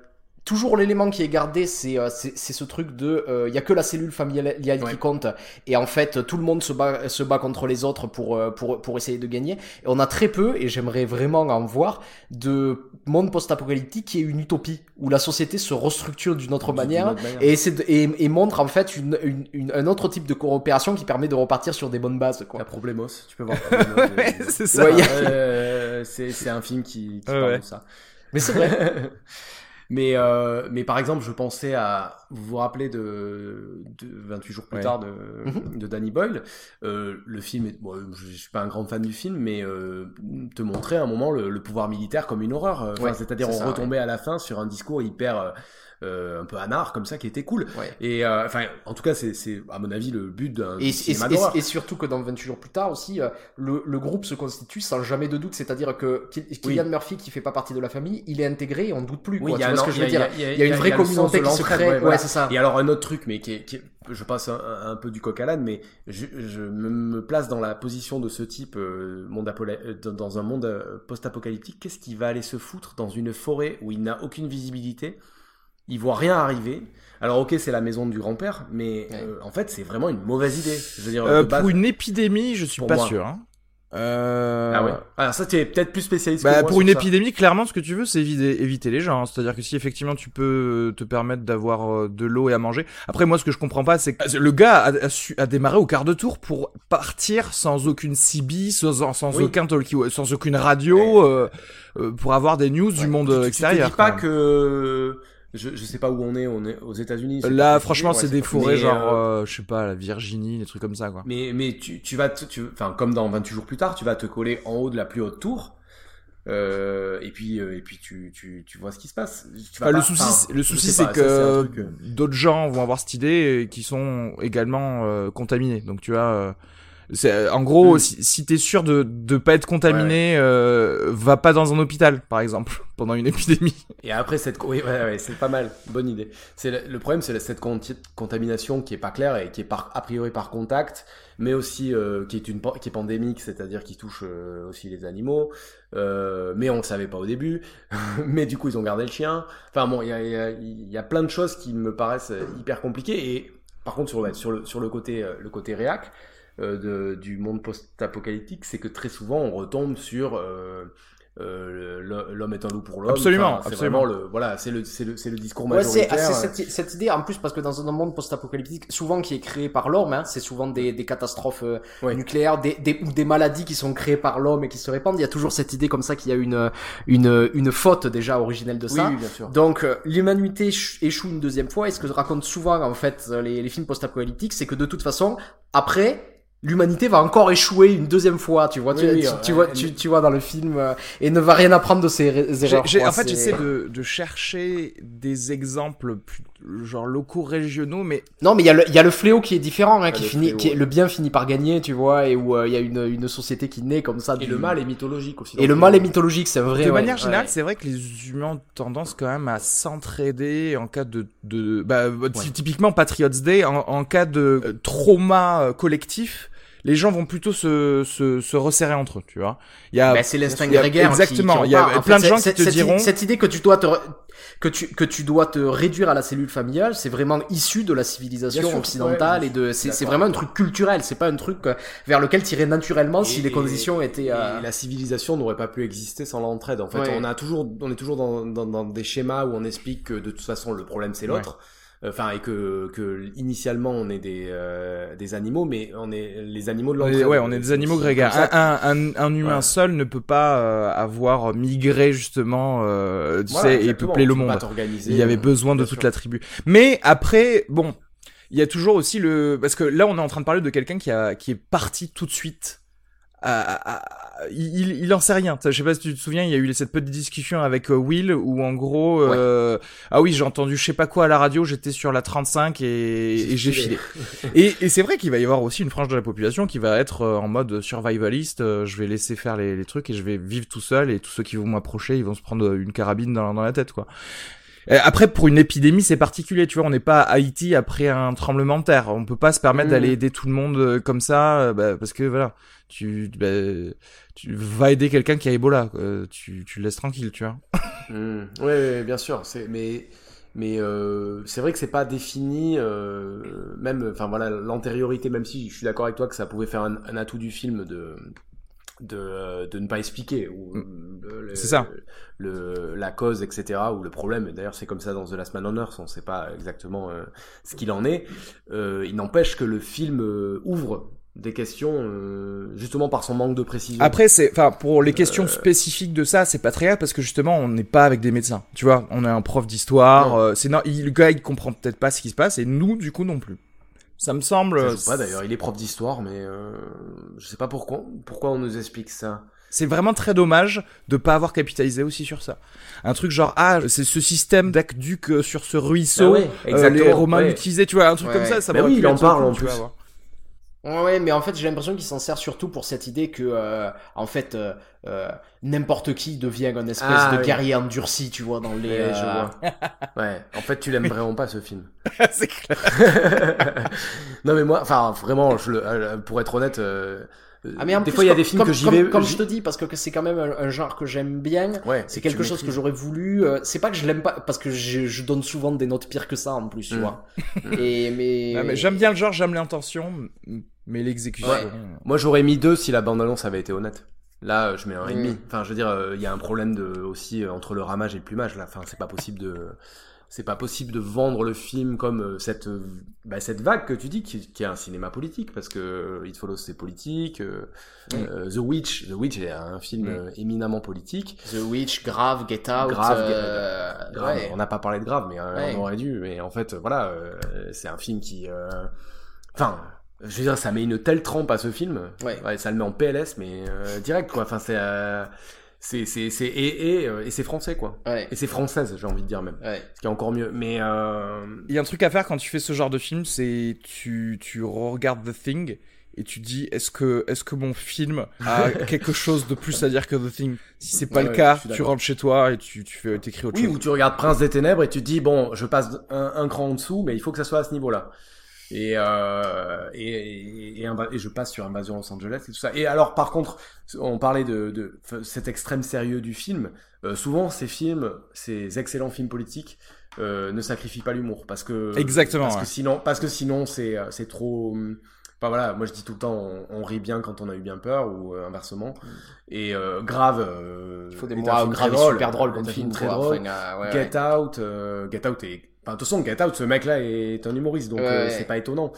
toujours l'élément qui est gardé, c'est euh, c'est, c'est ce truc de il euh, y a que la cellule familiale ouais. qui compte, et en fait tout le monde se bat se bat contre les autres pour euh, pour pour essayer de gagner. Et on a très peu, et j'aimerais vraiment en voir, de monde post-apocalyptique qui est une utopie où la société se restructure d'une autre, manière, autre manière et essaie de, et, et montre en fait une, une, une un autre type de coopération qui permet de repartir sur des bonnes bases, quoi. La Problemos, tu peux voir Problemos, ouais, de... c'est ça. Ouais, a... euh, c'est c'est un film qui, qui ouais, parle ouais. de ça. Mais c'est vrai. Mais, euh, mais par exemple, je pensais à... Vous vous rappelez de, de vingt-huit jours plus ouais. tard de, de Danny Boyle. Euh, le film, est, bon, je, je suis pas un grand fan du film, mais euh, te montrer à un moment le, le pouvoir militaire comme une horreur. Enfin, ouais, c'est-à-dire c'est on ça, retombait ouais. à la fin sur un discours hyper... Euh, un peu anard comme ça qui était cool ouais. et euh, enfin en tout cas c'est c'est à mon avis le but d'un et, cinéma et, d'horreur. Et, et surtout que dans vingt-huit jours plus tard aussi euh, le, le groupe se constitue sans jamais de doute, c'est-à-dire que Cillian oui. Murphy qui fait pas partie de la famille, il est intégré et on doute plus, quoi. Oui, tu vois ce que je veux dire, il y a, il y a une vraie communauté qui se crée, ouais, voilà. ouais c'est ça. Et alors un autre truc mais qui est, qui est je passe un, un peu du coq à l'âne, mais je, je me place dans la position de ce type euh, monde apola- dans un monde euh, post-apocalyptique. Qu'est-ce qui va aller se foutre dans une forêt où il n'a aucune visibilité? Il voit rien arriver. Alors ok, c'est la maison du grand-père, mais ouais. euh, en fait, c'est vraiment une mauvaise idée. Je veux dire, euh, de base, pour une épidémie, je suis pour pas moi. sûr. Hein. Euh... Ah ouais. Alors ça, tu es peut-être plus spécialiste bah, que moi pour une ça. épidémie, clairement, ce que tu veux, c'est éviter, éviter les gens. Hein. C'est-à-dire que si effectivement tu peux te permettre d'avoir de l'eau et à manger. Après, moi, ce que je comprends pas, c'est que le gars a, a, su, a démarré au quart de tour pour partir sans aucune C B, sans, sans oui. aucun talkie, sans aucune radio, ouais. euh, euh, pour avoir des news ouais. du monde tu, extérieur. Tu te dis pas que Je, je sais pas où on est, on est aux États-Unis. Là, franchement, c'est, ouais, c'est des forêts, mais, genre, euh... euh, je sais pas, la Virginie, des trucs comme ça, quoi. Mais, mais tu, tu vas, te, tu, enfin, comme dans vingt-huit jours plus tard, tu vas te coller en haut de la plus haute tour, euh, et puis, euh, et puis tu, tu, tu vois ce qui se passe. Tu vas bah, pas, le souci, enfin, le souci, c'est pas, que ça, c'est truc... d'autres gens vont avoir cette idée qui sont également euh, contaminés. Donc, tu vois. Euh... C'est, en gros, mmh. si, si t'es sûr de de pas être contaminé, ouais, ouais. Euh, va pas dans un hôpital, par exemple, pendant une épidémie. Et après cette, oui, ouais, ouais, c'est pas mal, bonne idée. C'est le, le problème, c'est cette conti- contamination qui est pas claire et qui est par a priori par contact, mais aussi euh, qui est une qui est pandémique, c'est-à-dire qui touche euh, aussi les animaux. Euh, mais on le savait pas au début. Mais du coup, ils ont gardé le chien. Enfin bon, il y a il y a il y a plein de choses qui me paraissent hyper compliquées. Et par contre, sur le sur le sur le côté le côté réac. De, du monde post-apocalyptique, c'est que très souvent on retombe sur euh, euh, l'homme est un loup pour l'homme. Absolument, enfin, c'est absolument. Vraiment le, voilà, c'est le, c'est le, c'est le discours ouais, majoritaire. C'est, c'est cette, cette idée, en plus, parce que dans un monde post-apocalyptique, souvent qui est créé par l'homme, hein, c'est souvent des, des catastrophes euh, ouais. nucléaires, des, des, ou des maladies qui sont créées par l'homme et qui se répandent. Il y a toujours cette idée comme ça qu'il y a une, une, une faute déjà originelle de ça. Oui, bien sûr. Donc, euh, l'humanité échoue une deuxième fois, et ce que racontent souvent, en fait, les, les films post-apocalyptiques, c'est que de toute façon, après, l'humanité va encore échouer une deuxième fois, tu vois, oui, tu, oui, tu, ouais, tu, ouais, vois, ouais. tu, tu vois dans le film, euh, et ne va rien apprendre de ses erreurs. J'ai, j'ai, quoi, en fait, c'est... j'essaie de, de chercher des exemples plus, genre locaux, régionaux, mais non, mais il y a le, il y a le fléau qui est différent, hein, ah, qui finit, fléau, qui est, ouais. le bien finit par gagner, tu vois, et où il euh, y a une, une société qui naît comme ça. Et du... le mal est mythologique aussi. Et le mal est mythologique, c'est vrai. De ouais, manière générale, ouais. c'est vrai que les humains ont tendance quand même à s'entraider en cas de, de, bah, ouais. typiquement Patriots Day, en, en cas de euh, trauma collectif. Les gens vont plutôt se, se, se resserrer entre eux, tu vois. Il y a, bah, c'est l'instinct grégaire. Exactement. Qui, qui il y a en plein fait, de gens c'est, qui te cette diront. Idée, cette idée que tu dois te, que tu, que tu dois te réduire à la cellule familiale, c'est vraiment issu de la civilisation sûr, occidentale ouais, et de, c'est, c'est vraiment un truc culturel. C'est pas un truc vers lequel tirer naturellement et, si les conditions et, étaient, et euh... la civilisation n'aurait pas pu exister sans l'entraide. En fait, ouais. on a toujours, on est toujours dans, dans, dans des schémas où on explique que de toute façon le problème c'est l'autre. Ouais. Enfin, et que, que initialement on est des euh, des animaux, mais on est les animaux de l'entraide. Ouais, on est des animaux grégaires. Un, un, un humain ouais. seul ne peut pas euh, avoir migré justement, euh, tu voilà, sais, et peupler le monde. Il y avait besoin de toute sûr. la tribu. Mais après, bon, il y a toujours aussi le, parce que là on est en train de parler de quelqu'un qui a qui est parti tout de suite. À, à, à, il, il en sait rien. Je sais pas si tu te souviens, il y a eu cette petite discussion avec Will où en gros, ouais. euh, ah oui, j'ai entendu je sais pas quoi à la radio, j'étais sur la trente-cinq et, j'ai, et j'ai filé. et, et c'est vrai qu'il va y avoir aussi une frange de la population qui va être en mode survivaliste. Je vais laisser faire les, les trucs et je vais vivre tout seul et tous ceux qui vont m'approcher, ils vont se prendre une carabine dans, dans la tête, quoi. Après, pour une épidémie, c'est particulier, tu vois, on n'est pas à Haïti après un tremblement de terre. On peut pas se permettre mmh. d'aller aider tout le monde comme ça, bah, parce que voilà, tu, bah, tu vas aider quelqu'un qui a Ebola, quoi. tu, tu le laisses tranquille, tu vois. Mmh. Ouais, ouais, bien sûr. C'est, mais mais euh, c'est vrai que c'est pas défini, euh, même, enfin voilà, l'antériorité, même si je suis d'accord avec toi que ça pouvait faire un, un atout du film de de de ne pas expliquer ou le, c'est ça le la cause, etc., ou le problème. Et d'ailleurs c'est comme ça dans The Last Man on Earth, on sait pas exactement euh, ce qu'il en est. Euh, il n'empêche que le film euh, ouvre des questions euh, justement par son manque de précision. Après, c'est, enfin, pour les questions Euh, spécifiques de ça, c'est pas très grave parce que justement, on n'est pas avec des médecins. Tu vois, on a un prof d'histoire. Euh, c'est non, il, le gars, il comprend peut-être pas ce qui se passe et nous, du coup, non plus. Ça me semble. Ça joue pas d'ailleurs. Il est prof d'histoire, mais euh, je sais pas pourquoi. Pourquoi on nous explique ça. C'est vraiment très dommage de pas avoir capitalisé aussi sur ça. Un truc genre ah, c'est ce système d'aqueduc euh, sur ce ruisseau. Ah ouais, euh, exactement, les Romains ouais. l'utilisaient, tu vois, un truc Ouais, comme ouais. ça. Ça Mais m'aurait oui, pu il en être parle, cool, en tu plus. vois. Ouais, mais en fait, j'ai l'impression qu'il s'en sert surtout pour cette idée que, euh, en fait, euh, euh, n'importe qui devient un espèce Ah, de oui. guerrier endurci, tu vois, dans les. Ouais, je euh, vois. Ouais. En fait, tu l'aimes vraiment pas ce film. C'est clair. Non mais moi, enfin vraiment, je le, euh, pour être honnête, euh, Ah mais en des plus, fois il y a comme- des films comme, que j'y comme- vais. Comme j'y- je te dis, parce que que c'est quand même un, un genre que j'aime bien. Ouais, C'est et que quelque tu chose que maîtrises. j'aurais voulu. euh, c'est pas que je l'aime pas, parce que je, je donne souvent des notes pires que ça en plus, tu Mm. vois. Et mais. Ah, mais j'aime bien le genre, j'aime l'intention, mais l'exécution. Ouais. Moi j'aurais mis deux si la bande-annonce avait été honnête. Là, je mets un et Mm. demi. Enfin, je veux dire, euh, il y a un problème de aussi euh, entre le ramage et le plumage. Là, enfin, c'est pas possible de, c'est pas possible de vendre le film comme euh, cette, euh, bah, cette vague que tu dis qui, qui est un cinéma politique parce que euh, It Follows c'est politique. Euh, Mm. euh, The Witch, The Witch est un film Mm. euh, éminemment politique. The Witch, Grave, Get Out. Grave, euh, Grave, ouais. on n'a pas parlé de Grave, mais euh, Ouais. on aurait dû. Mais en fait, voilà, euh, c'est un film qui, euh, enfin, je veux dire, ça met une telle trempe à ce film. Ouais. ça le met en P L S, mais euh, direct quoi. Enfin, c'est, euh, c'est, c'est, c'est et et euh, et c'est français quoi. Ouais. Et c'est française, j'ai envie de dire même. Ouais. Ce qui est encore mieux. Mais euh, Il y a un truc à faire quand tu fais ce genre de film, c'est tu tu regardes The Thing et tu dis est-ce que est-ce que mon film a quelque chose de plus à dire que The Thing. Si c'est pas Ouais, le ouais, cas, je suis tu d'accord. rentres chez toi et tu tu fais t'écris autre oui, chose. ou tu regardes Prince des Ténèbres et tu te dis bon, je passe un, un cran en dessous, mais il faut que ça soit à ce niveau-là. Et, euh, et, et, et, inva- et je passe sur Invasion Los Angeles et tout ça. Et alors, par contre, on parlait de, de, de cet extrême sérieux du film. Euh, souvent, ces films, ces excellents films politiques, euh, ne sacrifient pas l'humour parce que Exactement, parce ouais. que sinon, parce que sinon, c'est c'est trop. Enfin voilà, moi je dis tout le temps, on, on rit bien quand on a eu bien peur ou euh, inversement. Et euh, Grave. Euh, Il faut des est un mois film grave très et drôle, super drôle est comme un film, très quoi. drôle. Enfin, euh, ouais, Get ouais. Out, euh, Get Out est, enfin, de toute façon, Get Out, ce mec-là est un humoriste, donc Ouais, euh, ouais. c'est pas étonnant.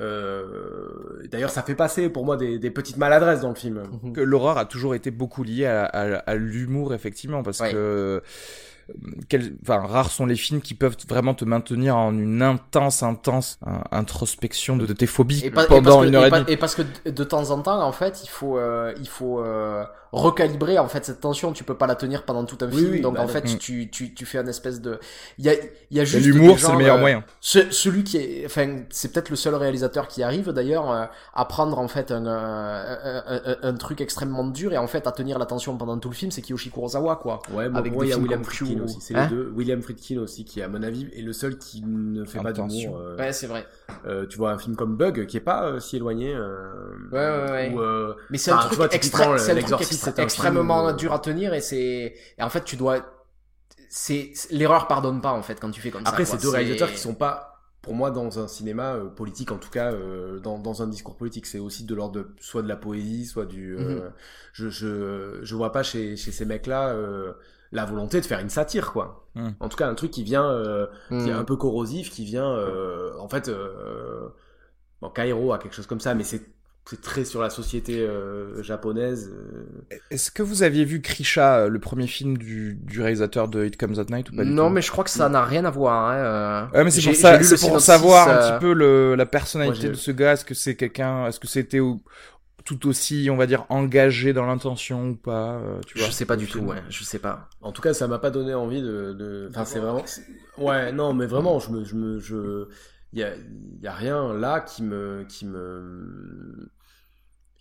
Euh, d'ailleurs, ça fait passer pour moi des, des petites maladresses dans le film. Mhm. Que l'horreur a toujours été beaucoup liée à, à, à l'humour effectivement parce Ouais. que euh, quel, enfin rares sont les films qui peuvent vraiment te maintenir en une intense intense euh, introspection de, de tes phobies Et, pas- et pendant parce que, une heure et et, pas- demie. et parce que de, de temps en temps, en fait, il faut, euh, il faut euh, recalibrer en fait cette tension. Tu peux pas la tenir pendant tout un Oui, film, oui, donc bah en non. fait, Mm. tu, tu, tu fais un espèce de. Il y a, il y a Et juste. l'humour des c'est gens, le meilleur euh, moyen. Ce- celui qui est, enfin, c'est peut-être le seul réalisateur qui arrive d'ailleurs euh, à prendre en fait un, euh, un, un, un truc extrêmement dur et en fait à tenir l'attention pendant tout le film, c'est Kiyoshi Kurosawa quoi. Ouais, bon, Avec moi, des il y a films William comme Friedkin Q. aussi. C'est Hein les deux. William Friedkin aussi, qui, à mon avis, est le seul qui ne fait pas Attention. d'humour. Euh, Ouais, c'est vrai. euh, tu vois, un film comme Bug, qui est pas euh, si éloigné. Euh, Ouais, ouais, ouais. Ou, euh, Mais c'est un Enfin, tu truc, vois, extra- typiquement, c'est un truc L'Exorciste, extra- c'est un extrêmement film, euh, dur à tenir et c'est et en fait tu dois c'est c'est- l'erreur pardonne pas en fait quand tu fais comme Après, ça. c'est quoi. deux réalisateurs qui sont pas, pour moi, dans un cinéma euh, politique, en tout cas, euh, dans, dans un discours politique. C'est aussi de l'ordre de soit de la poésie, soit du. Euh, Mhm. je, je je vois pas chez chez ces mecs-là euh, la volonté de faire une satire, quoi. Mhm. En tout cas, un truc qui vient, euh, qui est Mm. un peu corrosif, qui vient, euh, en fait, euh, bon, Kairo a quelque chose comme ça, mais c'est c'est très sur la société euh, japonaise. euh. Est-ce que vous aviez vu Krisha, euh, le premier film du, du réalisateur de It Comes at Night ou pas du Non, tout mais je crois que ça n'a rien à voir. Hein. euh. Ouais, mais c'est J'ai- pour ça, j'ai lu c'est le pour synopsis, savoir un euh, petit peu le, la personnalité Moi, j'ai- de ce gars. Est-ce que c'est quelqu'un, est-ce que c'était au- tout aussi, on va dire, engagé dans l'intention ou pas, euh, tu vois? Je sais pas du le tout, film. ouais, je sais pas. En tout cas, ça m'a pas donné envie de. de... Enfin, c'est vraiment. c'est- Ouais, non, mais vraiment, je me, je me, je. Il y a, il y a rien là qui me, qui me,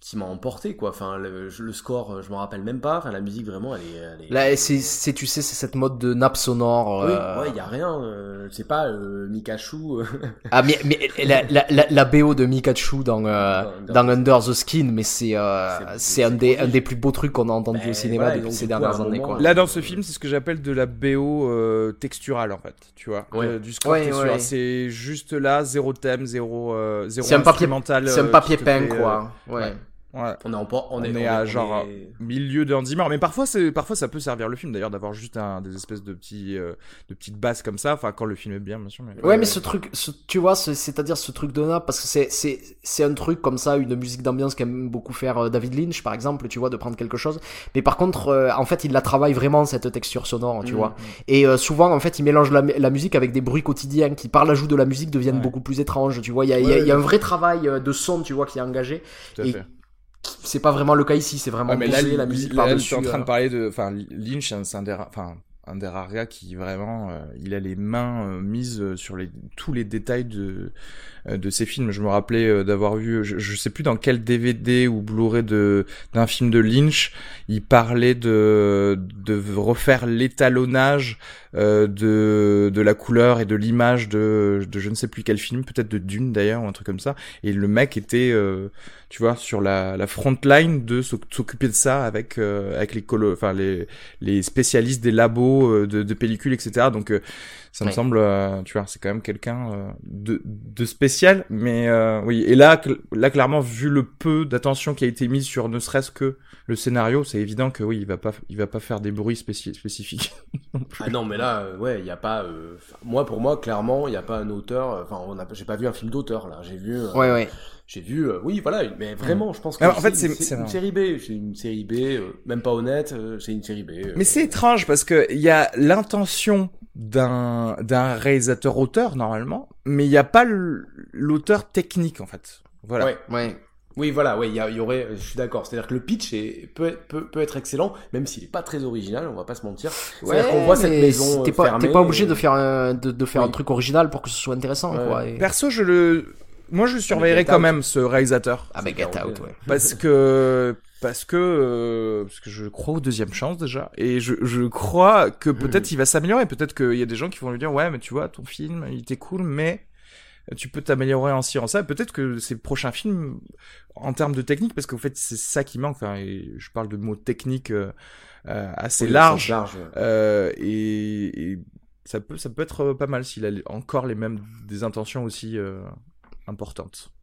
qui m'a emporté quoi. Enfin le, le score, je m'en rappelle même pas. Enfin la musique vraiment, elle est. Elle est Là, c'est, c'est, tu sais, c'est cette mode de nappe sonore. Oui, euh... ouais, il y a rien. Euh, c'est pas euh, Mikachu. Euh... Ah mais mais la, la la la B O de Mikachu dans euh, dans, dans Under the Skin, mais c'est euh, c'est, c'est, c'est un des un des plus beaux trucs qu'on a entendu ben, au cinéma voilà, depuis ces dernières années quoi. Là dans ce film, c'est ce que j'appelle de la B O euh, texturale en fait, tu vois, ouais. euh, du score ouais, textural. Ouais. C'est juste là, zéro thème, zéro euh, zéro c'est instrumental. Un papier, c'est un papier peint quoi. Euh, ouais. ouais. Ouais. On est en on, on est, est, on est à on genre est... milieu de Hans Zimmer, mais parfois c'est parfois ça peut servir le film d'ailleurs d'avoir juste un des espèces de petits euh, de petites basses comme ça, enfin quand le film est bien bien sûr. Mais... Ouais, ouais mais ce truc, ce, tu vois, ce, c'est-à-dire ce truc de nappe, parce que c'est c'est c'est un truc comme ça, une musique d'ambiance qu'aime beaucoup faire euh, David Lynch par exemple, tu vois, de prendre quelque chose. Mais par contre, euh, en fait, il la travaille vraiment cette texture sonore, tu mmh. vois. Et euh, souvent, en fait, il mélange la, la musique avec des bruits quotidiens qui, par l'ajout de la musique, deviennent ouais. beaucoup plus étranges, tu vois. Il y a il ouais, y, a, ouais. y a un vrai travail de son, tu vois, qui est engagé. Tout à et, fait. C'est pas vraiment le cas ici, c'est vraiment ouais, posé, là, la musique là, par-dessus. Je suis en train euh... de parler de, enfin, Lynch, c'est un des, enfin, un des rares gars qui vraiment, euh, il a les mains euh, mises sur les tous les détails de euh, de ses films. Je me rappelais euh, d'avoir vu, je, je sais plus dans quel D V D ou Blu-ray de d'un film de Lynch, il parlait de de refaire l'étalonnage euh, de de la couleur et de l'image de de je ne sais plus quel film, peut-être de Dune d'ailleurs ou un truc comme ça. Et le mec était euh, tu vois, sur la, la front line de s'occuper de ça avec euh, avec les colo, enfin les les spécialistes des labos euh, de, de pellicules, et cetera. Donc euh, ça me ouais. semble, euh, tu vois, c'est quand même quelqu'un euh, de de spécial. Mais euh, oui, et là là clairement vu le peu d'attention qui a été mise sur ne serait-ce que le scénario, c'est évident que oui, il va pas il va pas faire des bruits spéci- spécifiques. Ah non, mais là, euh, ouais, il y a pas. Euh, moi, pour moi, clairement, il y a pas un auteur. Enfin, on a, j'ai pas vu un film d'auteur là. J'ai vu. Euh, ouais, ouais. J'ai vu, euh, oui, voilà, mais vraiment, ouais. je pense que alors, c'est, en fait, c'est, c'est, c'est une série B, c'est une série B, euh, même pas honnête, euh, c'est une série B. Euh, mais c'est étrange parce que il y a l'intention d'un d'un réalisateur-auteur normalement, mais il y a pas l'auteur technique en fait. Voilà. Ouais, ouais. Oui, voilà, ouais, il y, y aurait, je suis d'accord. C'est-à-dire que le pitch est, peut, peut, peut être excellent, même s'il est pas très original, on va pas se mentir. C'est-à-dire ouais, qu'on voit cette maison t'es pas, fermée. T'es pas obligé et... de faire un, de, de faire oui. un truc original pour que ce soit intéressant, ouais. quoi. Et... Perso, je le, moi, je surveillerais quand même ce réalisateur. Ah, bah, Get Out, ouais. Parce que, parce que, euh, parce que je crois aux deuxièmes chances déjà. Et je, je crois que peut-être mmh. il va s'améliorer. Peut-être qu'il y a des gens qui vont lui dire, ouais, mais tu vois, ton film, il était cool, mais tu peux t'améliorer en ci, en ça. Peut-être que ces prochains films, en termes de technique, parce qu'en fait, c'est ça qui manque. Enfin, et je parle de mots techniques euh, euh, assez oui, larges. Large, ouais. euh, et, et ça peut, ça peut être pas mal s'il a encore les mêmes des intentions aussi euh, importantes.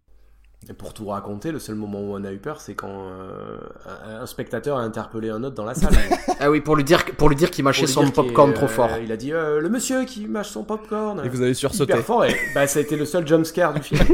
Et pour tout raconter, le seul moment où on a eu peur, c'est quand euh, un, un spectateur a interpellé un autre dans la salle. Ah oui, pour lui dire, pour lui dire qu'il mâchait son popcorn trop fort. Euh, il a dit euh, le monsieur qui mâche son popcorn. Et vous avez sursauté. Hyper fort. Et, bah, ça a été le seul jumpscare du film.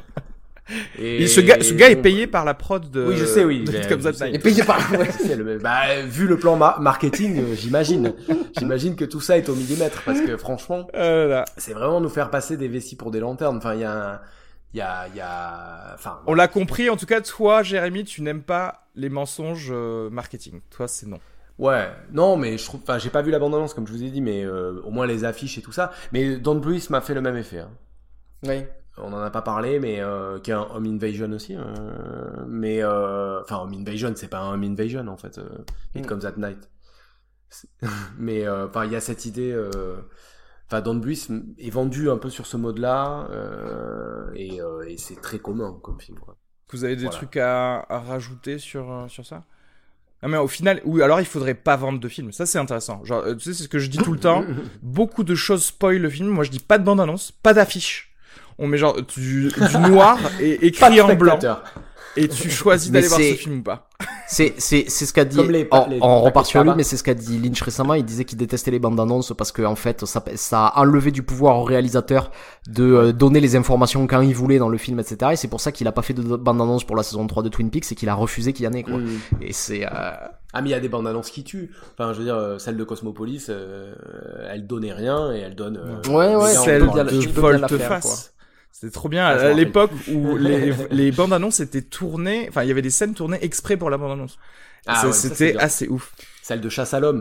Et, et ce gars, ce gars bon, est payé par la prod de. Oui, je sais, oui. De comme ça, il est payé par. Ouais, c'est le... bah, vu le plan ma- marketing, euh, j'imagine, j'imagine que tout ça est au millimètre, parce que franchement, euh, là. c'est vraiment nous faire passer des vessies pour des lanternes. Enfin, il y a un. Il y a, il y a, enfin. On l'a compris, en tout cas, toi, Jérémy, tu n'aimes pas les mensonges euh, marketing. Toi, c'est non. Ouais, non, mais je trouve, enfin, j'ai pas vu la bande-annonce, comme je vous ai dit, mais euh, au moins les affiches et tout ça. Mais Don't Breathe m'a fait le même effet. Hein. Oui. On en a pas parlé, mais euh, qui est un Home Invasion aussi. Euh, mais euh, enfin, Home Invasion, c'est pas un Home Invasion en fait. Euh, It mm. Comes at Night. mais enfin, euh, il y a cette idée. Euh, Enfin, Don't Breathe est vendu un peu sur ce mode-là, euh, et, euh, et c'est très commun comme film, quoi. Vous avez des voilà. trucs à, à rajouter sur, euh, sur ça? Ah, mais au final, oui, alors il faudrait pas vendre de film. Ça, c'est intéressant. Genre, tu sais, c'est ce que je dis tout le temps. Beaucoup de choses spoil le film. Moi, je dis pas de bande-annonce, pas d'affiche. On met genre du, du noir et écrit en blanc. Et tu choisis d'aller voir ce film ou pas? C'est, c'est, c'est ce qu'a dit, les, on, les, on repart sur lui, mais c'est ce qu'a dit Lynch récemment. Il disait qu'il détestait les bandes annonces parce que, en fait, ça, ça a enlevé du pouvoir au réalisateur de euh, donner les informations quand il voulait dans le film, et cetera. Et c'est pour ça qu'il a pas fait de bande annonce pour la saison trois de Twin Peaks et qu'il a refusé qu'il y en ait, quoi. Mmh. Et c'est, euh... Ah, mais il y a des bandes annonces qui tuent. Enfin, je veux dire, celle de Cosmopolis, euh, elle donnait rien et elle donne, euh, ouais, ouais, celle de Volte-Face. C'était trop bien à l'époque où les, les bandes annonces étaient tournées, enfin il y avait des scènes tournées exprès pour la bande annonce. Ah, ça, ouais, c'était ça, assez ouf. Celle de Chasse à l'homme.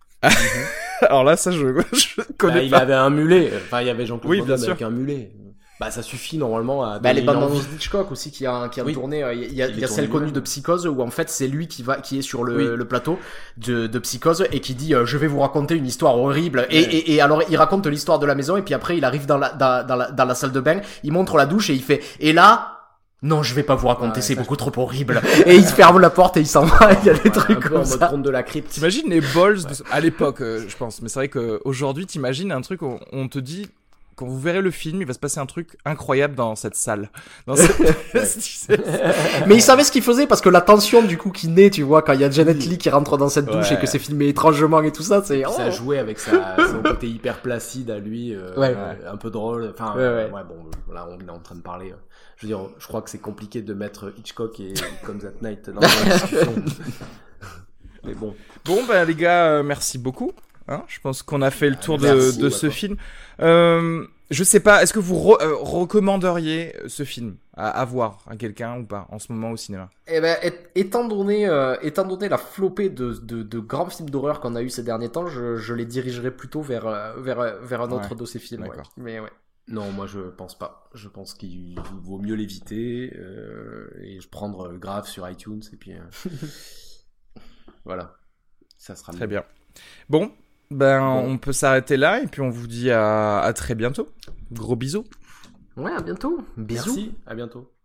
Alors là, ça je, je connais bah, pas. Il avait un mulet. Enfin, il y avait Jean-Claude oui, Van Damme avec un mulet. Bah ça suffit normalement à. Bah les donner bandes une envie. annonces d'Hitchcock aussi qui a qui a Oui. tourné. Il y a, il y a, Il il y a est celle tourné connue lui-même. de Psychose où en fait c'est lui qui va qui est sur le, Oui. le plateau de, de Psychose et qui dit euh, je vais vous raconter une histoire horrible. Et, et, et alors il raconte l'histoire de la maison et puis après il arrive dans la dans, dans la dans la salle de bain, il montre la douche et il fait et là. Non, je vais pas vous raconter, Ouais, c'est ça, beaucoup trop horrible. Et il ferme la porte et il s'en va. Il y a des Ouais, trucs un peu comme en mode ça. conte de la crypte. T'imagines les balls de- à l'époque, euh, je pense. Mais c'est vrai qu'aujourd'hui, t'imagines un truc où on te dit, quand vous verrez le film, il va se passer un truc incroyable dans cette salle. Dans cette... Mais il savait ce qu'il faisait parce que la tension du coup qui naît, tu vois, quand il y a Janet Leigh qui rentre dans cette douche Ouais. et que c'est filmé étrangement et tout ça, c'est. Puis ça oh. jouait avec sa, son côté hyper placide à lui, euh, Ouais. euh, un peu drôle. Enfin, Ouais, euh, ouais. ouais, bon, euh, là on est en train de parler. euh, Je veux dire, je crois que c'est compliqué de mettre Hitchcock et Comes at Night dans la discussion. Mais bon. Bon, bah les gars, euh, merci beaucoup. Hein, je pense qu'on a fait le tour de, Merci, de ouais, ce quoi. film. Euh, je sais pas, est-ce que vous re- euh, recommanderiez ce film à, à voir à quelqu'un ou pas en ce moment au cinéma? Eh ben, et- étant donné, euh, étant donné la flopée de, de, de grands films d'horreur qu'on a eu ces derniers temps, je, je les dirigerai plutôt vers, euh, vers, euh, vers un autre Ouais. de ces films. Ouais. D'accord. Mais ouais. Non, moi je pense pas. Je pense qu'il vaut mieux l'éviter euh, et prendre grave sur iTunes et puis euh, voilà, ça sera Très mieux. bien. Bon, ben Bon. on peut s'arrêter là et puis on vous dit à, à très bientôt. Gros bisous. Ouais, à bientôt. Bisous. Merci, à bientôt.